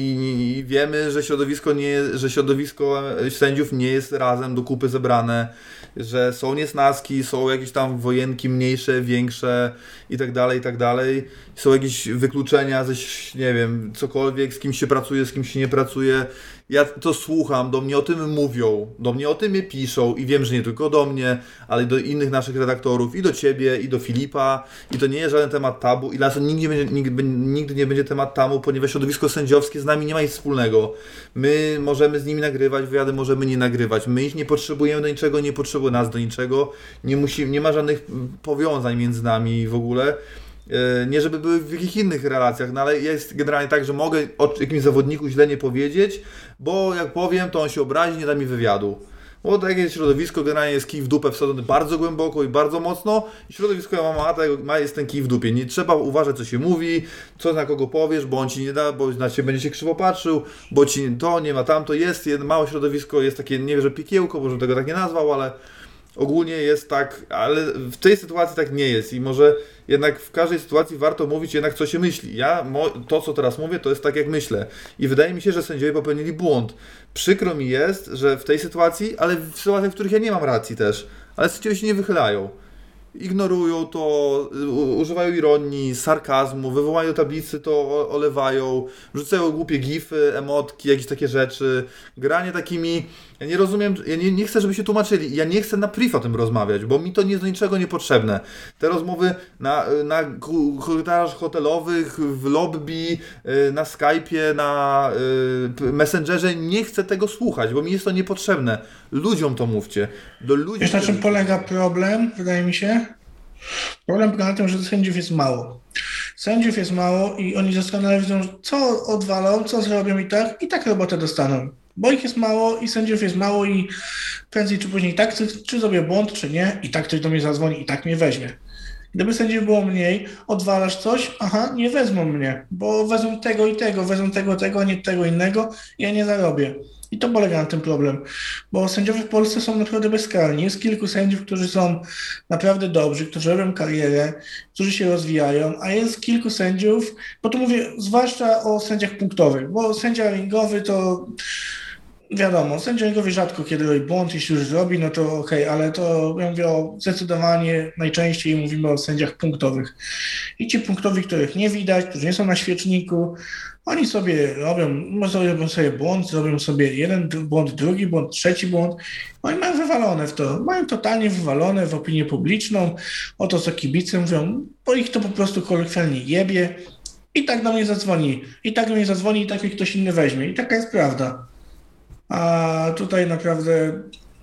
i, i wiemy, że środowisko, nie, że środowisko sędziów nie jest razem do kupy zebrane, że są niesnaski, są jakieś tam wojenki mniejsze, większe i tak dalej, i tak dalej. Są jakieś wykluczenia ze, nie wiem, cokolwiek, z kimś się pracuje, z kimś się nie pracuje. Ja to słucham, do mnie o tym mówią, do mnie o tym mnie piszą i wiem, że nie tylko do mnie, ale i do innych naszych redaktorów, i do Ciebie, i do Filipa, i to nie jest żaden temat tabu i dla nas nigdy nie będzie, nigdy, nigdy nie będzie temat tabu, ponieważ środowisko sędziowskie z nami nie ma nic wspólnego. My możemy z nimi nagrywać wywiady, możemy nie nagrywać, my ich nie potrzebujemy do niczego, nie potrzebują nas do niczego, nie, musi, nie ma żadnych powiązań między nami w ogóle. Nie żeby były w jakichś innych relacjach, no ale jest generalnie tak, że mogę o jakimś zawodniku źle nie powiedzieć, bo jak powiem, to on się obrazi, nie da mi wywiadu. Bo takie środowisko generalnie jest kij w dupę wsadzony bardzo głęboko i bardzo mocno i środowisko M M A ma jest ten kij w dupie. Nie trzeba uważać, co się mówi, co na kogo powiesz, bo on ci nie da, bo na ciebie będzie się krzywo patrzył, bo ci to nie ma tamto. Jest jedno małe środowisko, jest takie, nie wiem, że piekiełko, może tego tak nie nazwał, ale ogólnie jest tak, ale w tej sytuacji tak nie jest i może jednak w każdej sytuacji warto mówić jednak, co się myśli. Ja, to co teraz mówię, to jest tak, jak myślę. I wydaje mi się, że sędziowie popełnili błąd. Przykro mi jest, że w tej sytuacji, ale w sytuacjach, w których ja nie mam racji też, ale sędziowie się nie wychylają. Ignorują to, używają ironii, sarkazmu, wywołają do tablicy, to olewają, rzucają głupie gify, emotki, jakieś takie rzeczy. Granie takimi... Ja nie rozumiem, ja nie, nie chcę, żeby się tłumaczyli. Ja nie chcę na priv o tym rozmawiać, bo mi to nie jest do niczego niepotrzebne. Te rozmowy na, na korytarzach hotelowych, w lobby, na Skype'ie, na Messengerze, nie chcę tego słuchać, bo mi jest to niepotrzebne. Ludziom to mówcie. Do ludzi. Wiesz, na czym polega problem, wydaje mi się? Problem polega na tym, że sędziów jest mało. Sędziów jest mało i oni doskonale widzą, co odwalą, co zrobią i tak, i tak robotę dostaną. Bo ich jest mało i sędziów jest mało i prędzej czy później tak, czy, czy zrobię błąd, czy nie, i tak ktoś do mnie zadzwoni i tak mnie weźmie. Gdyby sędziów było mniej, odwalasz coś, aha, nie wezmą mnie, bo wezmą tego i tego, wezmą tego, tego, a nie tego innego, ja nie zarobię. I to polega na tym problem, bo sędziowie w Polsce są naprawdę bezkarni. Jest kilku sędziów, którzy są naprawdę dobrzy, którzy robią karierę, którzy się rozwijają, a jest kilku sędziów, bo tu mówię zwłaszcza o sędziach punktowych, bo sędzia ringowy to wiadomo, sędzia ringowy rzadko kiedy robi błąd, jeśli już zrobi, no to okej, okay, ale to ja mówię o zdecydowanie najczęściej mówimy o sędziach punktowych. I ci punktowi, których nie widać, którzy nie są na świeczniku, oni sobie robią, może robią sobie błąd, zrobią sobie jeden błąd, drugi błąd, trzeci błąd. Oni mają wywalone w to, mają totalnie wywalone w opinię publiczną, o to co kibice mówią, bo ich to po prostu kolokwialnie jebie i tak do mnie zadzwoni, i tak do mnie zadzwoni, i tak mi ktoś inny weźmie. I taka jest prawda. A tutaj naprawdę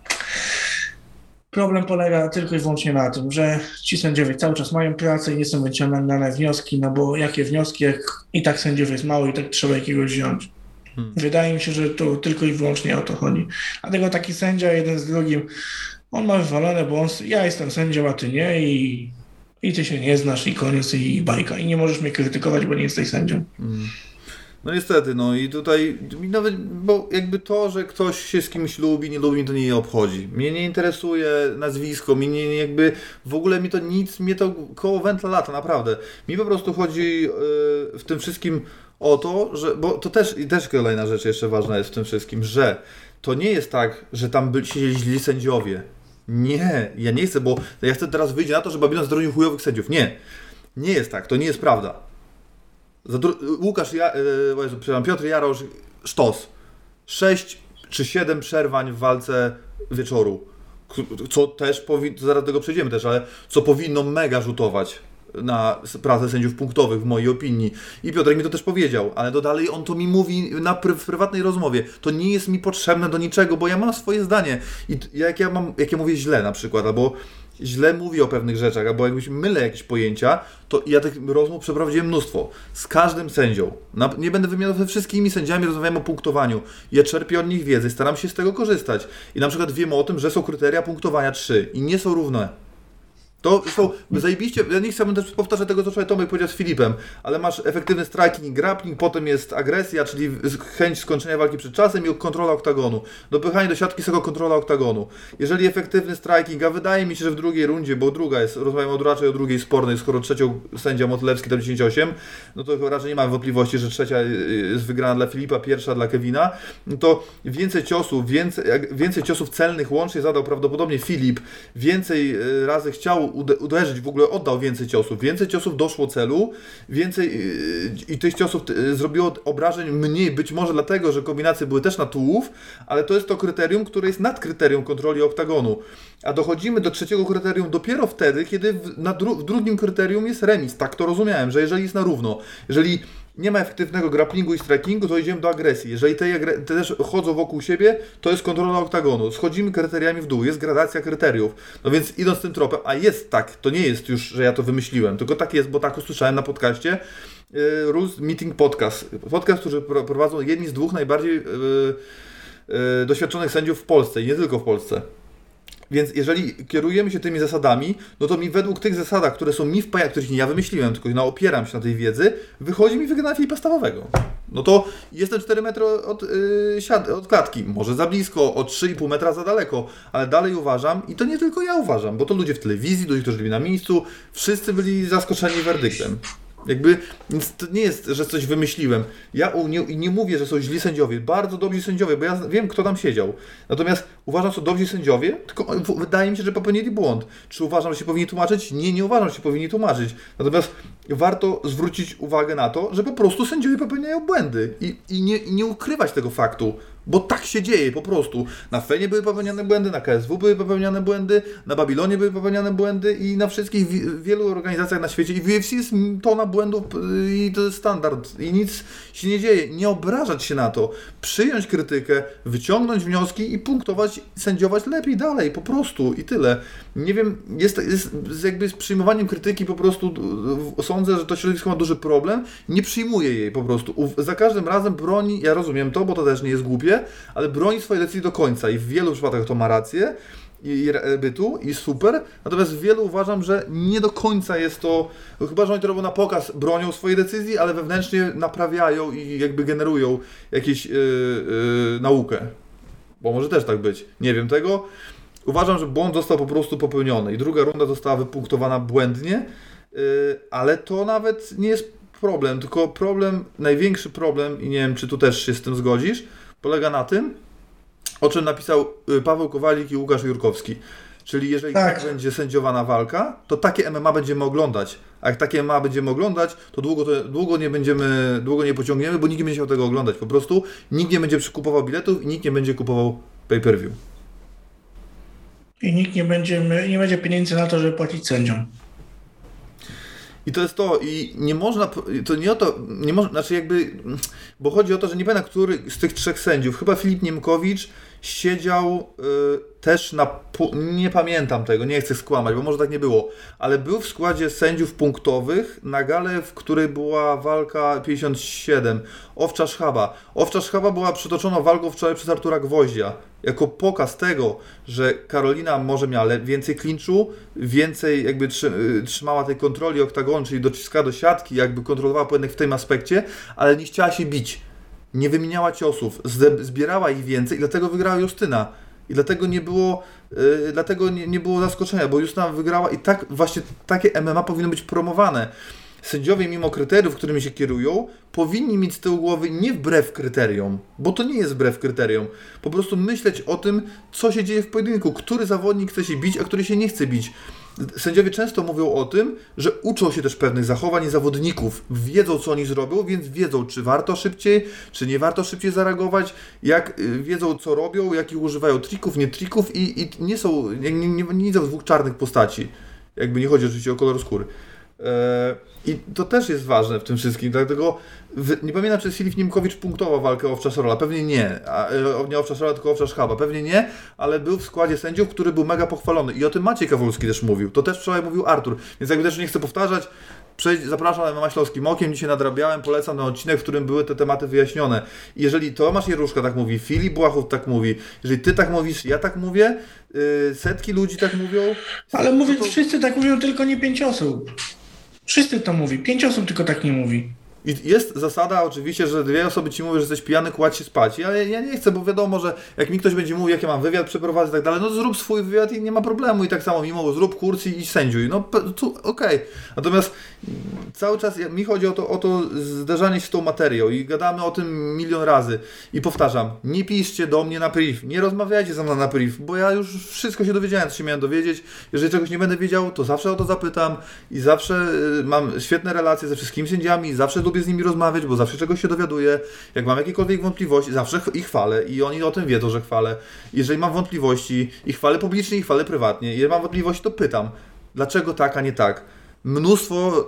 problem polega tylko i wyłącznie na tym, że ci sędziowie cały czas mają pracę i nie są wyciągane wnioski, no bo jakie wnioski, jak i tak sędziów jest mało i tak trzeba jakiegoś wziąć. Hmm. Wydaje mi się, że to tylko i wyłącznie o to chodzi. Dlatego taki sędzia jeden z drugim, on ma wywalone, bo on, ja jestem sędzią, a ty nie i I ty się nie znasz i koniec i bajka. I nie możesz mnie krytykować, bo nie jesteś sędzią. Mm. No niestety, no i tutaj nawet, bo jakby to, że ktoś się z kimś lubi, nie lubi, to nie obchodzi. Mnie nie interesuje nazwisko, mnie nie, jakby w ogóle mi to nic, mnie to koło wętla lata, naprawdę. Mi po prostu chodzi yy, w tym wszystkim o to, że, bo to też, i też kolejna rzecz jeszcze ważna jest w tym wszystkim, że to nie jest tak, że tam byli siedzieli źli sędziowie. Nie, ja nie chcę, bo ja chcę teraz wyjść na to, że Babylon zdrowił chujowych sędziów. Nie, nie jest tak, to nie jest prawda. Łukasz, ja, yy, przepraszam, Piotr Jarosz, sztos. Sześć czy siedem przerwań w walce wieczoru. Co też powinno, zaraz do tego przejdziemy też, ale co powinno mega rzutować na pracę sędziów punktowych w mojej opinii. I Piotrek mi to też powiedział, ale to dalej on to mi mówi na pr- w prywatnej rozmowie. To nie jest mi potrzebne do niczego, bo ja mam swoje zdanie. I jak ja mam, jak ja mówię źle na przykład, albo źle mówię o pewnych rzeczach, albo jakbyś mylę jakieś pojęcia, to ja tych rozmów przeprowadziłem mnóstwo. Z każdym sędzią. Na, nie będę wymieniał ze wszystkimi sędziami, rozmawiam o punktowaniu. Ja czerpię od nich wiedzę, staram się z tego korzystać. I na przykład wiem o tym, że są kryteria punktowania trzy i nie są równe. To są zajebiście, ja nie chciałbym też powtarzać tego, co wczoraj Tomek powiedział z Filipem, ale masz efektywny striking i grappling, potem jest agresja, czyli chęć skończenia walki przed czasem i kontrola oktagonu. Dopychanie do siatki z tego kontrola oktagonu. Jeżeli efektywny striking, a wydaje mi się, że w drugiej rundzie, bo druga jest, rozmawiamy raczej o drugiej spornej, skoro trzecią sędzia Motylewski tam dziesięć osiem, no to raczej nie mam wątpliwości, że trzecia jest wygrana dla Filipa, pierwsza dla Kevina, no to więcej ciosów, więcej, więcej ciosów celnych łącznie zadał prawdopodobnie Filip, więcej razy chciał uderzyć, w ogóle oddał więcej ciosów, więcej ciosów doszło celu, więcej yy, i tych ciosów yy, zrobiło obrażeń mniej, być może dlatego, że kombinacje były też na tułów, ale to jest to kryterium, które jest nad kryterium kontroli oktagonu. A dochodzimy do trzeciego kryterium dopiero wtedy, kiedy w, na dru- w drugim kryterium jest remis. Tak to rozumiałem, że jeżeli jest na równo, jeżeli nie ma efektywnego grapplingu i strikingu, to idziemy do agresji. Jeżeli te, agre- te też chodzą wokół siebie, to jest kontrola oktagonu. Schodzimy kryteriami w dół, jest gradacja kryteriów. No więc idąc tym tropem, a jest tak, to nie jest już, że ja to wymyśliłem, tylko tak jest, bo tak usłyszałem na podcaście, yy, Rules Meeting Podcast. Podcast, który prowadzą jedni z dwóch najbardziej yy, yy, doświadczonych sędziów w Polsce i nie tylko w Polsce. Więc jeżeli kierujemy się tymi zasadami, no to mi według tych zasadach, które są mi wpajane, których nie ja wymyśliłem, tylko no, opieram się na tej wiedzy, wychodzi mi wygrana Filipa Stawowego. No to jestem cztery metry od, yy, siad- od klatki, może za blisko, o trzy i pół metra za daleko, ale dalej uważam, i to nie tylko ja uważam, bo to ludzie w telewizji, ludzie, którzy byli na miejscu, wszyscy byli zaskoczeni werdyktem. Jakby to nie jest, że coś wymyśliłem. Ja nie, nie mówię, że są źli sędziowie, bardzo dobrzy sędziowie, bo ja wiem, kto tam siedział. Natomiast uważam, że są dobrzy sędziowie, tylko wydaje mi się, że popełnili błąd. Czy uważam, że się powinni tłumaczyć? Nie, nie uważam, że się powinni tłumaczyć. Natomiast warto zwrócić uwagę na to, że po prostu sędziowie popełniają błędy i, i, nie, i nie ukrywać tego faktu. Bo tak się dzieje po prostu. Na Fenie były popełniane błędy, na K S W były popełniane błędy, na Babilonie były popełniane błędy i na wszystkich w wielu organizacjach na świecie. I w U F C jest tona błędów i to jest standard. I nic się nie dzieje. Nie obrażać się na to. Przyjąć krytykę, wyciągnąć wnioski i punktować, sędziować lepiej dalej. Po prostu i tyle. Nie wiem, jest, jest jakby z przyjmowaniem krytyki po prostu sądzę, że to środowisko ma duży problem. Nie przyjmuję jej po prostu. Za każdym razem broni, ja rozumiem to, bo to też nie jest głupie, ale broni swojej decyzji do końca i w wielu przypadkach to ma rację i bytu i super, natomiast w wielu uważam, że nie do końca jest to, chyba że oni to robią na pokaz, bronią swojej decyzji, ale wewnętrznie naprawiają i jakby generują jakąś yy, yy, naukę, bo może też tak być, nie wiem tego. Uważam, że błąd został po prostu popełniony i druga runda została wypunktowana błędnie, yy, ale to nawet nie jest problem, tylko problem, największy problem i nie wiem, czy tu też się z tym zgodzisz, polega na tym, o czym napisał Paweł Kowalik i Łukasz Jurkowski. Czyli jeżeli tak będzie sędziowana walka, to takie M M A będziemy oglądać. A jak takie M M A będziemy oglądać, to długo, to, długo nie będziemy, długo nie pociągniemy, bo nikt nie będzie chciał tego oglądać. Po prostu nikt nie będzie kupował biletów i nikt nie będzie kupował pay-per-view. I nikt nie będzie, nie będzie pieniędzy na to, żeby płacić sędziom. I to jest to, i nie można, to nie o to, nie można, znaczy jakby, bo chodzi o to, że nie pamiętam, który z tych trzech sędziów, chyba Filip Niemkowicz siedział y, też na, nie pamiętam tego, nie chcę skłamać, bo może tak nie było, ale był w składzie sędziów punktowych na galę, w której była walka pięćdziesiąt siedem, Owcza Szchaba. Owcza Szchaba była przytoczona walką wczoraj przez Artura Gwoździa, jako pokaz tego, że Karolina może miała więcej klinczu, więcej jakby trzymała tej kontroli oktagonu, czyli dociskała do siatki, jakby kontrolowała pojedynek w tym aspekcie, ale nie chciała się bić. Nie wymieniała ciosów, zbierała ich więcej i dlatego wygrała Justyna. I dlatego nie było, yy, dlatego nie, nie było zaskoczenia, bo Justyna wygrała i tak właśnie takie M M A powinno być promowane. Sędziowie mimo kryteriów, którymi się kierują, powinni mieć z tyłu głowy nie wbrew kryteriom, bo to nie jest wbrew kryteriom. Po prostu myśleć o tym, co się dzieje w pojedynku, który zawodnik chce się bić, a który się nie chce bić. Sędziowie często mówią o tym, że uczą się też pewnych zachowań zawodników, wiedzą co oni zrobią, więc wiedzą czy warto szybciej, czy nie warto szybciej zareagować, jak wiedzą co robią, jakich używają trików, nie trików i, i nie są, nie, nie, nie, nie widzą dwóch czarnych postaci, jakby nie chodzi oczywiście o kolor skóry. I to też jest ważne w tym wszystkim, dlatego w, nie pamiętam, czy Filip Niemkowicz punktował walkę Owcza Szarola, pewnie nie, a, nie Owcza Szarola, tylko Owcza Szchaba, pewnie nie, ale był w składzie sędziów, który był mega pochwalony i o tym Maciej Kawulski też mówił, to też wczoraj mówił Artur, więc jakby też nie chcę powtarzać, przejdź, zapraszam na M M A Śląskim Okiem, dzisiaj nadrabiałem, polecam ten odcinek, w którym były te tematy wyjaśnione. I jeżeli Tomasz Jeruszka tak mówi, Filip Błachów tak mówi, jeżeli ty tak mówisz, ja tak mówię, yy, setki ludzi tak mówią. Ale mówię, to... wszyscy tak mówią, tylko nie pięć osób. Wszyscy to mówi, pięć osób tylko tak nie mówi. I jest zasada oczywiście, że dwie osoby ci mówią, że jesteś pijany, kładź się spać. Ja, ja nie chcę, bo wiadomo, że jak mi ktoś będzie mówił, jak ja mam wywiad przeprowadzać i tak dalej, no to zrób swój wywiad i nie ma problemu. I tak samo mimo zrób kurs i, i sędziuj. No okej. Okay. Natomiast cały czas mi chodzi o to, o to zderzanie się z tą materią i gadamy o tym milion razy. I powtarzam, nie piszcie do mnie na priv, nie rozmawiajcie ze mną na priv, bo ja już wszystko się dowiedziałem, co się miałem dowiedzieć. Jeżeli czegoś nie będę wiedział, to zawsze o to zapytam i zawsze mam świetne relacje ze wszystkimi sędziami, zawsze lubię z nimi rozmawiać, bo zawsze czegoś się dowiaduję. Jak mam jakiekolwiek wątpliwości, zawsze ich chwalę i oni o tym wiedzą, że chwalę. Jeżeli mam wątpliwości i chwalę publicznie, i chwalę prywatnie. Jeżeli mam wątpliwości, to pytam, dlaczego tak, a nie tak. Mnóstwo,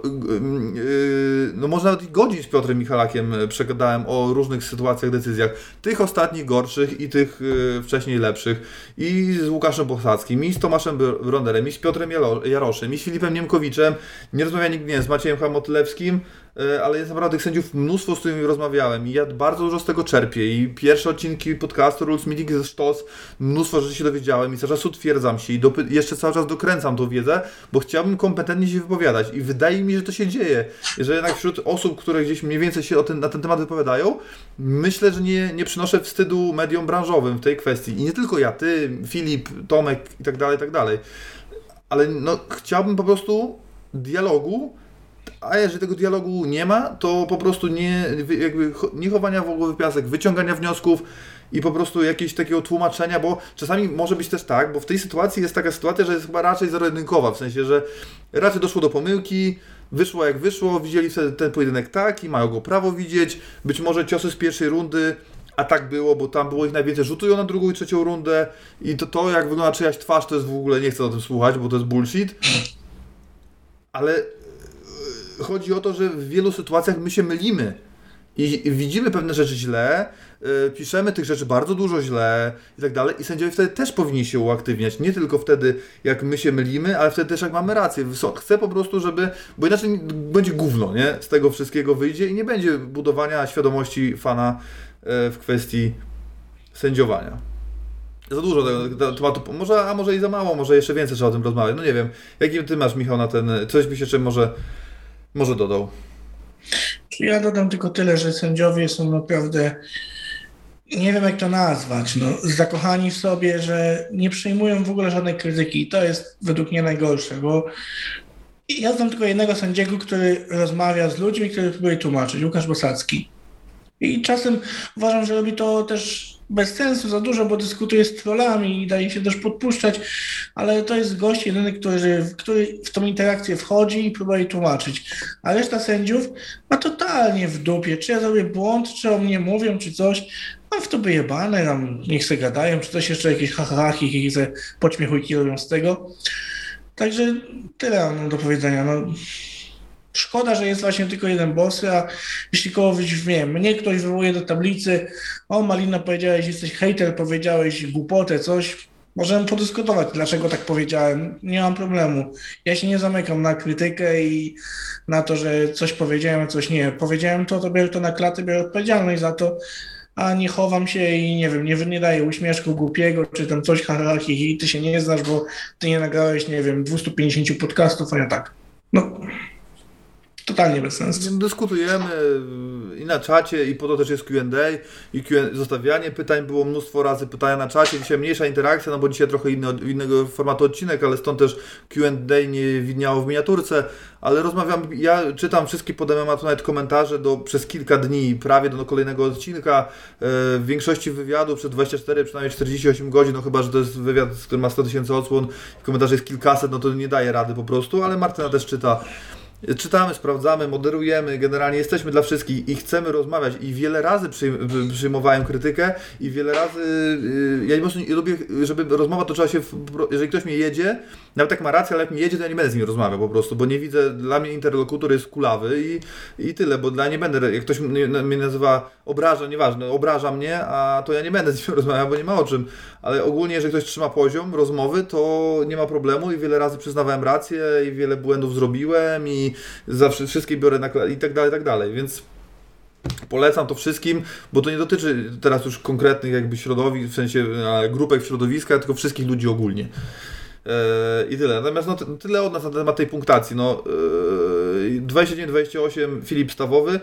yy, no może nawet godzin z Piotrem Michalakiem przegadałem o różnych sytuacjach, decyzjach. Tych ostatnich gorszych i tych yy, wcześniej lepszych. I z Łukaszem Posadzkim, i z Tomaszem Bronderem, i z Piotrem Jaroszem, i z Filipem Niemkowiczem. Nie rozmawiam nigdy nie z Maciejem Hamotylewskim, yy, ale jest naprawdę tych sędziów mnóstwo, z którymi rozmawiałem. I ja bardzo dużo z tego czerpię. I pierwsze odcinki podcastu Rules Meeting ze Sztos, mnóstwo rzeczy się dowiedziałem i cały czas utwierdzam się i dopy- jeszcze cały czas dokręcam tą wiedzę, bo chciałbym kompetentnie się wypowiadać. I wydaje mi się, że to się dzieje. Że jednak wśród osób, które gdzieś mniej więcej się o ten, na ten temat wypowiadają, myślę, że nie, nie przynoszę wstydu mediom branżowym w tej kwestii. I nie tylko ja, ty, Filip, Tomek i tak dalej, i tak dalej. Ale no, chciałbym po prostu dialogu, a jeżeli tego dialogu nie ma, to po prostu nie, jakby nie chowania w głowy piasek, wyciągania wniosków i po prostu jakiegoś takiego tłumaczenia, bo czasami może być też tak, bo w tej sytuacji jest taka sytuacja, że jest chyba raczej zero-jedynkowa, w sensie, że raczej doszło do pomyłki, wyszło jak wyszło, widzieli wtedy ten pojedynek tak i mają go prawo widzieć, być może ciosy z pierwszej rundy, a tak było, bo tam było ich najwięcej, rzutują na drugą i trzecią rundę i to, to jak wygląda czyjaś twarz, to jest w ogóle, nie chcę o tym słuchać, bo to jest bullshit, ale chodzi o to, że w wielu sytuacjach my się mylimy i widzimy pewne rzeczy źle, yy, piszemy tych rzeczy bardzo dużo źle i tak dalej i sędziowie wtedy też powinni się uaktywniać, nie tylko wtedy jak my się mylimy, ale wtedy też jak mamy rację. Chcę po prostu, żeby, bo inaczej będzie gówno, nie? Z tego wszystkiego wyjdzie i nie będzie budowania świadomości fana yy, w kwestii sędziowania. Za dużo tego tematu, może, a może i za mało, może jeszcze więcej trzeba o tym rozmawiać, no nie wiem. Jaki ty masz, Michał, na ten, coś byś jeszcze może Może dodał. Ja dodam tylko tyle, że sędziowie są naprawdę, nie wiem jak to nazwać, no, zakochani w sobie, że nie przyjmują w ogóle żadnej krytyki i to jest według mnie najgorsze, bo ja znam tylko jednego sędziego, który rozmawia z ludźmi, który próbuje tłumaczyć, Łukasz Posadzki. I czasem uważam, że robi to też bez sensu za dużo, bo dyskutuje z trollami i daje się też podpuszczać, ale to jest gość jedyny, który, który w tą interakcję wchodzi i próbuje tłumaczyć. A reszta sędziów ma totalnie w dupie, czy ja zrobię błąd, czy o mnie mówią, czy coś. Mam w to wyjebane, tam niech se gadają, czy coś jeszcze jakieś ha-ha-hi, se poćmiechujki robią z tego. Także tyle mam do powiedzenia. No. Szkoda, że jest właśnie tylko jeden boss, a jeśli kogoś, wiem, mnie ktoś wywołuje do tablicy, o Malina, powiedziałeś, jesteś hejter, powiedziałeś głupotę, coś, możemy podyskutować, dlaczego tak powiedziałem, nie mam problemu. Ja się nie zamykam na krytykę i na to, że coś powiedziałem, a coś nie. Powiedziałem to, to biorę to na klatę, biorę odpowiedzialność za to, a nie chowam się i nie wiem, nie, nie daję uśmieszku głupiego, czy tam coś, ha, ha, hi, hi, ty się nie znasz, bo ty nie nagrałeś, nie wiem, dwieście pięćdziesiąt podcastów, a ja tak. No, totalnie bez sensu. Dyskutujemy i na czacie, i po to też jest Q and A, i Q and A, zostawianie pytań, było mnóstwo razy pytania na czacie, dzisiaj mniejsza interakcja, no bo dzisiaj trochę inny, innego formatu odcinek, ale stąd też Q and A nie widniało w miniaturce, ale rozmawiam, ja czytam wszystkie pod M M A Tonight komentarze do, przez kilka dni, prawie do kolejnego odcinka, w większości wywiadu przez dwadzieścia cztery, przynajmniej czterdzieści osiem godzin, no chyba, że to jest wywiad, który ma sto tysięcy odsłon, komentarzy jest kilkaset, no to nie daje rady po prostu, ale Martyna też czyta. Czytamy, sprawdzamy, moderujemy, generalnie jesteśmy dla wszystkich i chcemy rozmawiać i wiele razy przyjmowałem krytykę i wiele razy, ja po prostu nie lubię, żeby rozmowa toczyła się, w, jeżeli ktoś mnie jedzie, nawet jak ma rację, ale jak mnie jedzie, to ja nie będę z nim rozmawiał po prostu, bo nie widzę, dla mnie interlokutor jest kulawy i, i tyle, bo dla nie będę, jak ktoś mnie, mnie nazywa, obraża, nieważne, obraża mnie, a to ja nie będę z nim rozmawiał, bo nie ma o czym, ale ogólnie, jeżeli ktoś trzyma poziom rozmowy, to nie ma problemu i wiele razy przyznawałem rację i wiele błędów zrobiłem i zawsze wszystkie biorę na klatę i tak dalej, i tak dalej, więc polecam to wszystkim, bo to nie dotyczy teraz już konkretnych jakby środowisk, w sensie grupek środowiska, tylko wszystkich ludzi ogólnie. I tyle. Natomiast no, tyle od nas na temat tej punktacji. No, dwadzieścia dziewięć dwadzieścia osiem Filip Stawowy.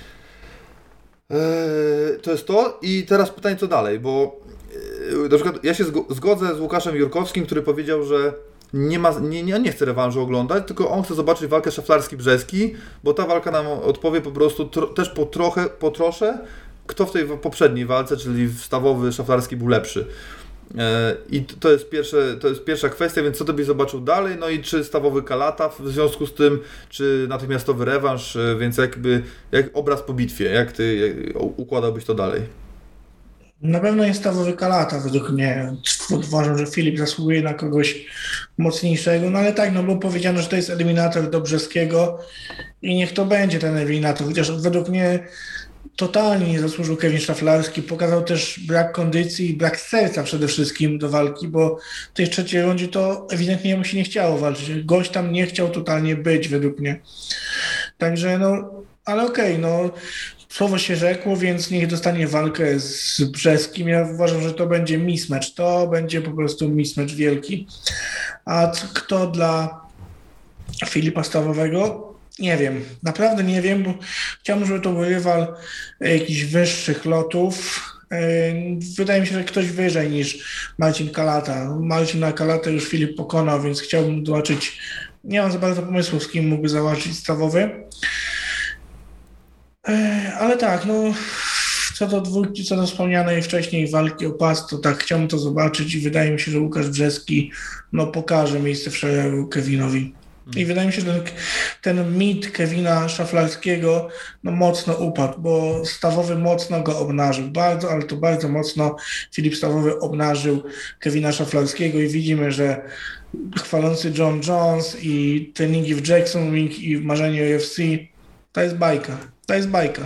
To jest to. I teraz pytanie, co dalej, bo na przykład ja się zgodzę z Łukaszem Jurkowskim, który powiedział, że nie, ma, nie, nie, nie chce rewanżu oglądać, tylko on chce zobaczyć walkę Szaflarski-Brzeski, bo ta walka nam odpowie po prostu tro, też po trochę, po trosze, kto w tej poprzedniej walce, czyli Stawowy, Szaflarski był lepszy. I to jest, pierwsze, to jest pierwsza kwestia, więc co ty byś zobaczył dalej, no i czy Stawowy Kalata w związku z tym, czy natychmiastowy rewanż, więc jakby jak obraz po bitwie, jak ty jak układałbyś to dalej? Na pewno jest Stawowy Kalata według mnie. Uważam, że Filip zasługuje na kogoś mocniejszego, no ale tak, no było powiedziane, że to jest eliminator do Brzeskiego i niech to będzie ten eliminator, chociaż według mnie totalnie nie zasłużył Kevin Szaflarski, pokazał też brak kondycji i brak serca przede wszystkim do walki, bo w tej trzeciej rundzie to ewidentnie mu się nie chciało walczyć. Gość tam nie chciał totalnie być według mnie. Także no, ale okej, okay, no słowo się rzekło, więc niech dostanie walkę z Brzeskim. Ja uważam, że to będzie mismatch. To będzie po prostu mismatch wielki. A kto dla Filipa Stawowego? Nie wiem. Naprawdę nie wiem, bo chciałbym, żeby to był rywal jakichś wyższych lotów. Wydaje mi się, że ktoś wyżej niż Marcin Kalata. Marcina Kalata już Filip pokonał, więc chciałbym zobaczyć. Nie mam za bardzo pomysłu, z kim mógłby zawalczyć Stawowy. Ale tak, no co do dwójki, co do wspomnianej wcześniej walki o pas, to tak chciałbym to zobaczyć i wydaje mi się, że Łukasz Brzeski no pokaże miejsce w szeregu Kevinowi. I wydaje mi się, że ten mit Kevina Szaflarskiego no mocno upadł, bo Stawowy mocno go obnażył. Bardzo, ale to bardzo mocno Filip Stawowy obnażył Kevina Szaflarskiego i widzimy, że chwalący John Jones i treningi w Jackson Wing i w marzeniu U F C to jest bajka. To jest bajka.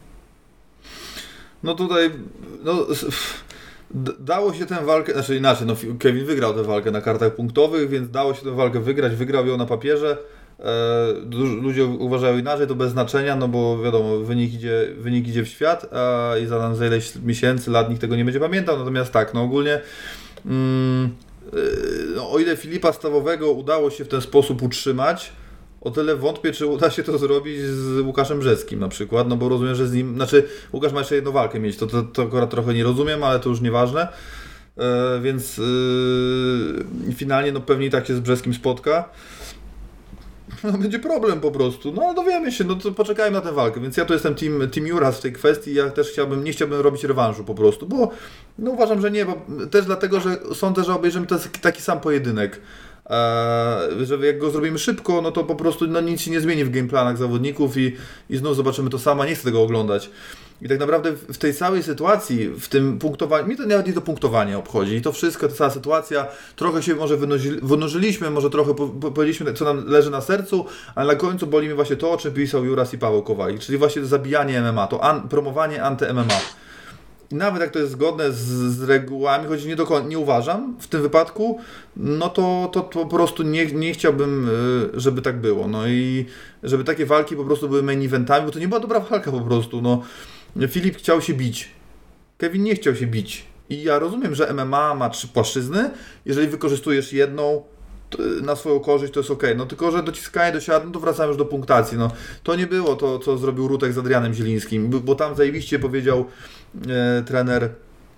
No tutaj no, dało się tę walkę, znaczy inaczej, no Kevin wygrał tę walkę na kartach punktowych, więc dało się tę walkę wygrać, wygrał ją na papierze. E, ludzie uważają inaczej, to bez znaczenia, no bo wiadomo, wynik idzie, wynik idzie w świat, a i za nam za ileś miesięcy, lat nikt tego nie będzie pamiętał, natomiast tak, no ogólnie mm, no, o ile Filipa Stawowego udało się w ten sposób utrzymać, o tyle wątpię, czy uda się to zrobić z Łukaszem Brzeskim na przykład, no bo rozumiem, że z nim, znaczy Łukasz ma jeszcze jedną walkę mieć, to, to, to akurat trochę nie rozumiem, ale to już nieważne, e, więc e, finalnie no pewnie i tak się z Brzeskim spotka. No, będzie problem po prostu, no ale dowiemy się, no to poczekajmy na tę walkę, więc ja tu jestem team, team Juras w tej kwestii, ja też chciałbym, nie chciałbym robić rewanżu po prostu, bo no uważam, że nie, bo też dlatego, że sądzę, że obejrzymy to jest taki sam pojedynek. Eee, że jak go zrobimy szybko, no to po prostu no, nic się nie zmieni w gameplanach zawodników i, i znów zobaczymy to samo, nie chcę tego oglądać. I tak naprawdę w tej całej sytuacji, w tym punktowaniu, mi to nawet nie to punktowanie obchodzi. I to wszystko, ta cała sytuacja, trochę się może wynurzyliśmy, może trochę po, po, powiedzieliśmy, co nam leży na sercu, ale na końcu boli mnie właśnie to, o czym pisał Juras i Paweł Kowalik, czyli właśnie zabijanie M M A, to an, promowanie anty-M M A. I nawet jak to jest zgodne z, z regułami, choć nie, do, nie uważam w tym wypadku, no to, to, to po prostu nie, nie chciałbym, żeby tak było. No i żeby takie walki po prostu były main eventami, bo to nie była dobra walka po prostu. No. Filip chciał się bić. Kevin nie chciał się bić. I ja rozumiem, że M M A ma trzy płaszczyzny. Jeżeli wykorzystujesz jedną na swoją korzyść, to jest ok. No tylko, że dociskanie do siatki, no to wracamy już do punktacji. No, to nie było to, co zrobił Rutek z Adrianem Zielińskim, bo tam zajebiście powiedział e, trener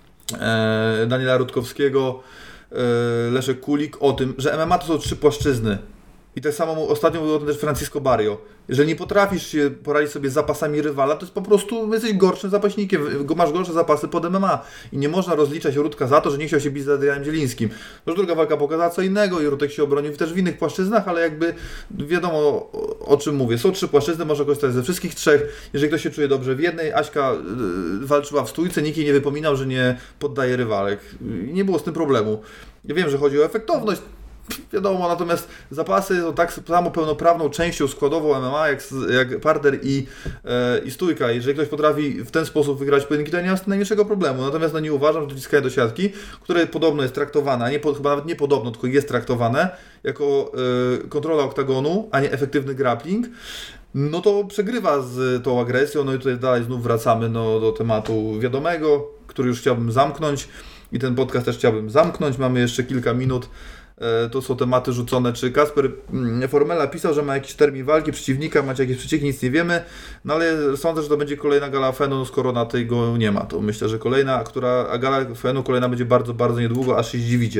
e, Daniela Rutkowskiego, e, Leszek Kulik o tym, że M M A to są trzy płaszczyzny. I tak samo ostatnio mówił o tym też Francisco Barrio. Jeżeli nie potrafisz się poradzić sobie z zapasami rywala, to jest po prostu, jesteś gorszym zapaśnikiem, masz gorsze zapasy pod M M A. I nie można rozliczać Rutka za to, że nie chciał się bić z Adrianem Zielińskim. Już druga walka pokazała co innego i Rutek się obronił też w innych płaszczyznach, ale jakby wiadomo o, o czym mówię. Są trzy płaszczyzny, można korzystać ze wszystkich trzech. Jeżeli ktoś się czuje dobrze w jednej, Aśka y, walczyła w stójce, nikt jej nie wypominał, że nie poddaje rywalek. I nie było z tym problemu. Ja wiem, że chodzi o efektowność, wiadomo, natomiast zapasy są tak samo pełnoprawną częścią składową M M A jak, jak parter i, e, i stójka. Jeżeli ktoś potrafi w ten sposób wygrać pojedynki, to nie ma najmniejszego problemu. Natomiast no, nie uważam, że dociskanie do siatki, które podobno jest traktowane, a nie, chyba nawet nie podobno, tylko jest traktowane jako e, kontrola oktagonu, a nie efektywny grappling, no to przegrywa z tą agresją. No i tutaj dalej znów wracamy no, do tematu wiadomego, który już chciałbym zamknąć i ten podcast też chciałbym zamknąć. Mamy jeszcze kilka minut. To są tematy rzucone, czy Kasper Formela pisał, że ma jakiś termin walki przeciwnika, macie jakieś przecieki, nic nie wiemy, no ale sądzę, że to będzie kolejna gala Fenu, no skoro na tej go nie ma, to myślę, że kolejna, która, a gala Fenu kolejna będzie bardzo, bardzo niedługo, aż się zdziwicie.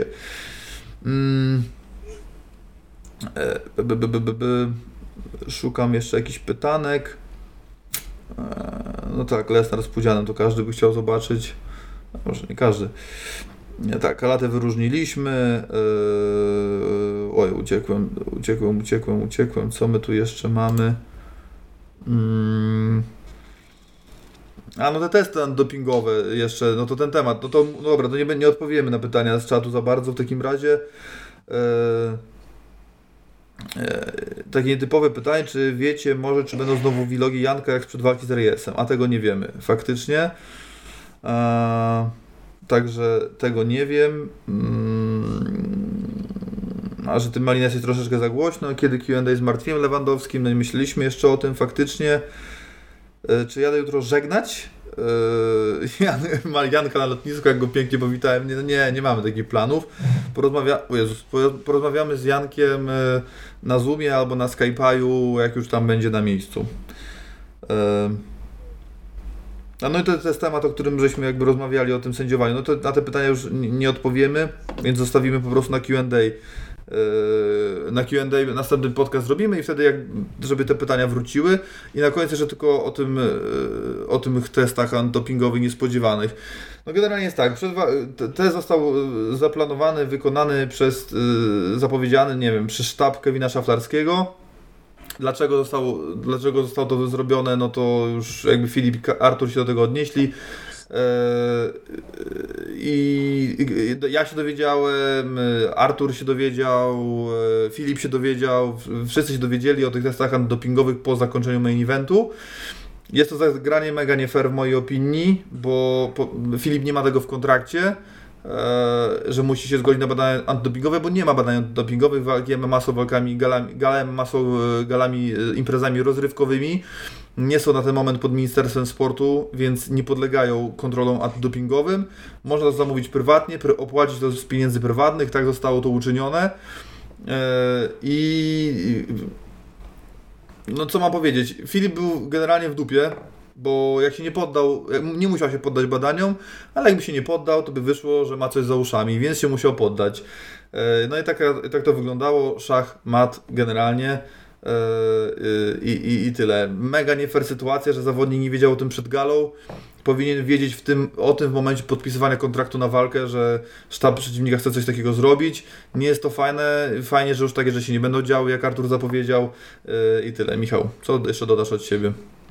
Mm. E, b, b, b, b, b. Szukam jeszcze jakichś pytanek. E, no tak, Lesnar z Pudzianem, to każdy by chciał zobaczyć, a może nie każdy. Nie, tak, Kalatę wyróżniliśmy. Yy, oj, uciekłem, uciekłem, uciekłem, uciekłem. Co my tu jeszcze mamy? Mm. A no te testy antydopingowe jeszcze, no to ten temat. No to no dobra, to nie, nie odpowiemy na pytania z czatu za bardzo w takim razie. Yy, yy, takie nietypowe pytanie, czy wiecie może, czy będą znowu vlogi Janka jak sprzed walki z Reyesem? A tego nie wiemy, faktycznie. Yy. Także tego nie wiem. A że tym Malines jest troszeczkę za głośno. Kiedy Q and A z Martwiem Lewandowskim, no i myśleliśmy jeszcze o tym faktycznie. Czy jadę jutro żegnać Jan, Janka na lotnisku, jak go pięknie powitałem? Nie, nie, nie mamy takich planów. Porozmawia... o Jezus, porozmawiamy z Jankiem na Zoomie albo na Skype'u, jak już tam będzie na miejscu. A no i to, to jest temat, o którym żeśmy jakby rozmawiali, o tym sędziowaniu. No to na te pytania już nie odpowiemy, więc zostawimy po prostu na Q and A. Yy, na Q and A następny podcast zrobimy i wtedy, jak, żeby te pytania wróciły. I na koniec jeszcze tylko o tym, yy, o tych testach antydopingowych niespodziewanych. No generalnie jest tak, test został zaplanowany, wykonany przez, yy, zapowiedziany, nie wiem, przez sztab Kevina Szaflarskiego. Dlaczego zostało, dlaczego zostało to zrobione, no to już jakby Filip i Artur się do tego odnieśli. I ja się dowiedziałem, Artur się dowiedział, Filip się dowiedział, wszyscy się dowiedzieli o tych testach antydopingowych po zakończeniu main eventu. Jest to zagranie mega nie fair w mojej opinii, bo Filip nie ma tego w kontrakcie, że musi się zgodzić na badania antydopingowe, bo nie ma badań antydopingowych. Walki M M A są walkami, galami, gale M M A są galami, imprezami rozrywkowymi. Nie są na ten moment pod Ministerstwem Sportu, więc nie podlegają kontrolom antydopingowym. Można to zamówić prywatnie, opłacić to z pieniędzy prywatnych, tak zostało to uczynione. I no co mam powiedzieć, Filip był generalnie w dupie, bo jak się nie poddał, nie musiał się poddać badaniom, ale jakby się nie poddał, to by wyszło, że ma coś za uszami, więc się musiał poddać. No i tak, tak to wyglądało, szach, mat generalnie i, i, i tyle. Mega nie fair sytuacja, że zawodnik nie wiedział o tym przed galą, powinien wiedzieć w tym, o tym w momencie podpisywania kontraktu na walkę, że sztab przeciwnika chce coś takiego zrobić. Nie jest to fajne, fajnie, że już takie rzeczy nie będą działy, jak Artur zapowiedział i tyle. Michał, co jeszcze dodasz od siebie?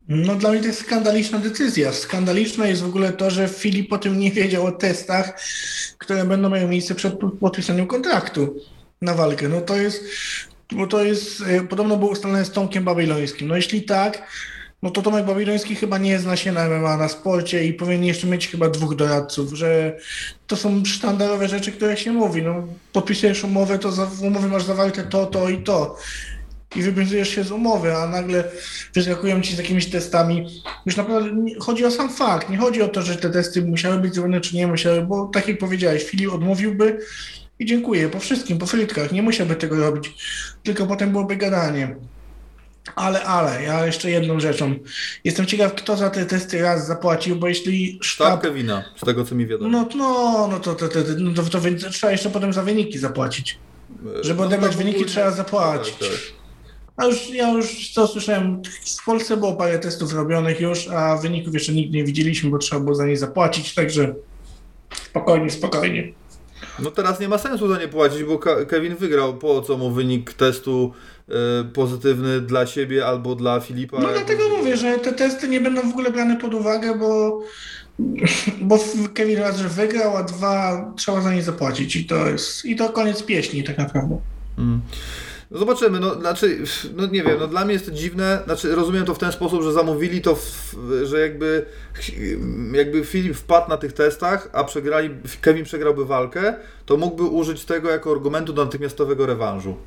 No dla mnie to jest skandaliczna decyzja. Skandaliczne jest w ogóle to, że Filip o tym nie wiedział o testach, które będą miały miejsce przed podpisaniem kontraktu na walkę. No to jest, bo to jest, podobno było ustalone z Tomkiem Babilońskim. No jeśli tak, no to Tomek Babiloński chyba nie zna się na M M A, na sporcie i powinien jeszcze mieć chyba dwóch doradców, że to są sztandarowe rzeczy, które się mówi. No, podpisujesz umowę, to za, w umowie masz zawarte to, to i to. I wywiązujesz się z umowy, a nagle wyskakują ci z jakimiś testami. Już naprawdę nie, chodzi o sam fakt, nie chodzi o to, że te testy musiały być zrobione, czy nie musiały, bo tak jak powiedziałeś, Filip odmówiłby i dziękuję, po wszystkim, po frytkach, nie musiałby tego robić, tylko potem byłoby gadanie. Ale, ale, ja jeszcze jedną rzeczą. Jestem ciekaw, kto za te testy raz zapłacił, bo jeśli sztab... Sztab Kevina, z tego co mi wiadomo. No, no, no to, to, to, no to, to, to trzeba jeszcze potem za wyniki zapłacić. Żeby no, odebrać no, wyniki, ogólnie... trzeba zapłacić. Tak, tak. A już, ja już co słyszałem, w Polsce było parę testów robionych już, a wyników jeszcze nigdy nie widzieliśmy, bo trzeba było za nie zapłacić, także spokojnie, spokojnie. No teraz nie ma sensu za nie płacić, bo Kevin wygrał. Po co mu wynik testu y, pozytywny dla siebie albo dla Filipa? No dlatego mówię, że te testy nie będą w ogóle brane pod uwagę, bo, bo Kevin raz, że wygrał, a dwa trzeba za nie zapłacić i to jest, i to koniec pieśni tak naprawdę. Mm. No zobaczymy, no znaczy, no nie wiem, no dla mnie jest to dziwne, znaczy rozumiem to w ten sposób, że zamówili to, w, że jakby jakby Filip wpadł na tych testach, a przegrali, Kevin przegrałby walkę, to mógłby użyć tego jako argumentu do natychmiastowego rewanżu.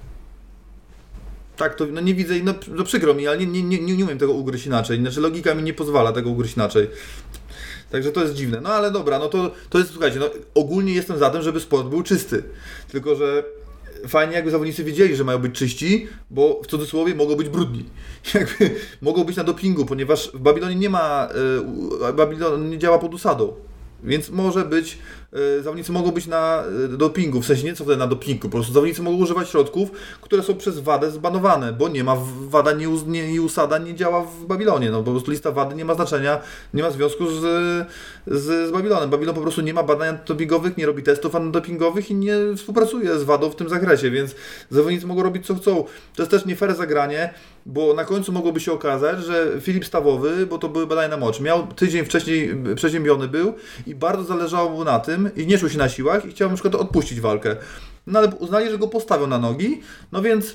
Tak, to no nie widzę, no, no przykro mi, ale nie, nie, nie, nie umiem tego ugryźć inaczej, znaczy logika mi nie pozwala tego ugryźć inaczej. Także to jest dziwne, no ale dobra, no to, to jest, słuchajcie, no ogólnie jestem za tym, żeby sport był czysty, tylko że fajnie jakby zawodnicy wiedzieli, że mają być czyści, bo w cudzysłowie mogą być brudni. Jakby mogą być na dopingu, ponieważ w Babilonie nie ma, y, Babilon nie działa pod usadą. Więc może być, y, zawodnicy mogą być na y, dopingu, w sensie nie co wtedy na dopingu, po prostu zawodnicy mogą używać środków, które są przez wadę zbanowane, bo nie ma, wada nie, nie, nie usada nie działa w Babilonie, no po prostu lista wady nie ma znaczenia, nie ma związku z, z, z Babilonem. Babilon po prostu nie ma badań antydopingowych, nie robi testów antydopingowych i nie współpracuje z wadą w tym zakresie, więc zawodnicy mogą robić co chcą. To jest też nie fair zagranie, bo na końcu mogłoby się okazać, że Filip Stawowy, bo to były badania na mocz, miał tydzień wcześniej przeziębiony był i bardzo zależało mu na tym i nie czuł się na siłach i chciał na przykład odpuścić walkę. No ale uznali, że go postawią na nogi, no więc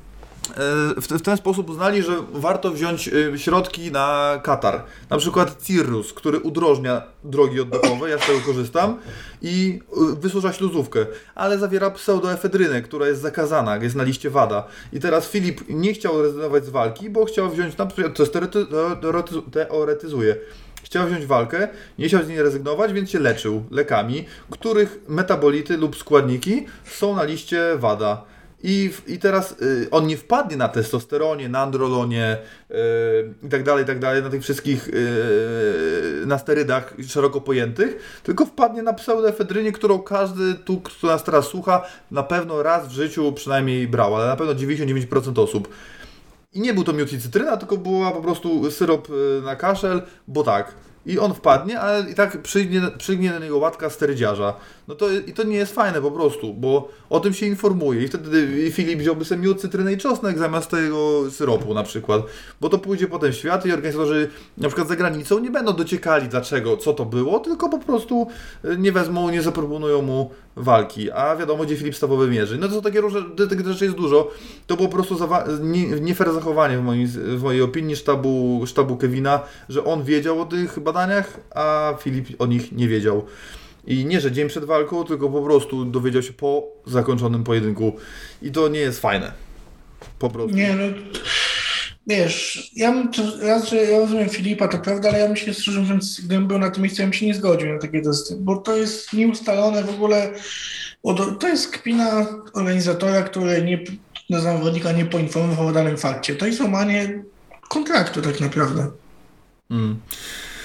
w, w ten sposób uznali, że warto wziąć środki na katar. Na przykład Cirrus, który udrożnia drogi oddechowe, ja z tego korzystam, i wysusza śluzówkę, ale zawiera pseudoefedrynę, która jest zakazana, jest na liście WADA. I teraz Filip nie chciał rezygnować z walki, bo chciał wziąć, na przykład, to jest teorety, teoretyzuje, chciał wziąć walkę, nie chciał z niej rezygnować, więc się leczył lekami, których metabolity lub składniki są na liście WADA. I, I teraz y, on nie wpadnie na testosteronie, na androlonie y, i tak dalej, i tak dalej, na tych wszystkich y, na sterydach szeroko pojętych, tylko wpadnie na pseudoefedrynie, którą każdy tu, kto nas teraz słucha, na pewno raz w życiu przynajmniej brał, ale na pewno dziewięćdziesiąt dziewięć procent osób. I nie był to miód i cytryna, tylko była po prostu syrop na kaszel, bo tak. I on wpadnie, ale i tak przygnie, przygnie na niego łatka sterydziarza. No to, i to nie jest fajne po prostu, bo o tym się informuje. I wtedy Filip wziąłby sobie miód, cytrynę i czosnek zamiast tego syropu na przykład. Bo to pójdzie potem w świat i organizatorzy na przykład za granicą nie będą dociekali dlaczego, co to było, tylko po prostu nie wezmą, nie zaproponują mu walki. A wiadomo, gdzie Filip Stawowy mierzy. No to są takie różne, tych rzeczy jest dużo. To było po prostu zawa- nie, nie fair zachowanie w mojej, w mojej opinii sztabu, sztabu Kevina, że on wiedział o tych badaniach, a Filip o nich nie wiedział. I nie, że dzień przed walką, tylko po prostu dowiedział się po zakończonym pojedynku. I to nie jest fajne. Po prostu. Nie, no wiesz, ja bym to, raz, że ja rozumiem Filipa, to prawda, ale ja bym się, szczerze mówiąc, gdybym był na tym miejscu, ja bym się nie zgodził na takie testy, bo to jest nieustalone w ogóle, to jest kpina organizatora, który nie, na zawodnika nie poinformował o danym fakcie. To jest łamanie kontraktu tak naprawdę. Mm.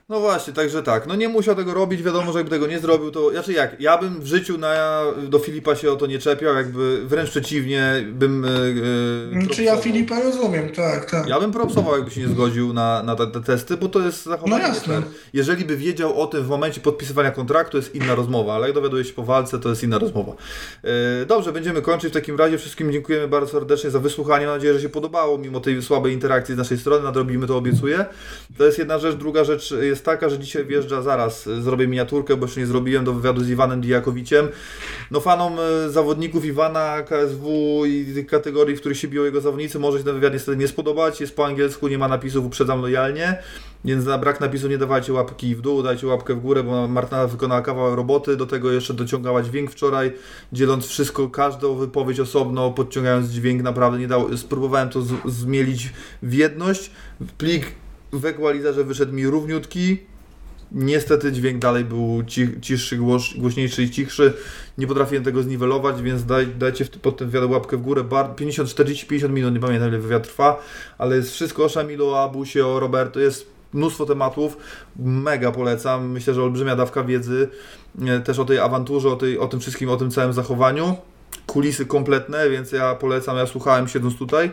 No właśnie, także tak, no nie musiał tego robić, wiadomo, że jakby tego nie zrobił, to, znaczy jak, ja bym w życiu na, do Filipa się o to nie czepiał, jakby wręcz przeciwnie, bym... Yy, Czy ja Filipa rozumiem, tak, tak. Ja bym propsował, jakby się nie zgodził na, na te, te testy, bo to jest zachowanie. No jasne. Jeżeli by wiedział o tym w momencie podpisywania kontraktu, jest inna rozmowa, ale jak dowiaduje się po walce, to jest inna rozmowa. Yy, dobrze, będziemy kończyć w takim razie, wszystkim dziękujemy bardzo serdecznie za wysłuchanie, mam nadzieję, że się podobało, mimo tej słabej interakcji z naszej strony, nadrobimy to, obiecuję. To jest jedna rzecz, druga rzecz jest taka, że dzisiaj wjeżdża zaraz, zrobię miniaturkę, bo jeszcze nie zrobiłem, do wywiadu z Iwanem Dijakowiciem. No fanom zawodników Iwana, K S W i tych kategorii, w których się biją jego zawodnicy, może się ten wywiad niestety nie spodobać, jest po angielsku, nie ma napisów, uprzedzam lojalnie, więc na brak napisu nie dawajcie łapki w dół, dajcie łapkę w górę, bo Martyna wykonała kawał roboty, do tego jeszcze dociągała dźwięk wczoraj, dzieląc wszystko, każdą wypowiedź osobno, podciągając dźwięk, naprawdę nie dało, spróbowałem to z, zmielić w jedność, plik w equalizerze wyszedł mi równiutki, niestety dźwięk dalej był cich, cichszy, głos, głośniejszy i cichszy, nie potrafiłem tego zniwelować, więc daj, dajcie pod ten wywiad łapkę w górę, Bar, pięćdziesiąt, czterdzieści, pięćdziesiąt minut, nie pamiętam ile wywiad trwa, ale jest wszystko o Szamilu, o Abusie, o Roberto, jest mnóstwo tematów, mega polecam, myślę, że olbrzymia dawka wiedzy, też o tej awanturze, o, tej, o tym wszystkim, o tym całym zachowaniu, kulisy kompletne, więc ja polecam, ja słuchałem siedząc tutaj.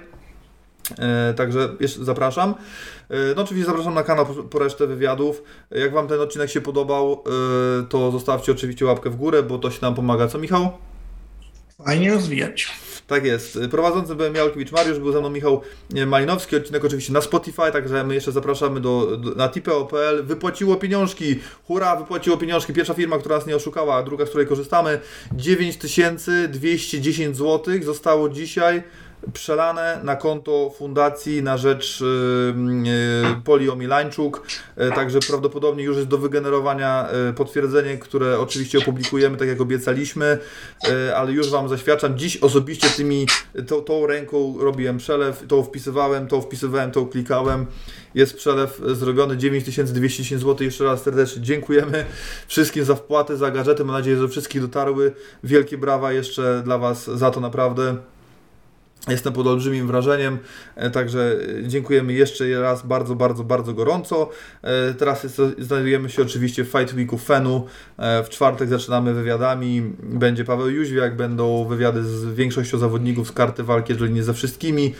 E, także jeszcze zapraszam. E, no oczywiście zapraszam na kanał po, po resztę wywiadów. Jak Wam ten odcinek się podobał, e, to zostawcie oczywiście łapkę w górę, bo to się nam pomaga. Co, Michał? Fajnie rozwijać. Tak jest. Prowadzący byłem Miałkiewicz Mariusz, był ze mną Michał Malinowski, odcinek oczywiście na Spotify, także my jeszcze zapraszamy do, do, na tipeo kropka pe el. Wypłaciło pieniążki, hurra, wypłaciło pieniążki. Pierwsza firma, która nas nie oszukała, a druga, z której korzystamy. dziewięć tysięcy dwieście dziesięć złotych zostało dzisiaj przelane na konto fundacji na rzecz yy, yy, Poli Omilańczuk, yy, także prawdopodobnie już jest do wygenerowania yy, potwierdzenie, które oczywiście opublikujemy, tak jak obiecaliśmy, yy, ale już Wam zaświadczam, dziś osobiście tymi, tą, tą ręką robiłem przelew, tą wpisywałem, tą wpisywałem, tą klikałem, jest przelew zrobiony, dziewięć tysięcy dwieście dziesięć złotych, jeszcze raz serdecznie dziękujemy wszystkim za wpłaty, za gadżety, mam nadzieję, że wszystkich dotarły, wielkie brawa jeszcze dla Was za to, naprawdę. Jestem pod olbrzymim wrażeniem, także dziękujemy jeszcze raz bardzo, bardzo, bardzo gorąco. Teraz jest, znajdujemy się oczywiście w Fight Weeku Fenu. W czwartek zaczynamy wywiadami. Będzie Paweł Jóźwiak, będą wywiady z większością zawodników z karty walki, jeżeli nie ze wszystkimi.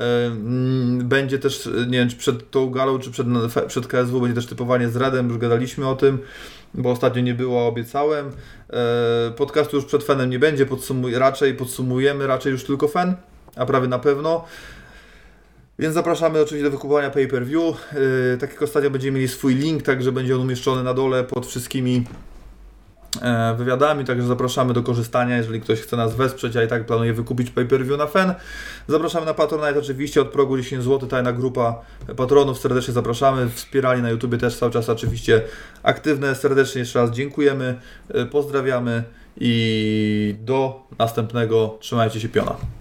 Będzie też, nie wiem, czy przed tą galą, czy przed, przed K S W będzie też typowanie z Redem, już gadaliśmy o tym, bo ostatnio nie było, obiecałem. Podcastu już przed Fenem nie będzie, podsumuj, raczej podsumujemy, raczej już tylko Fen. A prawie na pewno. Więc zapraszamy oczywiście do wykupowania pay-per-view. Yy, takiego stadion będziemy mieli swój link, także będzie on umieszczony na dole pod wszystkimi e, wywiadami, także zapraszamy do korzystania, jeżeli ktoś chce nas wesprzeć, a i tak planuje wykupić pay-per-view na Fen. Zapraszamy na Patronite oczywiście, od progu dziesięć złotych, tajna grupa patronów, serdecznie zapraszamy. Wspierali na YouTubie też cały czas oczywiście aktywne, serdecznie jeszcze raz dziękujemy, pozdrawiamy i do następnego, trzymajcie się, piona.